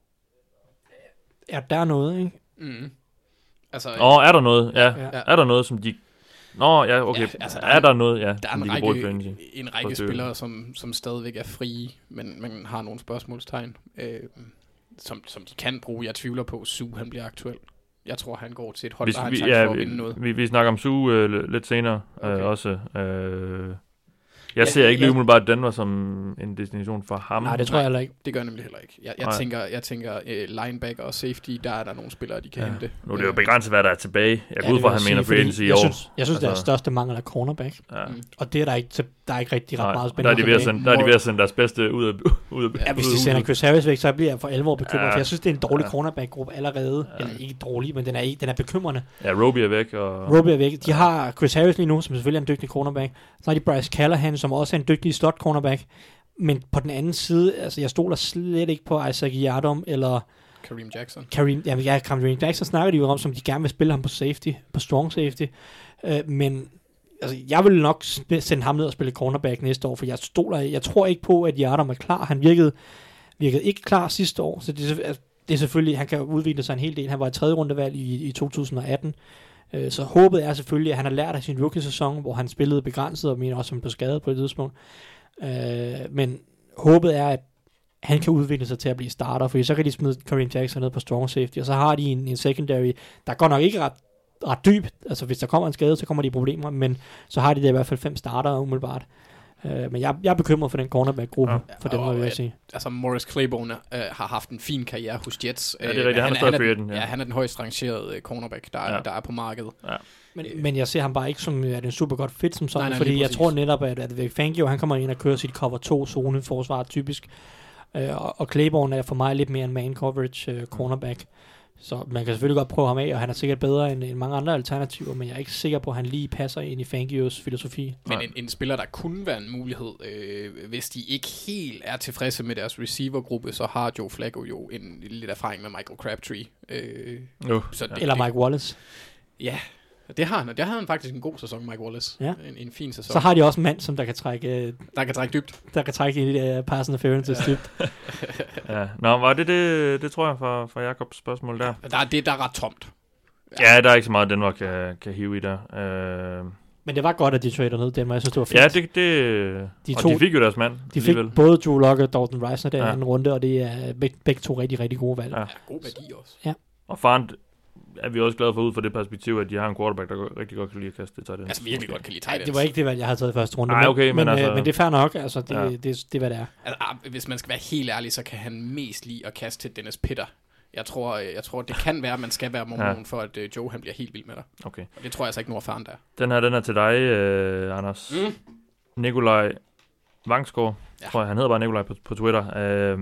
Ja, der er noget, ikke? Altså, er der noget? Ja. Er der noget, som de... ja, okay. Ja, altså, er der noget, der er en række spillere, som stadigvæk er frie, men har nogle spørgsmålstegn, som de kan bruge. Jeg tvivler på, Sue han bliver aktuel. Jeg tror, han går til et hold, der har en chance for at vinde noget. Vi snakker om Sue lidt senere også. Jeg ser ikke lige umiddelbart Denver som en destination for ham. Nej, det tror jeg heller ikke. Det gør jeg nemlig heller ikke. Jeg tænker linebacker og safety, der er der nogle spillere, de kan hente. Nu er det jo begrænset, hvad der er tilbage. Jeg går ud fra, at han mener free agency i år. Jeg synes, det er største mangel af cornerback. Ja. Og det er der ikke rigtig ret meget spændende. Der er de ved at sende deres bedste ud af. Ja, hvis de sender Chris Harris væk, så bliver jeg for alvor bekymret. For jeg synes, det er en dårlig cornerback-gruppe allerede. Eller ikke dårlig, men den er bekymrende. Ja, Roby er væk. De har Chris Harris lige nu, som selvfølgelig er en dygtig cornerback. Så har de Bryce Callahan, som også er en dygtig slot cornerback. Men på den anden side, altså jeg stoler slet ikke på Isaac Yiadom eller Kareem Jackson. Kareem Jackson snakker de jo om, som de gerne vil spille ham på safety, på strong safety. Men altså, jeg vil nok sende ham ned og spille cornerback næste år, for jeg tror ikke på, at Yiadom er klar. Han virkede ikke klar sidste år, så det er selvfølgelig, han kan udvikle sig en hel del. Han var i 3. rundevalg i 2018. Så håbet er selvfølgelig, at han har lært af sin rookie-sæson, hvor han spillede begrænset, og mener også, at han blev skadet på et tidspunkt. Men håbet er, at han kan udvikle sig til at blive starter, for så kan de smide Kareem Jackson ned på strong safety, og så har de en secondary, der går nok ikke ret dyb. Altså hvis der kommer en skade, så kommer de i problemer, men så har de det i hvert fald 5 starter umiddelbart. Men jeg er bekymret for den cornerback-gruppe, for dem, vil jeg sige. Altså, Morris Claiborne har haft en fin karriere hos Jets. Ja, det er rigtigt. Han er den højst rangerede cornerback, der er på markedet. Ja. Men jeg ser ham bare ikke som en super godt fit som sådan, fordi jeg tror netop, at Vic Fangio, han kommer ind og kører sit cover 2-zone forsvar typisk, og Claiborne er for mig lidt mere en man coverage cornerback. Så man kan selvfølgelig godt prøve ham af, og han er sikkert bedre end mange andre alternativer, men jeg er ikke sikker på, at han lige passer ind i Fangios filosofi. Men en spiller, der kunne være en mulighed, hvis de ikke helt er tilfredse med deres receivergruppe, så har Joe Flacco jo en lidt erfaring med Michael Crabtree. Eller Mike Wallace. Ja, det har han, og der havde han faktisk en god sæson, Mike Wallace. Ja. En fin sæson. Så har de også en mand, som der kan trække... Der kan trække dybt. Der kan trække i de passende fairness dybt. Ja. Nå, var det tror jeg for Jakobs spørgsmål der. Der er ret tomt. Ja, der er ikke så meget, Denver kan hive i der. Men det var godt, at de trader ned Denver. Jeg synes, det var fint. Ja, de fik jo deres mand. De fik både Drew Lock og Dalton Reisner der i anden runde, og det er begge to rigtig, rigtig gode valg. Ja, god værdi også. Ja. Og faren er vi også glade for ud fra det perspektiv, at de har en quarterback, der rigtig godt kan lide at kaste det tight end. Altså virkelig godt kan lide tight ends. Det var ikke det valg, jeg havde taget i første runde. Nej, okay, men det er fair nok. Altså, det er, hvad det er. Altså, hvis man skal være helt ærlig, så kan han mest lide at kaste til Dennis Pitter. Jeg tror, det kan være, at man skal være mormon for, at Joe han bliver helt vild med dig. Okay. Og det tror jeg altså ikke, nogen erfaren der. Den er til dig, Anders. Nikolaj Vangsgaard, tror jeg, han hedder bare Nikolaj på Twitter.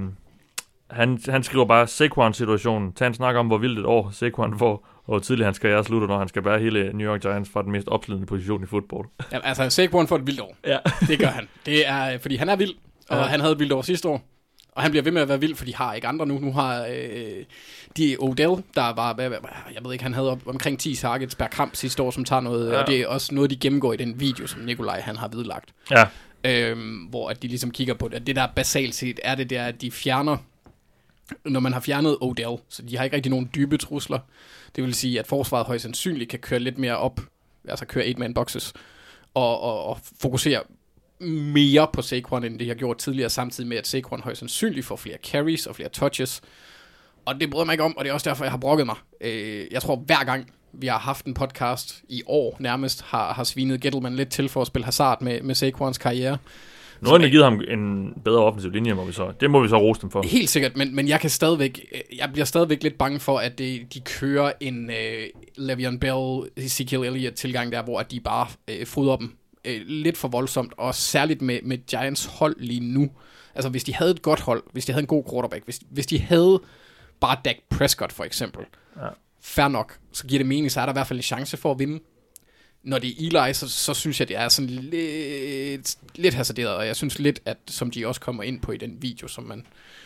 Han skriver bare Saquon-situationen. Tag en snak om, hvor vildt et år Saquon får, og tidligere hans karriere slutter, når han skal bære hele New York Giants fra den mest opslidende position i fodbold. Ja, altså Saquon får et vildt år. Ja. Det gør han. Det er, fordi han er vild, og han havde et vildt år sidste år. Og han bliver ved med at være vild, for de har ikke andre nu. Nu har de Odell, der var, jeg ved ikke, han havde omkring 10 targets per kamp sidste år, som tager noget, og det er også noget, de gennemgår i den video, som Nikolaj han har vedlagt. Ja. Hvor at de ligesom kigger på det. Det der basalt set er det der, at de fjerner, når man har fjernet Odell, så de har ikke rigtig nogen dybe trusler. Det vil sige, at forsvaret højst sandsynligt kan køre lidt mere op, altså køre 8-man boxes, og fokusere mere på Saquon, end det har gjort tidligere, samtidig med, at Saquon højst sandsynligt får flere carries og flere touches. Og det bryder mig ikke om, og det er også derfor, jeg har brokket mig. Jeg tror, hver gang vi har haft en podcast i år nærmest, har svinet Gettleman lidt til for at spille hasard med Saquons karriere. Nu har de givet ham en bedre offensiv linje, det må vi så rose dem for. Helt sikkert, men jeg bliver stadigvæk lidt bange for, at de kører en Le'Veon Bell, Ezekiel Elliott tilgang der, hvor at de bare fryder dem lidt for voldsomt, og særligt med Giants hold lige nu. Altså hvis de havde et godt hold, hvis de havde en god quarterback, hvis de havde bare Dak Prescott for eksempel, fair nok, så giver det mening, så er der i hvert fald en chance for at vinde. Når det er Eli, så synes jeg, det er sådan lidt hasarderet, og jeg synes lidt, at som de også kommer ind på i den video, som man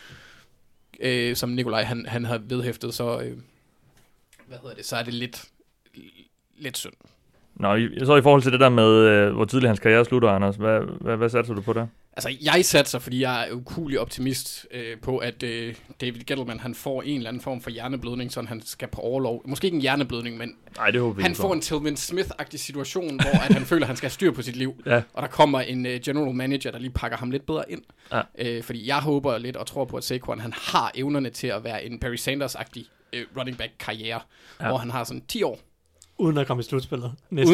som Nikolaj han har vedhæftet, så så er det lidt synd. Nå, så i forhold til det der med, hvor tidligt hans karriere slutter, Anders, hvad satser du på der? Altså, jeg satser, fordi jeg er ukuelig optimist på, at David Gettleman, han får en eller anden form for hjerneblødning, så han skal på overlov. Måske ikke en hjerneblødning, men han får en Tillman Smith-agtig situation, hvor at han føler, at han skal have styr på sit liv. Ja. Og der kommer en general manager, der lige pakker ham lidt bedre ind. Ja. Fordi jeg håber lidt og tror på, at Saquon, han har evnerne til at være en Barry Sanders-agtig running back-karriere, hvor han har sådan 10 år. Uden at komme i slutspillet.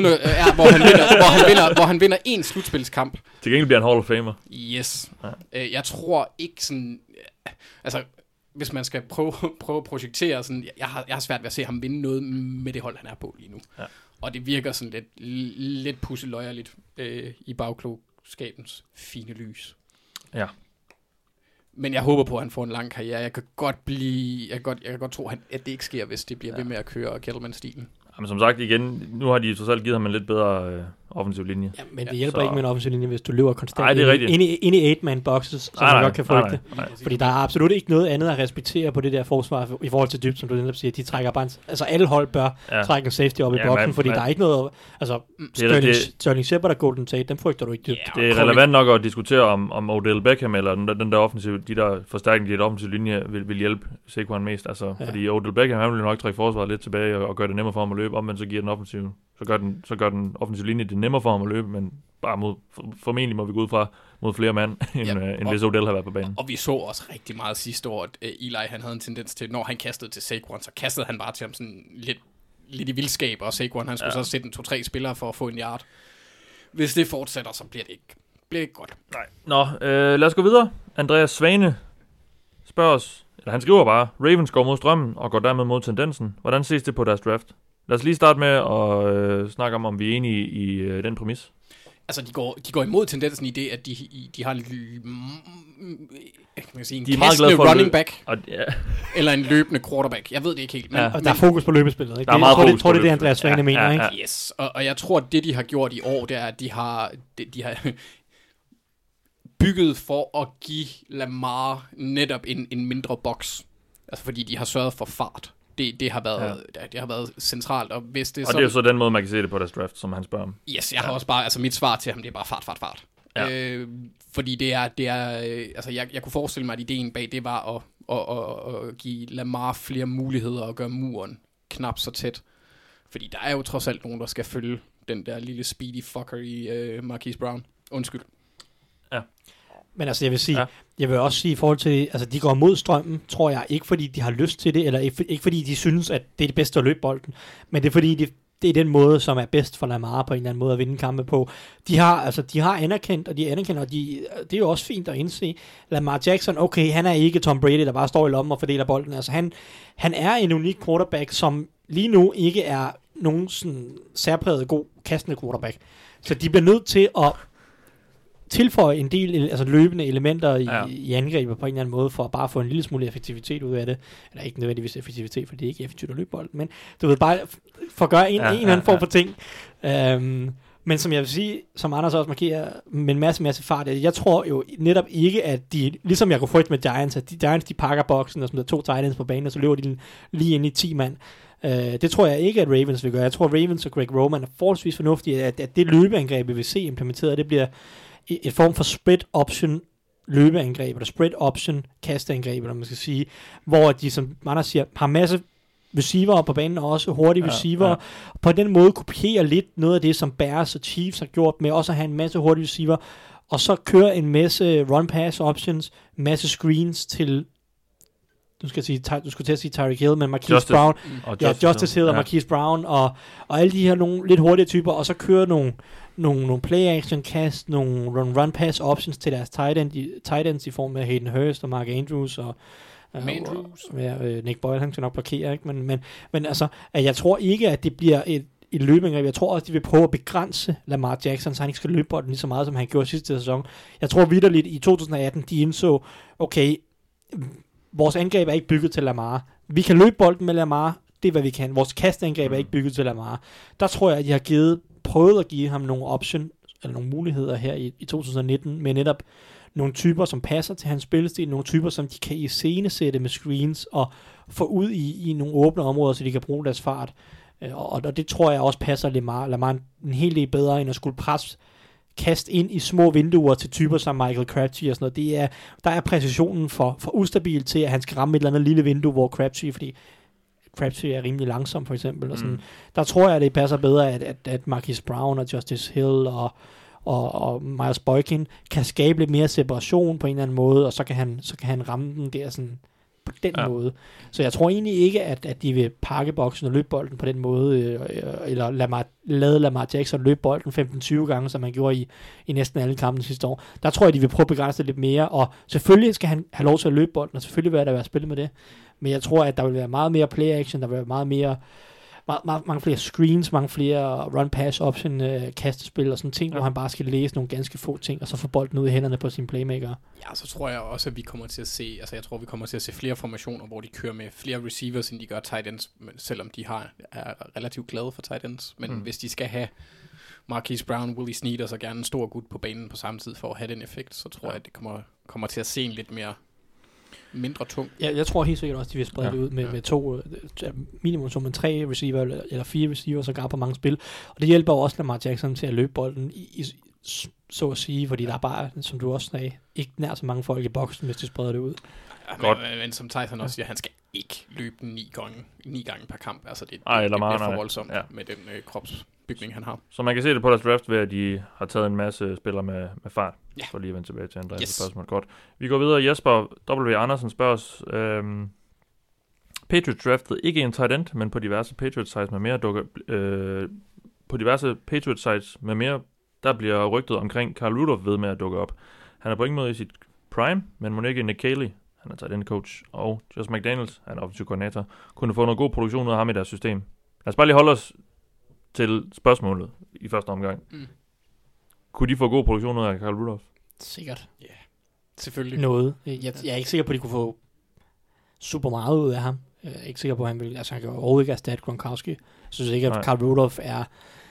Hvor han vinder en slutspilskamp. Til gengæld bliver han Hall of Famer. Yes. Ja. Jeg tror ikke sådan... Altså, hvis man skal prøve at projektere sådan... Jeg har svært ved at se ham vinde noget med det hold, han er på lige nu. Ja. Og det virker sådan lidt pusseløjerligt i bagklogskabens fine lys. Ja. Men jeg håber på, at han får en lang karriere. Jeg kan godt tro, at det ikke sker, hvis det bliver ved med at køre Kettleman-stilen. Men som sagt igen, nu har de trods alt givet ham en lidt bedre offensiv linje. Ja, men det hjælper ikke med en offensiv linje, hvis du løber konstant ind i 8-man boxes, så man godt kan frygte. Fordi der er absolut ikke noget andet at respektere på det der forsvar i forhold til dybt, som du netop siger. De trækker bare altså alle hold bør trække en safety op i boksen, fordi der er ikke noget... Altså, Sterling Shepard og Golden Tate, dem frygter du ikke dybt. Det er relevant nok at diskutere om Odell Beckham eller den der offensiv, de der forstærkninger i den offensiv linje vil hjælpe Saquon mest. Altså, fordi Odell Beckham, han vil nok trække forsvaret lidt tilbage og gøre det nemmere for ham at løbe, men så giver den offensiv, så gør den offensive linje det nemmere for ham at løbe, men bare formentlig må vi gå ud fra mod flere mand, end hvis Odell har været på banen. Og vi så også rigtig meget sidste år, at Eli han havde en tendens til, når han kastede til Saquon, så kastede han bare til ham sådan lidt i vildskab, og Saquon han skulle så sætte 2-3 spillere for at få en yard. Hvis det fortsætter, så bliver det ikke bliver ikke godt. Nej. Nå, lad os gå videre. Andreas Svane spørger os, eller han skriver bare, Ravens går mod strømmen og går dermed mod tendensen. Hvordan ses det på deres draft? Lad os lige starte med at snakke om vi er enige i den præmis. Altså, de går imod tendensen i det, at de har en kastende running back, eller en løbende quarterback. Jeg ved det ikke helt. Men, og der er fokus på løbespillet, ikke? Der er meget fokus på det. Jeg tror, det er det, Andreas Svane mener, ikke? Yes, og jeg tror, det de har gjort i år, det er, at de har bygget for at give Lamar netop en mindre boks. Altså, fordi de har sørget for fart. Det har været centralt, og hvis det er og det er jo så den måde, man kan se det på deres draft, som han spørger om. Yes, jeg har også bare, altså mit svar til ham, det er bare fart. Ja. Fordi det er altså jeg kunne forestille mig, at ideen bag det var at give Lamar flere muligheder og gøre muren knap så tæt. Fordi der er jo trods alt nogen, der skal følge den der lille speedy fucker i Marquise Brown. Undskyld. Ja. Men altså, jeg vil også sige i forhold til, altså de går mod strømmen, tror jeg, ikke fordi de har lyst til det, eller ikke fordi de synes, at det er det bedste at løbe bolden, men det er fordi, det er den måde, som er bedst for Lamar på en eller anden måde at vinde kampe på. De har anerkendt, og det er jo også fint at indse. Lamar Jackson, okay, han er ikke Tom Brady, der bare står i lommen og fordeler bolden. Altså han er en unik quarterback, som lige nu ikke er nogen sådan særpræget god kastende quarterback. Så de bliver nødt til at tilføje en del løbende elementer i angrebet på en eller anden måde, for at bare få en lille smule effektivitet ud af det. Eller ikke nødvendigvis effektivitet, for det er ikke effektivt at løbe bolden, men du ved, bare for at gøre en eller anden form for ting. Men som jeg vil sige, som Anders også markerer, med en masse fart, jeg tror jo netop ikke, at de, ligesom jeg kunne frygte med Giants, at Giants de pakker boksen, og som der 2 tight ends på banen, og så løber de lige ind i 10 mand. Det tror jeg ikke, at Ravens vil gøre. Jeg tror, at Ravens og Greg Roman er forholdsvis fornuftige, at det løbeangreb, vi vil se implementeret, det bliver et form for spread option løbeangreb, eller spread option kasteangreb, eller man skal sige, hvor de, som Anders siger, har masse receiver på banen, og også hurtige receiver, på den måde kopierer lidt noget af det, som Bears og Chiefs har gjort, med også at have en masse hurtige receiver, og så køre en masse run-pass options, masse screens til, du skulle til at sige Tyreek Hill, men Marquise Brown, Justice Hill og Marquise Brown, og alle de her nogle lidt hurtige typer, og så køre nogle play-action cast, nogle run-pass options til deres tight ends i form af Hayden Hurst og Mark Andrews og Nick Boyle, han skal nok blokere, ikke? Men altså, at jeg tror ikke, at det bliver et løbeangreb. Jeg tror også, de vil prøve at begrænse Lamar Jackson, så han ikke skal løbe bolden lige så meget, som han gjorde sidste sæson. Jeg tror vitterligt i 2018, de indså, okay, vores angreb er ikke bygget til Lamar. Vi kan løbe bolden med Lamar, det er hvad vi kan. Vores kastangreb er ikke bygget til Lamar. Der tror jeg, at de har prøvet at give ham nogle option, eller nogle muligheder her i 2019, med netop nogle typer, som passer til hans spillestil, nogle typer, som de kan iscenesætte med screens, og få ud i nogle åbne områder, så de kan bruge deres fart. Og det tror jeg også passer Lamar en hel del bedre, end at skulle kaste ind i små vinduer til typer som Michael Crabtree og sådan noget. Der er præcisionen for ustabil til, at han skal ramme et eller andet lille vindue, hvor Crabtree er rimelig langsom, for eksempel. Og sådan. Der tror jeg, at det passer bedre, at Marquise Brown og Justice Hill og Miles Boykin kan skabe lidt mere separation på en eller anden måde, og så kan han ramme den der sådan på den måde. Så jeg tror egentlig ikke, at de vil pakke boksen og løbe bolden på den måde, eller lade Lamar Jackson løbe bolden 15-20 gange, som han gjorde i næsten alle kampen sidste år. Der tror jeg, de vil prøve at begrænse det lidt mere, og selvfølgelig skal han have lov til at løbe bolden, og selvfølgelig vil der være spillet med det. Men jeg tror, at der vil være meget mere play-action, der vil være meget mere mange flere screens, mange flere run-pass option, kastespil og sådan ting, hvor han bare skal læse nogle ganske få ting, og så få bolden ud i hænderne på sine playmaker. Ja, så tror jeg også, at vi kommer til at se, vi kommer til at se flere formationer, hvor de kører med flere receivers, end de gør tight ends, selvom de er relativt glade for tight ends. Men hvis de skal have Marquise Brown, Willie Snead, og så gerne en stor gut på banen på samme tid for at have den effekt, så tror jeg, at det kommer til at se en lidt mere mindre tung. Ja, jeg tror helt sikkert også, de vil sprede det ud med 2, minimum som en 3 receiver, eller 4 receiver, så på mange spil. Og det hjælper også Lamar Jackson til at løbe bolden, så at sige, fordi der er bare, som du også sagde, ikke nær så mange folk i boksen, hvis de spreder det ud. Ja, men som Tyson også siger, han skal ikke løbe den 9 gange per kamp. Altså det bliver for voldsomt med den kropsbygning, han har. Så man kan se det på deres draft ved, at de har taget en masse spillere med fart. For lige at vende tilbage til Andreas' spørgsmål. Godt. Vi går videre. Jesper W. Andersen spørger os, Patriots draftede ikke en tight end, men på diverse Patriots sites med mere der bliver rygtet omkring Carl Rudolph ved med at dukke op. Han er på ingen måde i sit prime, men må ikke Nick Caley, han er tight end coach, og Josh McDaniels, han er offensiv koordinator, kunne få noget god produktion ud af ham i deres system. Lad os bare lige holde os til spørgsmålet i første omgang. Kunne de få god produktion ud af Carl Rudolph? Sikkert. Ja, selvfølgelig. Noget. Jeg er ikke sikker på, at de kunne få super meget ud af ham. Jeg er ikke sikker på, at han vil... Altså, han kan overhovedet ikke erstatte Gronkowski. Jeg synes ikke, at Carl Rudolph er...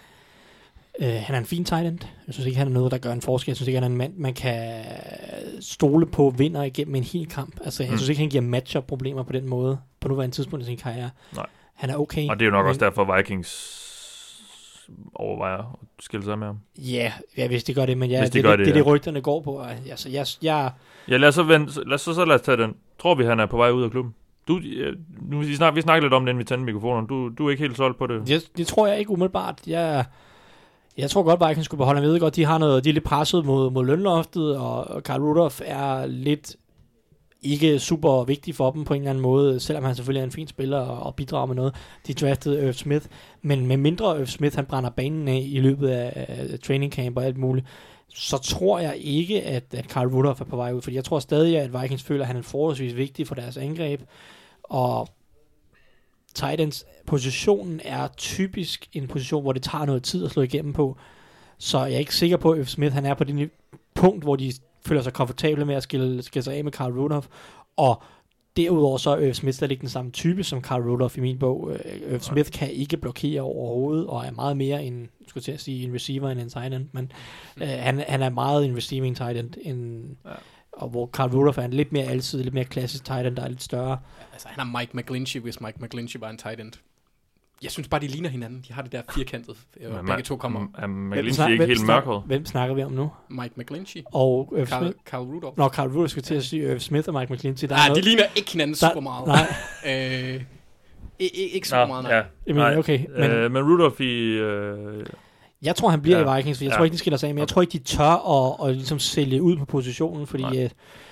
han er en fin tight end. Jeg synes ikke, han er noget, der gør en forskel. Jeg synes ikke, han er en mand, man kan stole på vinder igennem en hel kamp. Altså, jeg synes ikke, han giver matchup-problemer på den måde, på nuværende tidspunkt i sin karriere. Nej. Han er okay. Og det er jo nok også derfor, Vikings overvejer at skille sig med ham. Ja, hvis de gør det, men det er det, rygterne går på. Altså, lad os tage den. Tror vi, han er på vej ud af klubben? Vi snakker lidt om det, inden vi tænder mikrofonen. Du er ikke helt solgt på det? Det tror jeg ikke umiddelbart. Jeg tror godt, at Vikings skulle beholde ham. Jeg ved godt, de er lidt presset mod lønloftet, og Carl Rudolph er lidt ikke super vigtig for dem på en eller anden måde, selvom han selvfølgelig er en fin spiller og bidrager med noget. De draftede Irv Smith, men med mindre Irv Smith, han brænder banen af i løbet af training camp og alt muligt, så tror jeg ikke, at Carl Rudolph er på vej ud, fordi jeg tror stadig, at Vikings føler, at han er forholdsvis vigtig for deres angreb, og tight ends positionen er typisk en position, hvor det tager noget tid at slå igennem på, så jeg er ikke sikker på, at Irv Smith, han er på det punkt, hvor de føler sig komfortable med at skille sig af med Carl Rudolph, og derudover så er Irv Smith slet ikke den samme type som Carl Rudolph i min bog. Irv Smith kan ikke blokere overhovedet, og er meget mere en receiver end en tight end, men han er meget en receiving tight end, og hvor Carl Rudolph er en lidt mere alsidig, lidt mere klassisk tight end, der er lidt større. Altså han er Mike McGlinchey, hvis Mike McGlinchey var en tight end. Jeg synes bare, de ligner hinanden. De har det der firkantet. Begge to kommer. Er McGlinchey ikke helt mørkhåret? Hvem snakker vi om nu? Mike McGlinchey. Og Carl Rudolph. Nå, Carl Rudolph skal til at sige Irv Smith og Mike McGlinchey. Nej, de ligner ikke hinanden super meget. Nej. Ikke super meget, nej. Jamen, okay. Men Rudolph i... Jeg tror, han bliver i Vikings, for jeg tror ikke, de skiller sig af, men jeg tror ikke, de tør at ligesom sælge ud på positionen, fordi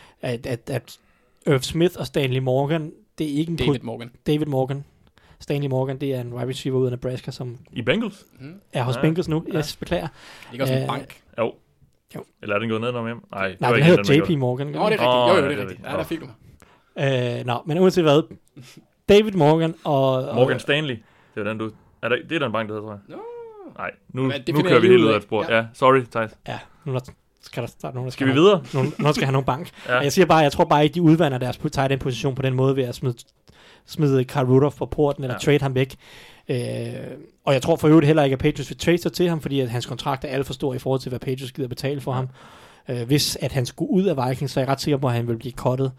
at Irv Smith og Stanley Morgan, det er ikke en... David Morgan. Stanley Morgan, det er en wide receiver ud af Nebraska, som... I Bengals? Er hos Bengals nu. Yes, beklager. Det er ikke også en bank? Jo. Eller er den gået ned om hjem? Nej, den hedder JP Morgan. Nå, det er rigtigt. Jo, det er rigtigt. Ja, der fik du mig. Men uanset hvad, David Morgan og... Morgan Stanley. Det er den, du... Det er den bank, der hedder, tror jeg. Nej, nu kører vi helt ud af et spor. Ja, sorry, Thijs. Ja, nu skal der starte nogen, der skal vi videre? Nogen skal have nogen bank. Ja. Jeg tror bare ikke, de udvander deres tight end position på den måde ved at smide Carl Rudolph på porten, eller trade ham væk. Og jeg tror for øvrigt heller ikke, at Patriots vil trade sig til ham, fordi at hans kontrakt er alt for stor i forhold til, hvad Patriots gider betale for ham. Hvis at han skulle ud af Vikings, så er jeg ret sikker på, at han vil blive cuttet.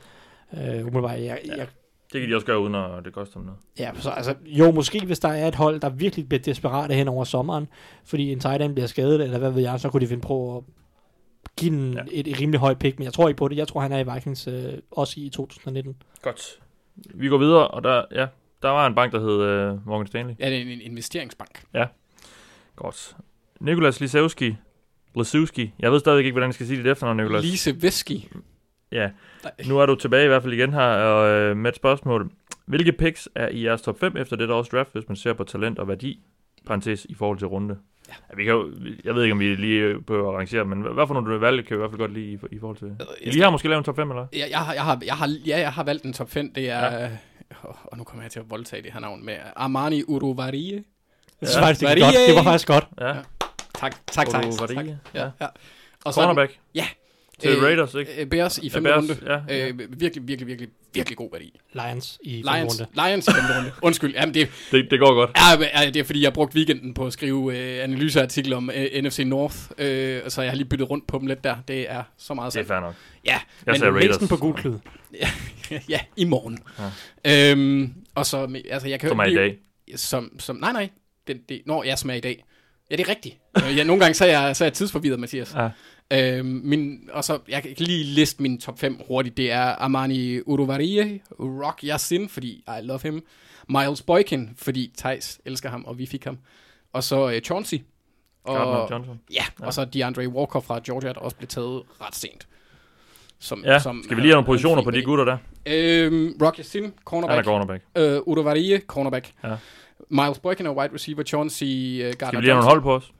Det kan de også gøre, uden at det koster dem noget. Ja, så altså, jo, måske hvis der er et hold, der virkelig bliver desperate hen over sommeren, fordi en tight end bliver skadet, eller hvad ved jeg, så kunne de finde på at give den et rimelig højt pick, men jeg tror ikke på det. Jeg tror, han er i Vikings også i 2019. Godt. Vi går videre, og der var en bank, der hed Morgan Stanley. Ja, det er en investeringsbank. Ja, godt. Nicolas Lisewski. Jeg ved stadig ikke, hvordan jeg skal sige det efternavn, Nicolas. Lisewski. Ja, nu er du tilbage i hvert fald igen her, og med et spørgsmål. Hvilke picks er i jeres top 5 efter dette års draft, hvis man ser på talent og værdi, parentes i forhold til runde? Ja, vi kan jo, jeg ved ikke, om vi lige på at arrangere, men hvad for nogle valg kan vi i hvert fald godt lide i forhold til... I har måske lavet en top 5, eller? Jeg har valgt en top 5, det er... Ja. Og nu kommer jeg til at voldtage det her navn med Armani Uruvarie. Det var faktisk godt. Ja. Tak. Ja. Og cornerback. Ja. Til Raiders, ikke? Bears i 5. runde. Ja. Virkelig god værdi. Lions i 5. runde. Lions i 5. runde. Undskyld. Jamen, det går godt. Ja, det er fordi, jeg brugte weekenden på at skrive analyseartikler om NFC North, så jeg har lige byttet rundt på dem lidt der. Det er så meget sandt. Det er fair nok. Ja. Jeg ser Raiders. På gul klud. Ja, i morgen. Ja. Og så, altså, jeg kan som er i dag. Nej. Som er i dag. Ja, det er rigtigt. Nogle gange så er jeg tidsforvirret, Mathias. Ja. Og så jeg kan lige liste min top 5 hurtigt. Det er Armani Uruvarie, Rock Yassin, fordi I love him, Miles Boykin, fordi Thijs elsker ham, og vi fik ham, og så Chauncey og Johnson. Ja, og så DeAndre Walker fra Georgia, der også blev taget ret sent. Skal vi lige have nogle positioner på de gutter der? Rock Yassin, cornerback. Uruvarie, cornerback. Ja. Miles Boykin er wide receiver, Chauncey Gardner. Skal vi lige have nogle hold på os?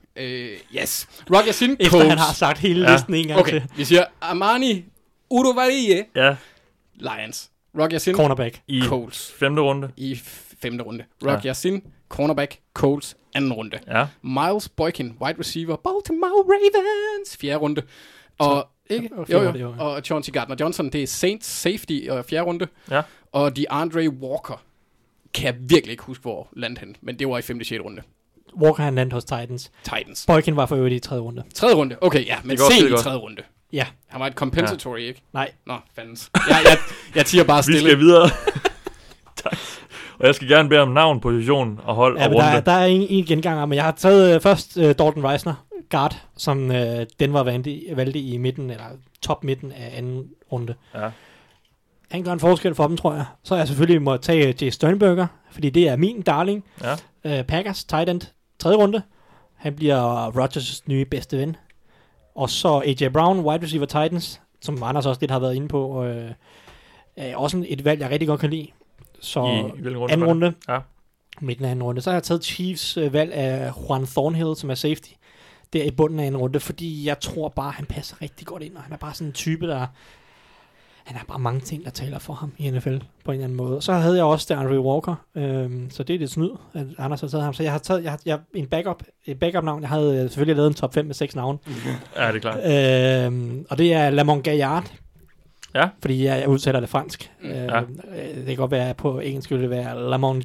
Yes. Rock Ya-Sin, Efter Colts. han har sagt hele listen en gang til. Vi siger Armani Udovarie, Ja. Lions. Rock Ya-Sin, Cornerback. I Colts. 5. runde. I 5. runde. Rock Ya-Sin, cornerback, Colts, 2. runde. Ja. Miles Boykin, wide receiver, Baltimore Ravens, 4. runde. Og ikke? Jo. Og Chauncey Gardner-Johnson, det er Saints safety og 4. runde. Ja. Og DeAndre Walker, kan jeg virkelig ikke huske, hvor landte han, men det var i 5. og 6. runde. Walker han landte hos Titans. Boykin var for øvrigt i 3. runde. 3. runde, okay, ja, men sent i 3. runde. Ja. Han var et compensatory, ikke? Nej. Nå, fandens. Jeg tiger bare stille. Vi skal videre. Tak. Og jeg skal gerne bede om navn, position og hold og runde. Der er en genganger, men jeg har taget først Dalton Reisner, guard, som Denver valgte i midten, eller top midten af 2. runde. Ja. Han gør en forskel for dem, tror jeg. Så jeg selvfølgelig må tage Jay Sternberger, fordi det er min darling. Ja. Packers, tight end, 3. runde. Han bliver Rodgers' nye bedste ven. Og så AJ Brown, wide receiver Titans, som Anders også lidt har været inde på. Også et valg, jeg rigtig godt kan lide. Så I hvilken runde? 2. runde. Ja. Midten af 2. runde. Så har jeg taget Chiefs valg af Juan Thornhill, som er safety. Der i bunden af 2. runde, fordi jeg tror bare, han passer rigtig godt ind, og han er bare sådan en type, der... Han har bare mange ting, der taler for ham i NFL på en eller anden måde. Så havde jeg også DeAndre Walker, så det er lidt snyd, at Anders har taget ham. Så jeg har taget et backup-navn. Jeg havde selvfølgelig lavet en top 5 med 6 navne. Ja, det er klart. Og det er Lamont Gaillard. Ja. Fordi jeg udsætter det fransk. Det kan godt være, på engelsk ville det være Lamont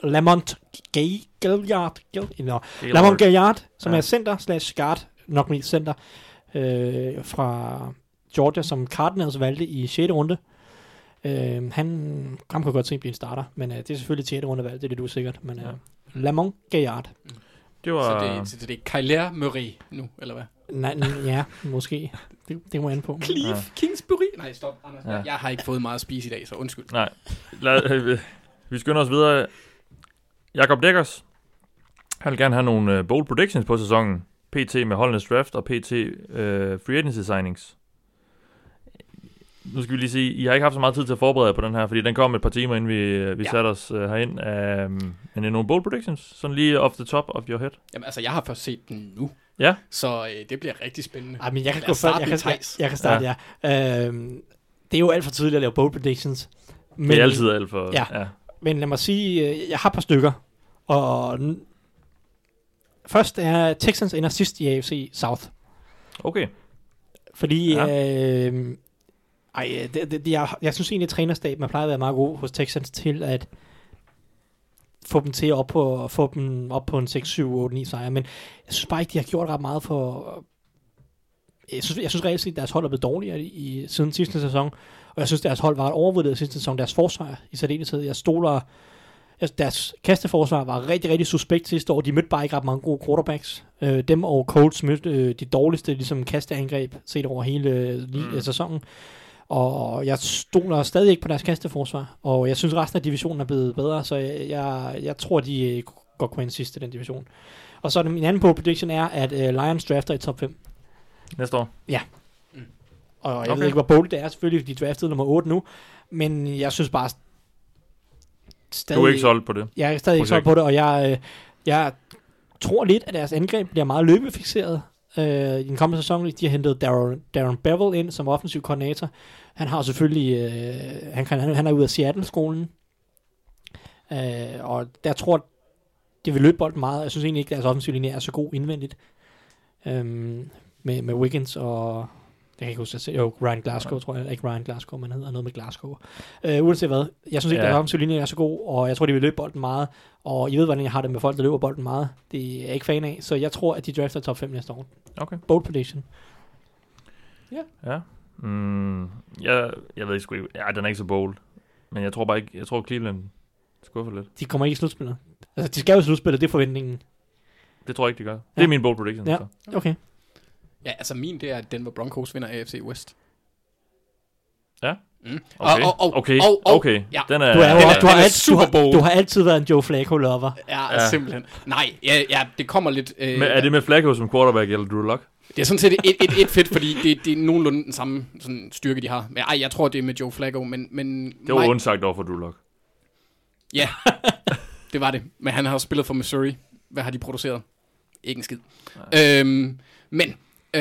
Gaillard, som er center/guard, nok mest center, fra Georgia, som Cardinals valgte i 6. runde. Han kan godt se blive en starter, men det er selvfølgelig 6. runde valg, det er lidt usikkert. Men Lamont Gaillard. Det var... Så det er Kyler Murray nu, eller hvad? Nej, ja, måske. Det må jeg an på. Kingsbury? Nej, stop, Anders. Ja. Jeg har ikke fået meget at spise i dag, så undskyld. Nej. Vi skynder os videre. Jakob Dekkers. Han vil gerne have nogle bold predictions på sæsonen. PT med holdenes draft og PT free agency signings. Nu skal vi lige sige, I har ikke haft så meget tid til at forberede jer på den her, fordi den kom et par timer, inden vi satte os herind. Men er nogle bold predictions? Sådan lige off the top of your head? Jamen altså, jeg har først set den nu. Ja. Så det bliver rigtig spændende. Ej, men jeg kan gå først. Jeg kan starte, ja. Det er jo alt for tidligt at lave bold predictions. Men, det er altid alt for... Ja. Men lad mig sige, jeg har et par stykker. Og først er Texans ender sidst i AFC South. Okay. Fordi... jeg synes egentlig, at trænerstaben plejer at være meget god hos Texans til at få dem til få dem op på en 6, 7, 8, 9 sejre. Men jeg synes bare ikke, de har gjort ret meget for... Jeg synes reelt set, at deres hold er blevet dårligere siden sidste sæson. Og jeg synes, at deres hold var overvurderet sidste sæson. Deres forsvar i særdeleshed. Deres kasteforsvar var rigtig, rigtig suspekt sidste år. De mødte bare ikke ret mange gode quarterbacks. Dem og Colts mødte de dårligste ligesom kasteangreb set over hele sæsonen. Og jeg stoler stadig ikke på deres kasteforsvar. Og jeg synes, resten af divisionen er blevet bedre. Så jeg tror, de godt kunne ind sidst i den division. Og så er min anden prediction er, at Lions drafter i top 5. Næste år? Ja. Og jeg ved ikke, hvor bold det er. Selvfølgelig, de draftede nummer 8 nu. Men jeg synes bare... Du er ikke solgt på det? Jeg er stadig ikke solgt på det, og jeg tror lidt, at deres angreb bliver meget løbefixeret i den kommende sæson. De har hentet Darren Bevel ind som offensiv koordinator. Han har selvfølgelig... han er ude af Seattle-skolen. Og der tror det vil løbe bolden meget. Jeg synes egentlig ikke, at deres offensiv linje er så god indvendigt. Med Wiggins og... Jeg kan ikke huske, Ryan Glasgow, tror jeg. Ikke Ryan Glasgow, men hedder noget med Glasgow. Uanset hvad. Jeg synes ikke, at offensiv linje er så god, og jeg tror, de vil løbe bolden meget. Og I ved, hvordan jeg har det med folk, der løber bolden meget. Det er jeg ikke fan af. Så jeg tror, at de drafter top 5 næste år. Okay. Bold prediction. Ja. Jeg ved ikke sgu ikke. Ja, den er ikke så bold. Men jeg tror bare ikke... Jeg tror, Cleveland skuffer lidt. De kommer ikke i slutspillet. Altså, de skal jo i slutspillet. Det er forventningen. Det tror jeg ikke, de gør. Det er min bold prediction. Ja, så. okay. Ja, altså min, det er, at Denver Broncos vinder AFC West. Ja. Okay. Ja. Den er... Du har altid været en Joe Flacco-lover. Ja, simpelthen. Nej, det kommer lidt... Men er det med Flacco som quarterback, eller Drew Lock? Det er sådan set et fedt, fordi det er nogenlunde den samme sådan, styrke, de har. Men jeg tror, det er med Joe Flacco, men det var undsagt over for Drew Lock. Ja, det var det. Men han har spillet for Missouri. Hvad har de produceret? Ikke en skid. Men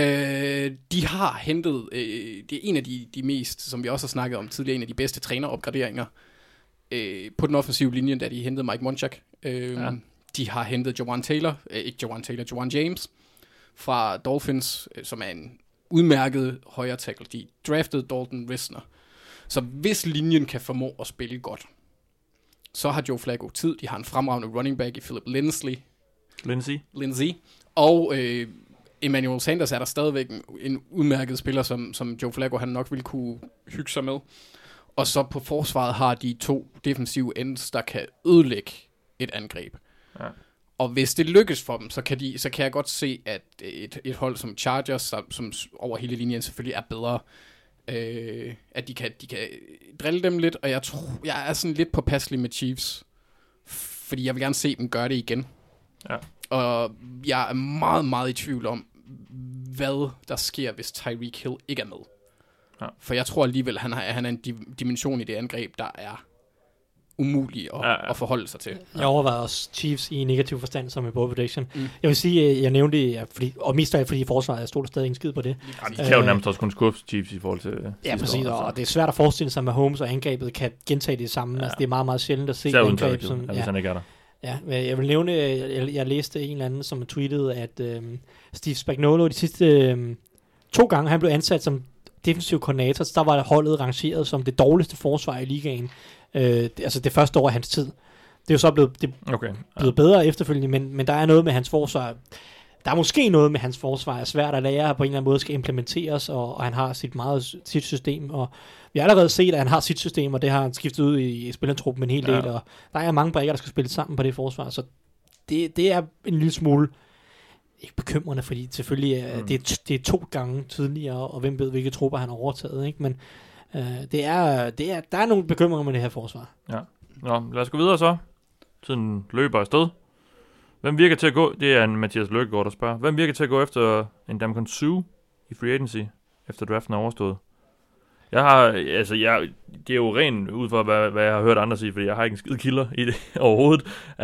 de har hentet, det er en af de mest, som vi også har snakket om tidligere, en af de bedste træneropgraderinger på den offensive linje, da de hentede Mike Munchak. De har hentet Jawan James fra Dolphins, som er en udmærket højre tackle. De draftede Dalton Risner. Så hvis linjen kan formå at spille godt, så har Joe Flacco tid. De har en fremragende running back i Philip Lindsay. Og Emmanuel Sanders er der stadigvæk en udmærket spiller, som Joe Flacco han nok ville kunne hygge sig med. Og så på forsvaret har de 2 defensive ends, der kan ødelægge et angreb. Ja. Og hvis det lykkes for dem, så kan jeg godt se, at et hold som Chargers, som over hele linjen selvfølgelig er bedre, at de kan drille dem lidt, og jeg er sådan lidt påpasselig med Chiefs, fordi jeg vil gerne se dem gøre det igen. Ja. Og jeg er meget, meget i tvivl om, hvad der sker, hvis Tyreek Hill ikke er med. Ja. For jeg tror alligevel, han er en dimension i det angreb, der er umulig at forholde sig til. Jeg overvejede også Chiefs i negativ forstand som en bold prediction. Jeg vil sige, jeg nævnte det, og mest af fordi forsvaret, jeg stod stadig en skid på det. De kan jo nærmest også kun skuffe Chiefs i forhold til... Ja, præcis, og det er svært at forestille sig med Holmes og angrebet kan gentage det samme. Ja. Altså, det er meget, meget sjældent at se angreb. Hvis han ikke er der. Ja, jeg vil nævne, jeg læste en eller anden, som tweetede, at Steve Spagnuolo de sidste 2 gange, han blev ansat som defensiv koordinator, så der var holdet rangeret som det dårligste forsvar i ligaen. Altså det første år af hans tid. Det er jo så blevet bedre efterfølgende, men der er noget med hans forsvar. Der er måske noget med hans forsvar, er svært at lære, på en eller anden måde skal implementeres, og han har sit system, og vi har allerede set, at han har sit system, og det har han skiftet ud i spillertruppen en hel del, og der er mange brækker, der skal spille sammen på det forsvar, så det er en lille smule ikke bekymrende, fordi selvfølgelig det er 2 gange tidligere, og hvem ved, hvilke trupper han har overtaget, ikke? Men der er nogle bekymringer med det her forsvar. Ja. Nå, lad os gå videre så. Tiden løber afsted. Hvem virker til at gå, det er en Mathias Løkkegaard, der spørger, hvem virker til at gå efter en Ndamukong Suh i free agency, efter draften er overstået? Det er jo rent ud fra, hvad jeg har hørt andre sige, fordi jeg har ikke en skide kilder i det overhovedet.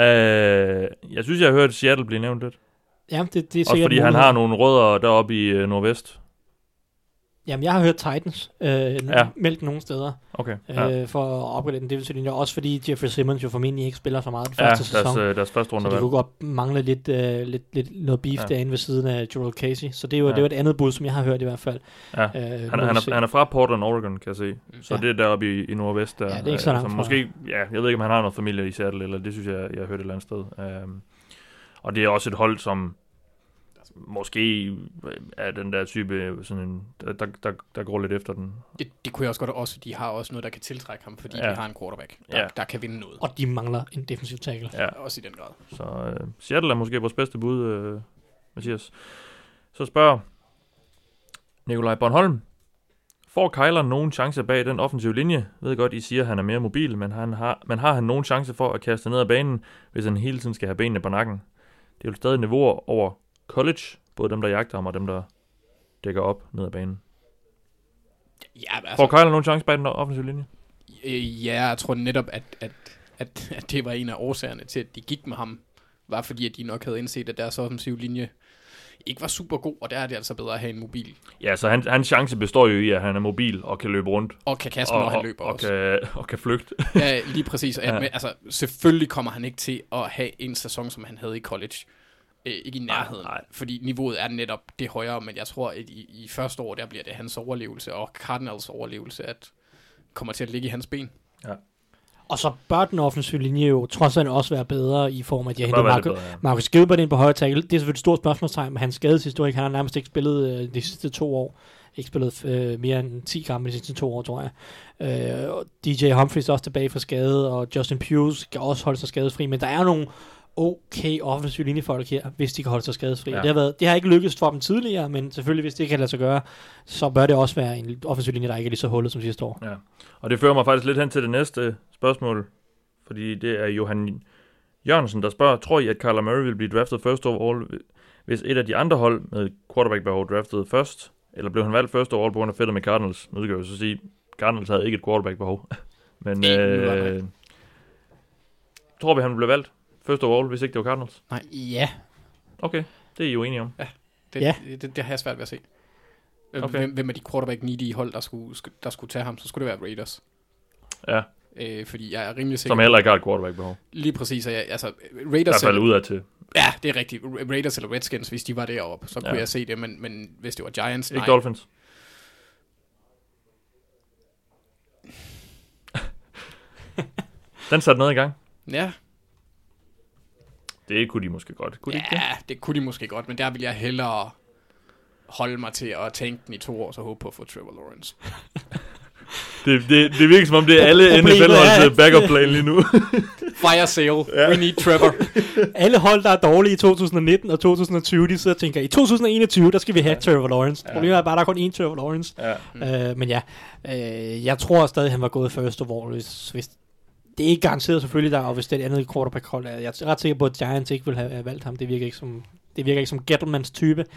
Jeg synes, jeg har hørt Seattle blive nævnt lidt. Ja, det er sikkert. Også fordi han har nogle rødder deroppe i nordvest. Jamen, jeg har hørt Titans meldt nogle steder for at opgradere den defensive linje. Også fordi Jeffrey Simmons jo formentlig ikke spiller så meget den første sæson. Deres første runde. Så de kunne godt mangle lidt noget beef derinde ved siden af Jurel Casey. Så det er jo det er et andet bud, som jeg har hørt i hvert fald. Ja. Han er fra Portland, Oregon, kan jeg se. Så det er deroppe i nordvest. Der, det er ikke så langt fra. Måske, jeg ved ikke, om han har noget familie i Seattle, eller det synes jeg har hørt et eller andet sted. Og det er også et hold, som måske er den der type, sådan en, der går lidt efter den. Det kunne jeg også godt, de har også noget, der kan tiltrække ham, fordi de har en quarterback, der kan vinde noget. Og de mangler en defensiv tackle. Ja, også i den grad. Så Seattle er måske vores bedste bud, Mathias. Så spørger Nikolaj Bornholm, får Kyler nogen chance bag den offensive linje? Jeg ved godt, I siger, at han er mere mobil, men har han nogen chance for at kaste ned ad banen, hvis han hele tiden skal have benene på nakken? Det er jo stadig niveauer over college, både dem, der jagter ham, og dem, der dækker op ned ad banen. Ja, altså, får Kyler nogen chance bag den offensive linje? Ja, jeg tror netop, at det var en af årsagerne til, at de gik med ham, var fordi, at de nok havde indset, at deres offensive linje ikke var super god, og der er det altså bedre at have en mobil. Ja, så hans chance består jo i, at han er mobil og kan løbe rundt. Og kan kaste, når han løber også. Og kan flygte. Ja, lige præcis. Ja. Altså, selvfølgelig kommer han ikke til at have en sæson, som han havde i college. Ikke i nærheden, nej. Fordi niveauet er netop det højere, men jeg tror, at i første år, der bliver det hans overlevelse, og Cardinals overlevelse, at kommer til at ligge i hans ben. Ja. Og så bør den offensive linje jo trods alt også være bedre i form af, at jeg henter Marcus Gilbert ind på højre tackle. Det er selvfølgelig et stort spørgsmålstegn med hans skadeshistorik. Han har nærmest ikke spillet de sidste 2 år. Ikke spillet mere end 10 kampe de sidste 2 år, tror jeg. DJ Humphries er også tilbage fra skade, og Justin Pugh skal også holde sig skadesfri, men der er nogle okay offensive linjefolk her, hvis de kan holde sig skadesfri. Ja. Det har ikke lykkedes for dem tidligere, men selvfølgelig, hvis det kan lade sig gøre, så bør det også være en offensiv linje, der ikke er lige så hullet som sidste år. Ja. Og det fører mig faktisk lidt hen til det næste spørgsmål, fordi det er Johan Jørgensen, der spørger, tror I, at Kyler Murray vil blive draftet first overall, hvis et af de andre hold med quarterback-behov draftede først, eller blev han valgt first overall på grund af fedtet med Cardinals? Nu kan jeg jo så sige, Cardinals havde ikke et quarterback-behov. Men tror vi, han blev valgt first overall, hvis ikke det var Cardinals? Nej, ja. Okay. Det er I jo enige om. Ja, det har jeg svært ved at se. Okay. Hvem af de quarterback-needy hold, der skulle tage ham, så skulle det være Raiders. Ja. Fordi jeg er rimelig sikker. Som heller ikke har et quarterback-behov. Lige præcis. Altså, Raiders... I hvert fald udad til. Ja, det er rigtigt. Raiders eller Redskins, hvis de var deroppe, så kunne jeg se det, men hvis det var Giants, ikke Dolphins. Den satte noget i gang. Ja. Det kunne de måske godt. Kunne de ikke det kunne de måske godt, men der vil jeg hellere holde mig til at tænke den i 2 år, så håbe på at få Trevor Lawrence. det virker som om det er alle NFL-holds backup plan lige nu. Fire sale. We need Trevor. Alle hold, der er dårlige i 2019 og 2020, de sidder og tænker, i 2021, der skal vi have Trevor Lawrence. Problemet er bare, der er kun én Trevor Lawrence. Men jeg tror stadig, han var gået first of all, hvis det er ikke garanteret selvfølgelig der, og hvis det er et andet quarterback-hold, jeg er ret sikker på, at Giants ikke vil have valgt ham. Det virker ikke som Gettlemans type.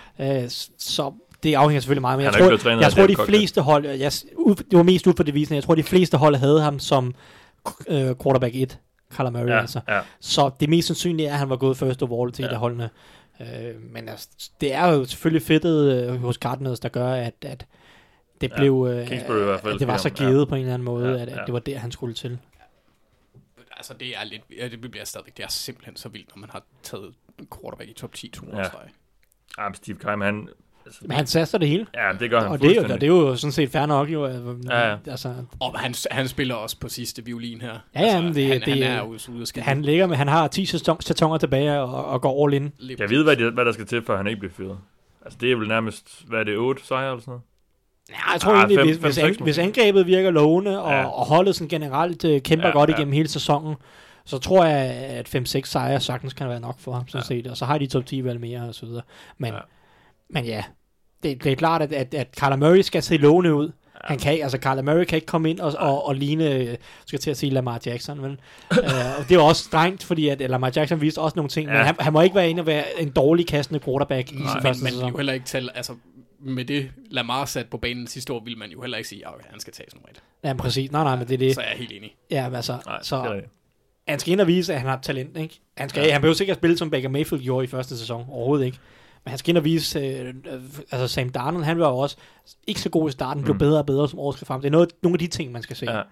Så det afhænger selvfølgelig meget. Men jeg tror de fleste hold, det var mest ud for devisen, jeg tror de fleste hold havde ham som quarterback 1, Kyler Murray. Ja. Så det mest sandsynlige er, at han var gået first of all til et af holdene. Men altså, det er jo selvfølgelig fedtet hos Cardinals, der gør, at det blev, at det var så givet på en eller anden måde, at det var der, han skulle til. Altså det er lidt, det bliver stadigvæk, det er simpelthen så vildt, når man har taget quarterback i top 10 200 streg. Ja, Steve Keim, han... Altså, men han saster det hele. Ja, det gør han og det er jo sådan set fair nok, jo. Altså, og han spiller også på sidste violin her. Ja, altså, han er ude af han ligger med, han har 10 sæsoner tilbage og går all in. Jeg ved, hvad der skal til, før han ikke bliver fyret. Altså det er vel nærmest, hvad er det, 8 sejre eller sådan noget? Ja, jeg tror egentlig, hvis angrebet virker lovende, og holdet sådan generelt kæmper godt igennem hele sæsonen, så tror jeg, at 5-6 sejre sagtens kan være nok for ham, sådan set. Og så har de top 10 valg mere, og så videre. Men ja, det er klart, at Kyler Murray skal se lovende ud. Han kan, altså Kyler Murray kan ikke komme ind og ligne, skal til at sige Lamar Jackson, men og det var også strengt, fordi at Lamar Jackson viste også nogle ting, men han må ikke være inde og være en dårlig kastende quarterback i sin første sæson. Men jo heller ikke tale, altså med det Lamar sat på banen sidste år, vil man jo heller ikke sige, at han skal tages nummer 1. Ja, præcis. Nej, men det er det. Så er jeg helt enig. Ja, altså, så han skal ind og vise, at han har talent, ikke? Han behøver sikkert spille, som Baker Mayfield gjorde i første sæson, overhovedet ikke. Men han skal ind og vise, altså Sam Darnold, han var jo også ikke så god i starten, blev bedre og bedre som året skal frem. Det er nogle af de ting, man skal se. Ja.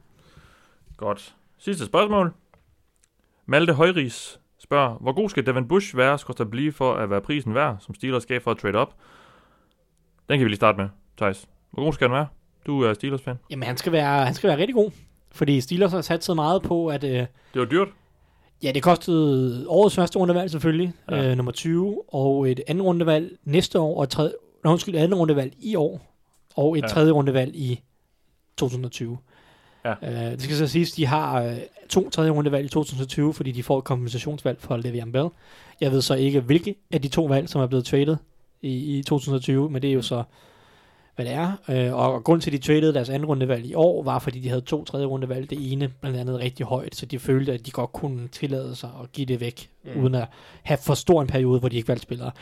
Godt. Sidste spørgsmål. Malte Højris spørger, hvor god skal Devin Bush være, skal der blive for at være prisen værd, som Steelers gav for at trade op? Den kan vi lige starte med, Thijs. Hvor god skal han være? Du er Steelers-fan. Jamen, han skal være rigtig god. Fordi Steelers har sat så meget på, at... det var dyrt? Ja, det kostede årets første rundevalg selvfølgelig, nummer 20, og et andet rundevalg næste år, og andet rundevalg i år, og et tredje rundevalg i 2020. Ja. Det skal så siges, de har 2 tredje rundevalg i 2020, fordi de får et kompensationsvalg for Le'Veon Bell. Jeg ved så ikke, hvilke af de 2 valg, som er blevet traded i 2020, men det er jo så, hvad det er. Og grund til, at de tradede deres anden rundevalg i år, var, fordi de havde 2 tredje rundevalg. Det ene blandt andet rigtig højt, så de følte, at de godt kunne tillade sig at give det væk, uden at have for stor en periode, hvor de ikke valgte spillere.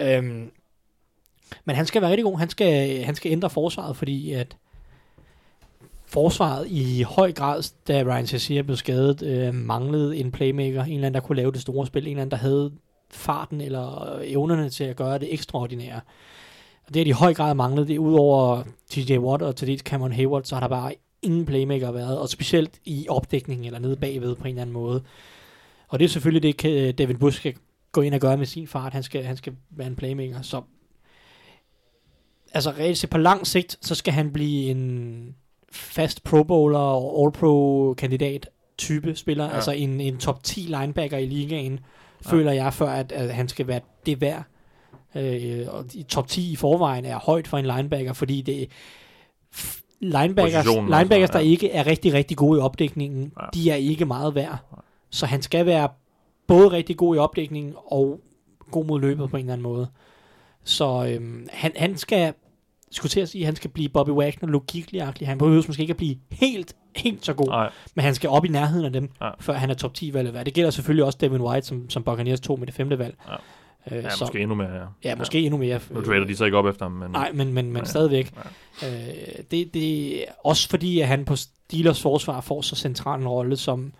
Men han skal være rigtig god. Han skal ændre forsvaret, fordi at forsvaret i høj grad, da Ryan Shazier blev skadet, manglede en playmaker, en eller anden, der kunne lave det store spil, en eller anden, der havde farten eller evnerne til at gøre det ekstraordinære. Og det har de i høj grad manglet. Det er udover TJ Watt og til dels Cameron Hayward, så har der bare ingen playmaker været, og specielt i opdækningen eller nede bagved på en eller anden måde. Og det er selvfølgelig det, Devin Bush skal gå ind og gøre med sin fart. Han skal være en playmaker. Så altså reelt set på lang sigt, så skal han blive en fast Pro Bowler og All-Pro kandidat type spiller. Ja. Altså en top 10 linebacker i ligaen, føler jeg, før at han skal være det værd. Og top 10 i forvejen er højt for en linebacker, fordi det linebackers der ikke er rigtig, rigtig gode i opdækningen, de er ikke meget værd. Så han skal være både rigtig god i opdækningen og god mod løbet på en eller anden måde. Så han skal, skulle til at sige, han skal blive Bobby Wagner logiklig-agtig. Han behøver måske ikke at blive helt så god, men han skal op i nærheden af dem, før han er top 10 valg. Det gælder selvfølgelig også Devin White, som Buccaneers tog med det 5. valg. Ja, så, måske endnu mere, ja, måske endnu mere. Nu trader de så ikke op efter ham. Nej, men stadigvæk. Det er også fordi, at han på Steelers forsvar får så central en rolle, som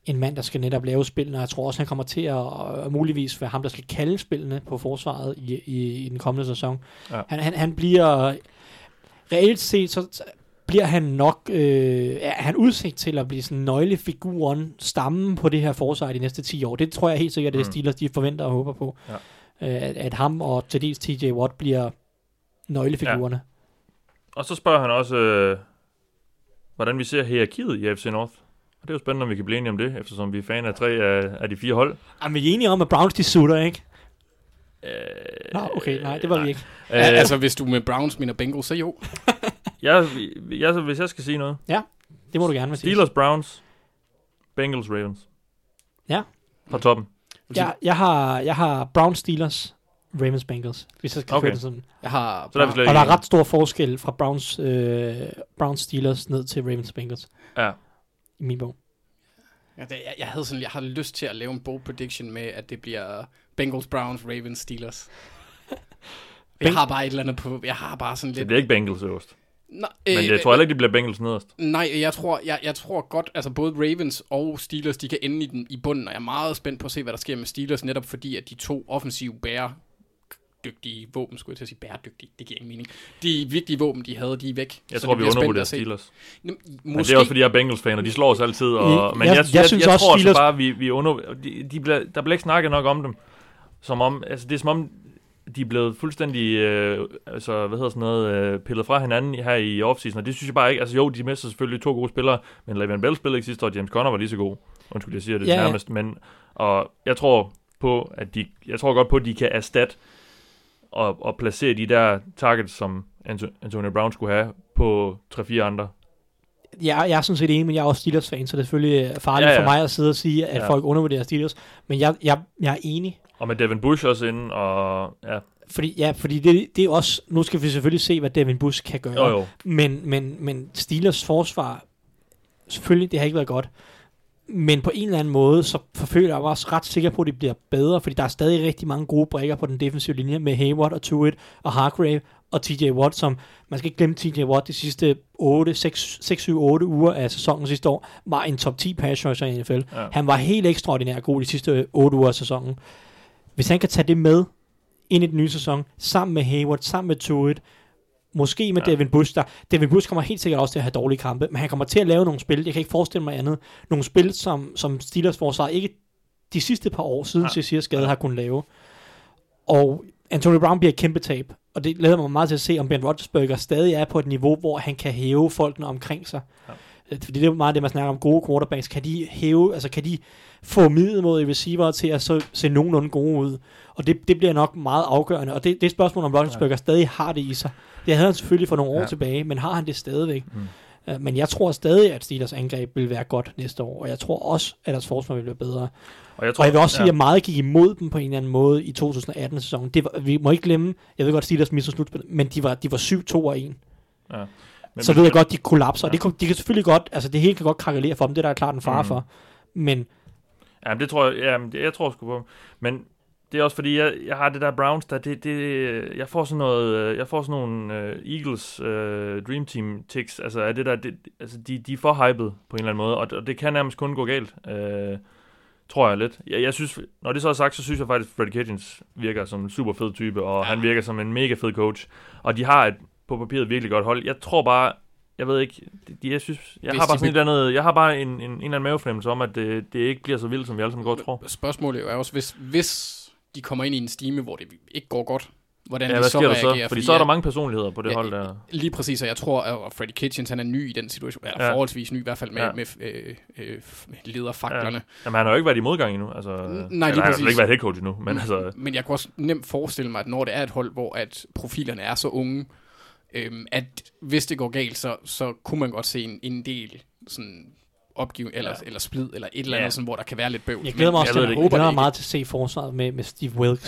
en mand, der skal netop lave spillene, og jeg tror også, han kommer til at muligvis være ham, der skal kalde spillene på forsvaret i den kommende sæson. Ja. Han bliver reelt set, så bliver han nok han udsigt til at blive sådan nøglefiguren, stammen på det her forsvar de næste 10 år. Det tror jeg helt sikkert, det er Steelers, de forventer og håber på. Ja. At ham og til dels TJ Watt bliver nøglefigurerne. Ja. Og så spørger han også, hvordan vi ser hierarkiet i AFC North. Og det er jo spændende, om vi kan blive enige om det, eftersom vi er fan af 3 af de 4 hold. Jamen, vi er enige om, at Browns, de sutter, ikke? Nå, okay, nej, det var vi ikke. Altså, hvis du med Browns mener Bengals, så jo. Hvis jeg skal sige noget. Ja, det må du gerne sige. Steelers, Browns, Bengals, Ravens. Ja. Fra toppen. Ja, jeg har Browns, Steelers, Ravens, Bengals. Hvis jeg skal føre det sådan. Jeg har og der er ret stor forskel fra Browns, Steelers ned til Ravens, Bengals. Ja. I min bog. Jeg har lyst til at lave en bold prediction med, at det bliver Bengals, Browns, Ravens, Steelers. Jeg har bare et eller andet på. Jeg har bare sådan lidt. Det bliver ikke Bengals øverst. Men jeg tror heller ikke, det bliver Bengals nederst. Nej, jeg tror godt, altså både Ravens og Steelers, de kan ende i bunden, og jeg er meget spændt på at se, hvad der sker med Steelers, netop fordi, at de 2 offensive bæredygtige våben, skulle jeg til at sige bæredygtige, det giver ingen mening. De vigtige våben, de havde, de er væk. Jeg tror, vi undervurderer Steelers. Men det er også, fordi jeg er Bengals-fan, og de slår os altid. Men jeg tror også bare, der bliver ikke snakket nok om dem. Som om, altså det er som om, de er blevet fuldstændig pillet fra hinanden her i offseason, og det synes jeg bare ikke. Altså jo, de mister selvfølgelig 2 gode spillere, men Le'Veon Bell spillede ikke sidste år, James Conner var lige så god. Undskyld, jeg siger det nærmest, men og jeg tror godt på, at de kan erstatte og placere de der targets, som Antonio Brown skulle have på 3-4 andre. Jeg er sådan set enig, men jeg er også Steelers-fan, så det er selvfølgelig farligt for mig at sidde og sige, at folk undervurderer Steelers, men jeg er enig. Og med Devin Bush også inde, og Fordi det er også, nu skal vi selvfølgelig se, hvad Devin Bush kan gøre, jo. Men Steelers forsvar, selvfølgelig, det har ikke været godt, men på en eller anden måde, så føler jeg også ret sikker på, at det bliver bedre, fordi der er stadig rigtig mange gode brikker på den defensive linje, med Hayward og Tuitt og Hargrave og TJ Watt, som, man skal ikke glemme TJ Watt, de sidste 6-7-8 uger af sæsonen sidste år, var en top 10 pass rusher i NFL. Ja. Han var helt ekstraordinær god de sidste 8 uger af sæsonen. Hvis han kan tage det med ind i den nye sæson, sammen med Hayward, sammen med Tuitt, måske med Devin Bush, Devin Bush kommer helt sikkert også til at have dårlige kampe, men han kommer til at lave nogle spil, jeg kan ikke forestille mig andet, nogle spil, som Steelers forsvar ikke de sidste par år siden Shazier skade har kunnet lave. Og Antonio Brown bliver et kæmpe tab, og det glæder mig meget til at se, om Ben Roethlisberger stadig er på et niveau, hvor han kan hæve folkene omkring sig. Fordi det er meget det, man snakker om gode quarterbacks. Kan de hæve, altså kan de få middelmådige receiver til at så se nogenlunde gode ud? Og det bliver nok meget afgørende. Og det er et spørgsmål, om Roethlisberger stadig har det i sig. Det havde han selvfølgelig for nogle år tilbage, men har han det stadigvæk? Men jeg tror stadig, at Steelers angreb vil være godt næste år, og jeg tror også, at deres forsvar vil blive bedre. Og jeg vil også sige, at meget gik imod dem på en eller anden måde i 2018-sæsonen. Vi må ikke glemme, jeg ved godt, at Steelers mistede slutspillet, men de var 7-2-1. Ja. Så ved jeg godt, de kollapser. Ja. De kan selvfølgelig godt, altså det hele kan godt krakelere for dem, det der er klart en fare for. Men ja, det tror jeg tror sgu på. Men det er også fordi jeg har det der Browns der jeg får sådan nogle Eagles Dream Team tics, altså er det der altså de er for hyped på en eller anden måde, og det kan nærmest kun gå galt. Tror jeg lidt. Jeg synes, når det så er sagt, så synes jeg faktisk, at Freddie Kitchens virker som en super fed type, og han virker som en mega fed coach. Og de har på papiret virkelig godt hold. Jeg tror bare, jeg ved ikke, jeg har bare en eller anden mavefornemmelse om, at det ikke bliver så vildt, som vi alle sammen godt tror. Spørgsmålet er også, hvis de kommer ind i en stime, hvor det ikke går godt, hvordan hvad så reagerer. Fordi så er der mange personligheder på det hold der. Lige præcis, og jeg tror, at Freddie Kitchens, han er ny i den situation, eller forholdsvis ny i hvert fald med lederfaklerne. Jamen han har jo ikke været i modgang endnu. Altså, nej, lige præcis. Han har ikke været head coach endnu. Men jeg kan også nemt forestille mig, at når det er et hold, hvor at profilerne er så unge, at hvis det går galt, så kunne man godt se en del sådan eller splid, eller et eller andet, sådan, hvor der kan være lidt bøvl. Jeg glæder mig også jeg glæder meget til at se forsvaret med Steve Wilkes.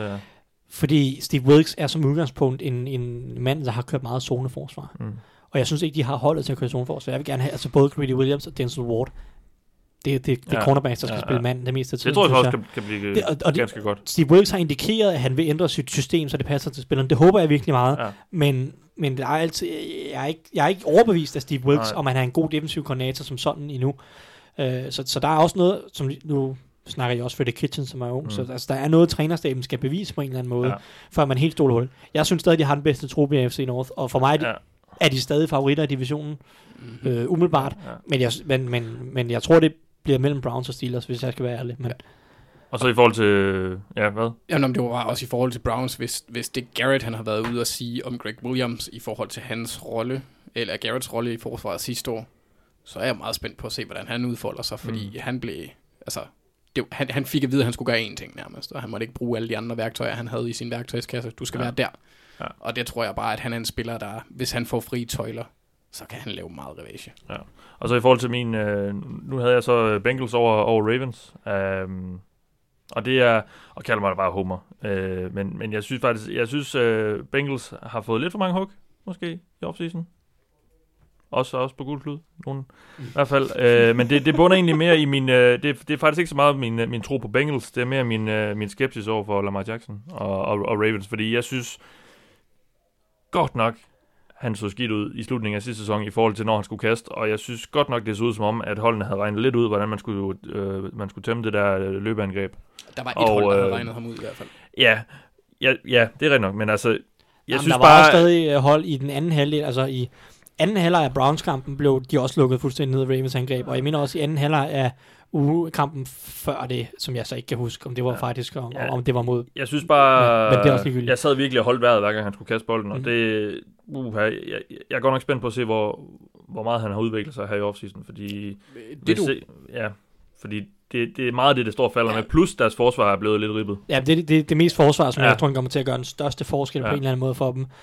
Fordi Steve Wilkes er som udgangspunkt en mand, der har kørt meget zoneforsvar. Og jeg synes ikke, de har holdet til at køre zoneforsvar. Jeg vil gerne have både Greedy Williams og Denzel Ward. Det er cornerbacks, der skal spille mand det meste af tiden. Det tror jeg også kan blive ganske godt. Steve Wilkes har indikeret, at han vil ændre sit system, så det passer til spilleren. Det håber jeg virkelig meget. Ja. Men der er altid, jeg er ikke overbevist af Steve Wilkes, om han er en god defensiv koordinator som sådan endnu. Så der er også noget, som nu snakker jeg også for The Kitchen, som er ung, så altså, der er noget, trænerstaben skal bevise på en eller anden måde, før man helt stoler hul. Jeg synes stadig, de har den bedste trup i FC North, og for mig er de stadig favoritter i divisionen, umiddelbart, men jeg tror, det bliver mellem Browns og Steelers, hvis jeg skal være ærlig. Men og så i forhold til, hvad? Jamen, det var også i forhold til Browns, hvis det Garrett, han har været ude at sige om Greg Williams i forhold til hans rolle, eller Garretts rolle i forsvaret sidste år, så er jeg meget spændt på at se, hvordan han udfolder sig, fordi han blev, altså, han fik at vide, at han skulle gøre én ting nærmest, og han måtte ikke bruge alle de andre værktøjer, han havde i sin værktøjskasse. Du skal være der. Ja. Og det tror jeg bare, at han er en spiller, der, hvis han får frie tøjler, så kan han lave meget ravage. Ja. Og så i forhold til min, nu havde jeg så Bengals over Ravens, og det er, og kalder mig det bare Homer, men jeg synes faktisk, Bengals har fået lidt for mange hug, måske, i offseason. Også på gul klud, nogen i hvert fald. Men det bunder egentlig mere i min, det er faktisk ikke så meget min tro på Bengals, det er mere min skepsis over for Lamar Jackson og Ravens, fordi jeg synes godt nok, han så skidt ud i slutningen af sidste sæson i forhold til, når han skulle kaste, og jeg synes godt nok, det så ud som om, at holdene havde regnet lidt ud, hvordan man skulle tæmme det der løbeangreb. Der var et hold, der havde regnet ham ud i hvert fald. Ja, det er rigtigt nok, men altså, jeg synes der bare... var også stadig hold i den anden halvdel, altså i anden halvleg af Browns-kampen blev de også lukket fuldstændig ned af Ravens angreb, og jeg mener også i anden halvleg af kampen før det, som jeg så ikke kan huske, om det var faktisk, om det var mod... Jeg synes bare... men det er også ligegyldigt. Jeg sad virkelig og holdt vejret, hver gang han skulle kaste bolden, og det... jeg er godt nok spændt på at se, hvor meget han har udviklet sig her i offseason, fordi... fordi det er meget det står og falder med, plus deres forsvar er blevet lidt ribbet. Ja, det mest forsvar, som jeg tror, han kommer til at gøre den største forskel på en eller anden måde for dem.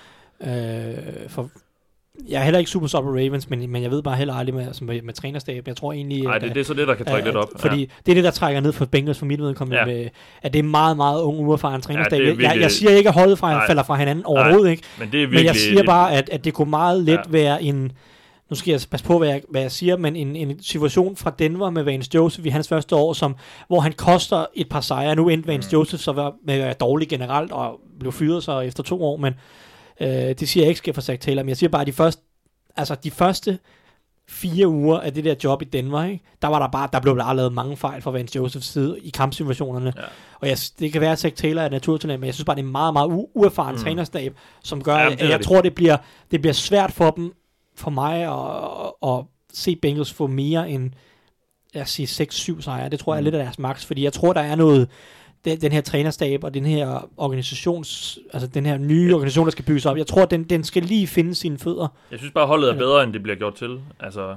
Jeg er heller ikke super på Ravens, men jeg ved bare heller aldrig med trænerstab. Jeg tror egentlig... Nej, det er så det, der kan trække lidt op. Fordi det er det, der trækker ned for Bengals for mit vedkommende, med, at det er meget, meget ung, uerfaren trænerstab. Jeg siger ikke, at holdet falder fra hinanden overhovedet, ikke? Men jeg siger bare, at det kunne meget let være en... Nu skal jeg passe på, hvad jeg siger, men en situation fra Denver med Vance Joseph i hans første år, hvor han koster et par sejre. Nu endte Vance Joseph så var dårlig generelt og blev fyret så efter 2 år, men det siger jeg ikke skal for Zach Taylor, men jeg siger bare, at de første 4 uger af det der job i Denver, ikke, der blev bare lavet mange fejl fra Vance Josephs side i kampsituationerne. Ja. Og det kan være, at Zach Taylor er naturtalent, men jeg synes bare, det er meget, meget uerfaren trænerstab, som gør, at jeg tror, det bliver svært for dem, for mig, at se Bengals få mere end, jeg siger 6-7 sejre. Det tror jeg er lidt af deres max, fordi jeg tror, der er noget, den her trænerstab og den her altså den her nye organisation, der skal bygges op. Jeg tror, den skal lige finde sine fødder. Jeg synes bare, holdet er bedre, end det bliver gjort til. Altså,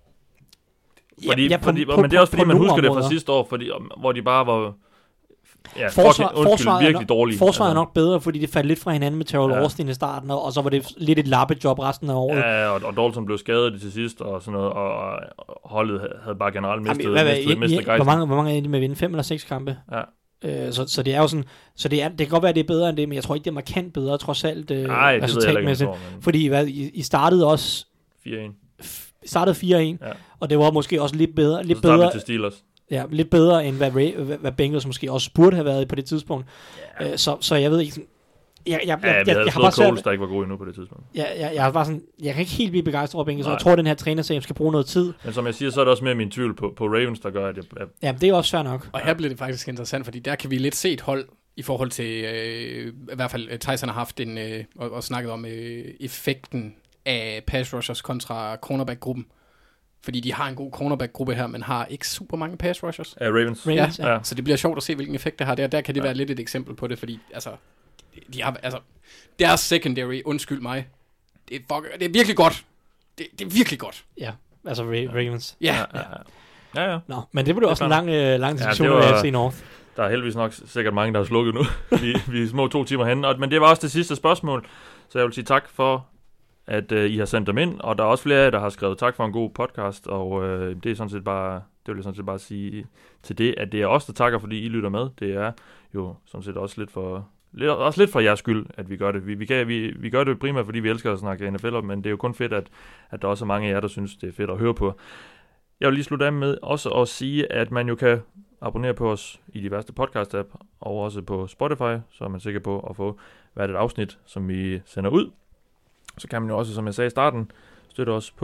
men det er også fordi, man husker det fra sidste år, hvor de bare var... Ja, virkelig dårligt. Forsvaret er nok bedre, fordi det faldt lidt fra hinanden med Terrell Austin i starten, og så var det lidt et lappejob resten af året. Ja, og Dalton blev skadet til sidst, og sådan noget, og holdet havde bare generelt mistet gejsten. Hvor mange er de med at vinde? 5 eller 6 kampe? Ja. Så det er jo sådan, det kan godt være, at det er bedre end det, men jeg tror ikke, det er markant bedre, trods alt resultatmæssigt. Fordi I startede også 4-1. Startede 4-1, og det var måske også lidt bedre. Lidt bedre til Steelers. Ja, lidt bedre end hvad Bengals måske også burde have været på det tidspunkt. Yeah. Så jeg ved ikke sådan, jeg har bare Coles, der ikke var god endnu på det tidspunkt. Jeg har bare sådan, jeg kan ikke helt blive begejstret over Bengals, så jeg tror, at den her trænersag skal bruge noget tid. Men som jeg siger, så er det også mere min tvivl på Ravens, der gør, at ja, det er også fair nok. Og her bliver det faktisk interessant, fordi der kan vi lidt se et hold i forhold til, i hvert fald Tyson har haft og snakket om effekten af pass rushers kontra cornerback-gruppen. Fordi de har en god cornerback-gruppe her, men har ikke super mange pass rushers. Ravens. Ja. Så det bliver sjovt at se, hvilken effekt det har der. Der kan det være lidt et eksempel på det, fordi de har, deres secondary, undskyld mig, det er virkelig godt. Det er virkelig godt. Ja, altså Ravens. Ja. Nå, men det blev også en lang diskussion af FC North. Der er heldigvis nok sikkert mange, der har slukket nu. vi er små 2 timer henne. Men det var også det sidste spørgsmål, så jeg vil sige tak for at I har sendt dem ind, og der er også flere af jer, der har skrevet tak for en god podcast, og det vil jeg sådan set bare sige til det, at det er os, der takker, fordi I lytter med. Det er jo sådan set også lidt for jeres skyld, at vi gør det. Vi gør det primært, fordi vi elsker at snakke NFL op, men det er jo kun fedt, at der også er mange af jer, der synes, det er fedt at høre på. Jeg vil lige slutte af med også at sige, at man jo kan abonnere på os i diverse podcast-app, og også på Spotify, så er man sikker på at få hvert et afsnit, som vi sender ud. Så kan man jo også, som jeg sagde i starten, støtte os på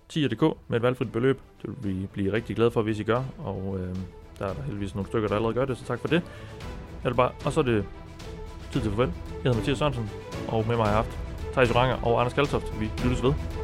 tier.dk med et valgfrit beløb. Det vil vi blive rigtig glade for, hvis I gør, og der er der heldigvis nogle stykker, der allerede gør det, så tak for det. Og så er det tid til farvel. Jeg hedder Mathias Sørensen, og med mig har jeg haft Thijs Oranger og Anders Kaltoft. Vi lyttes ved.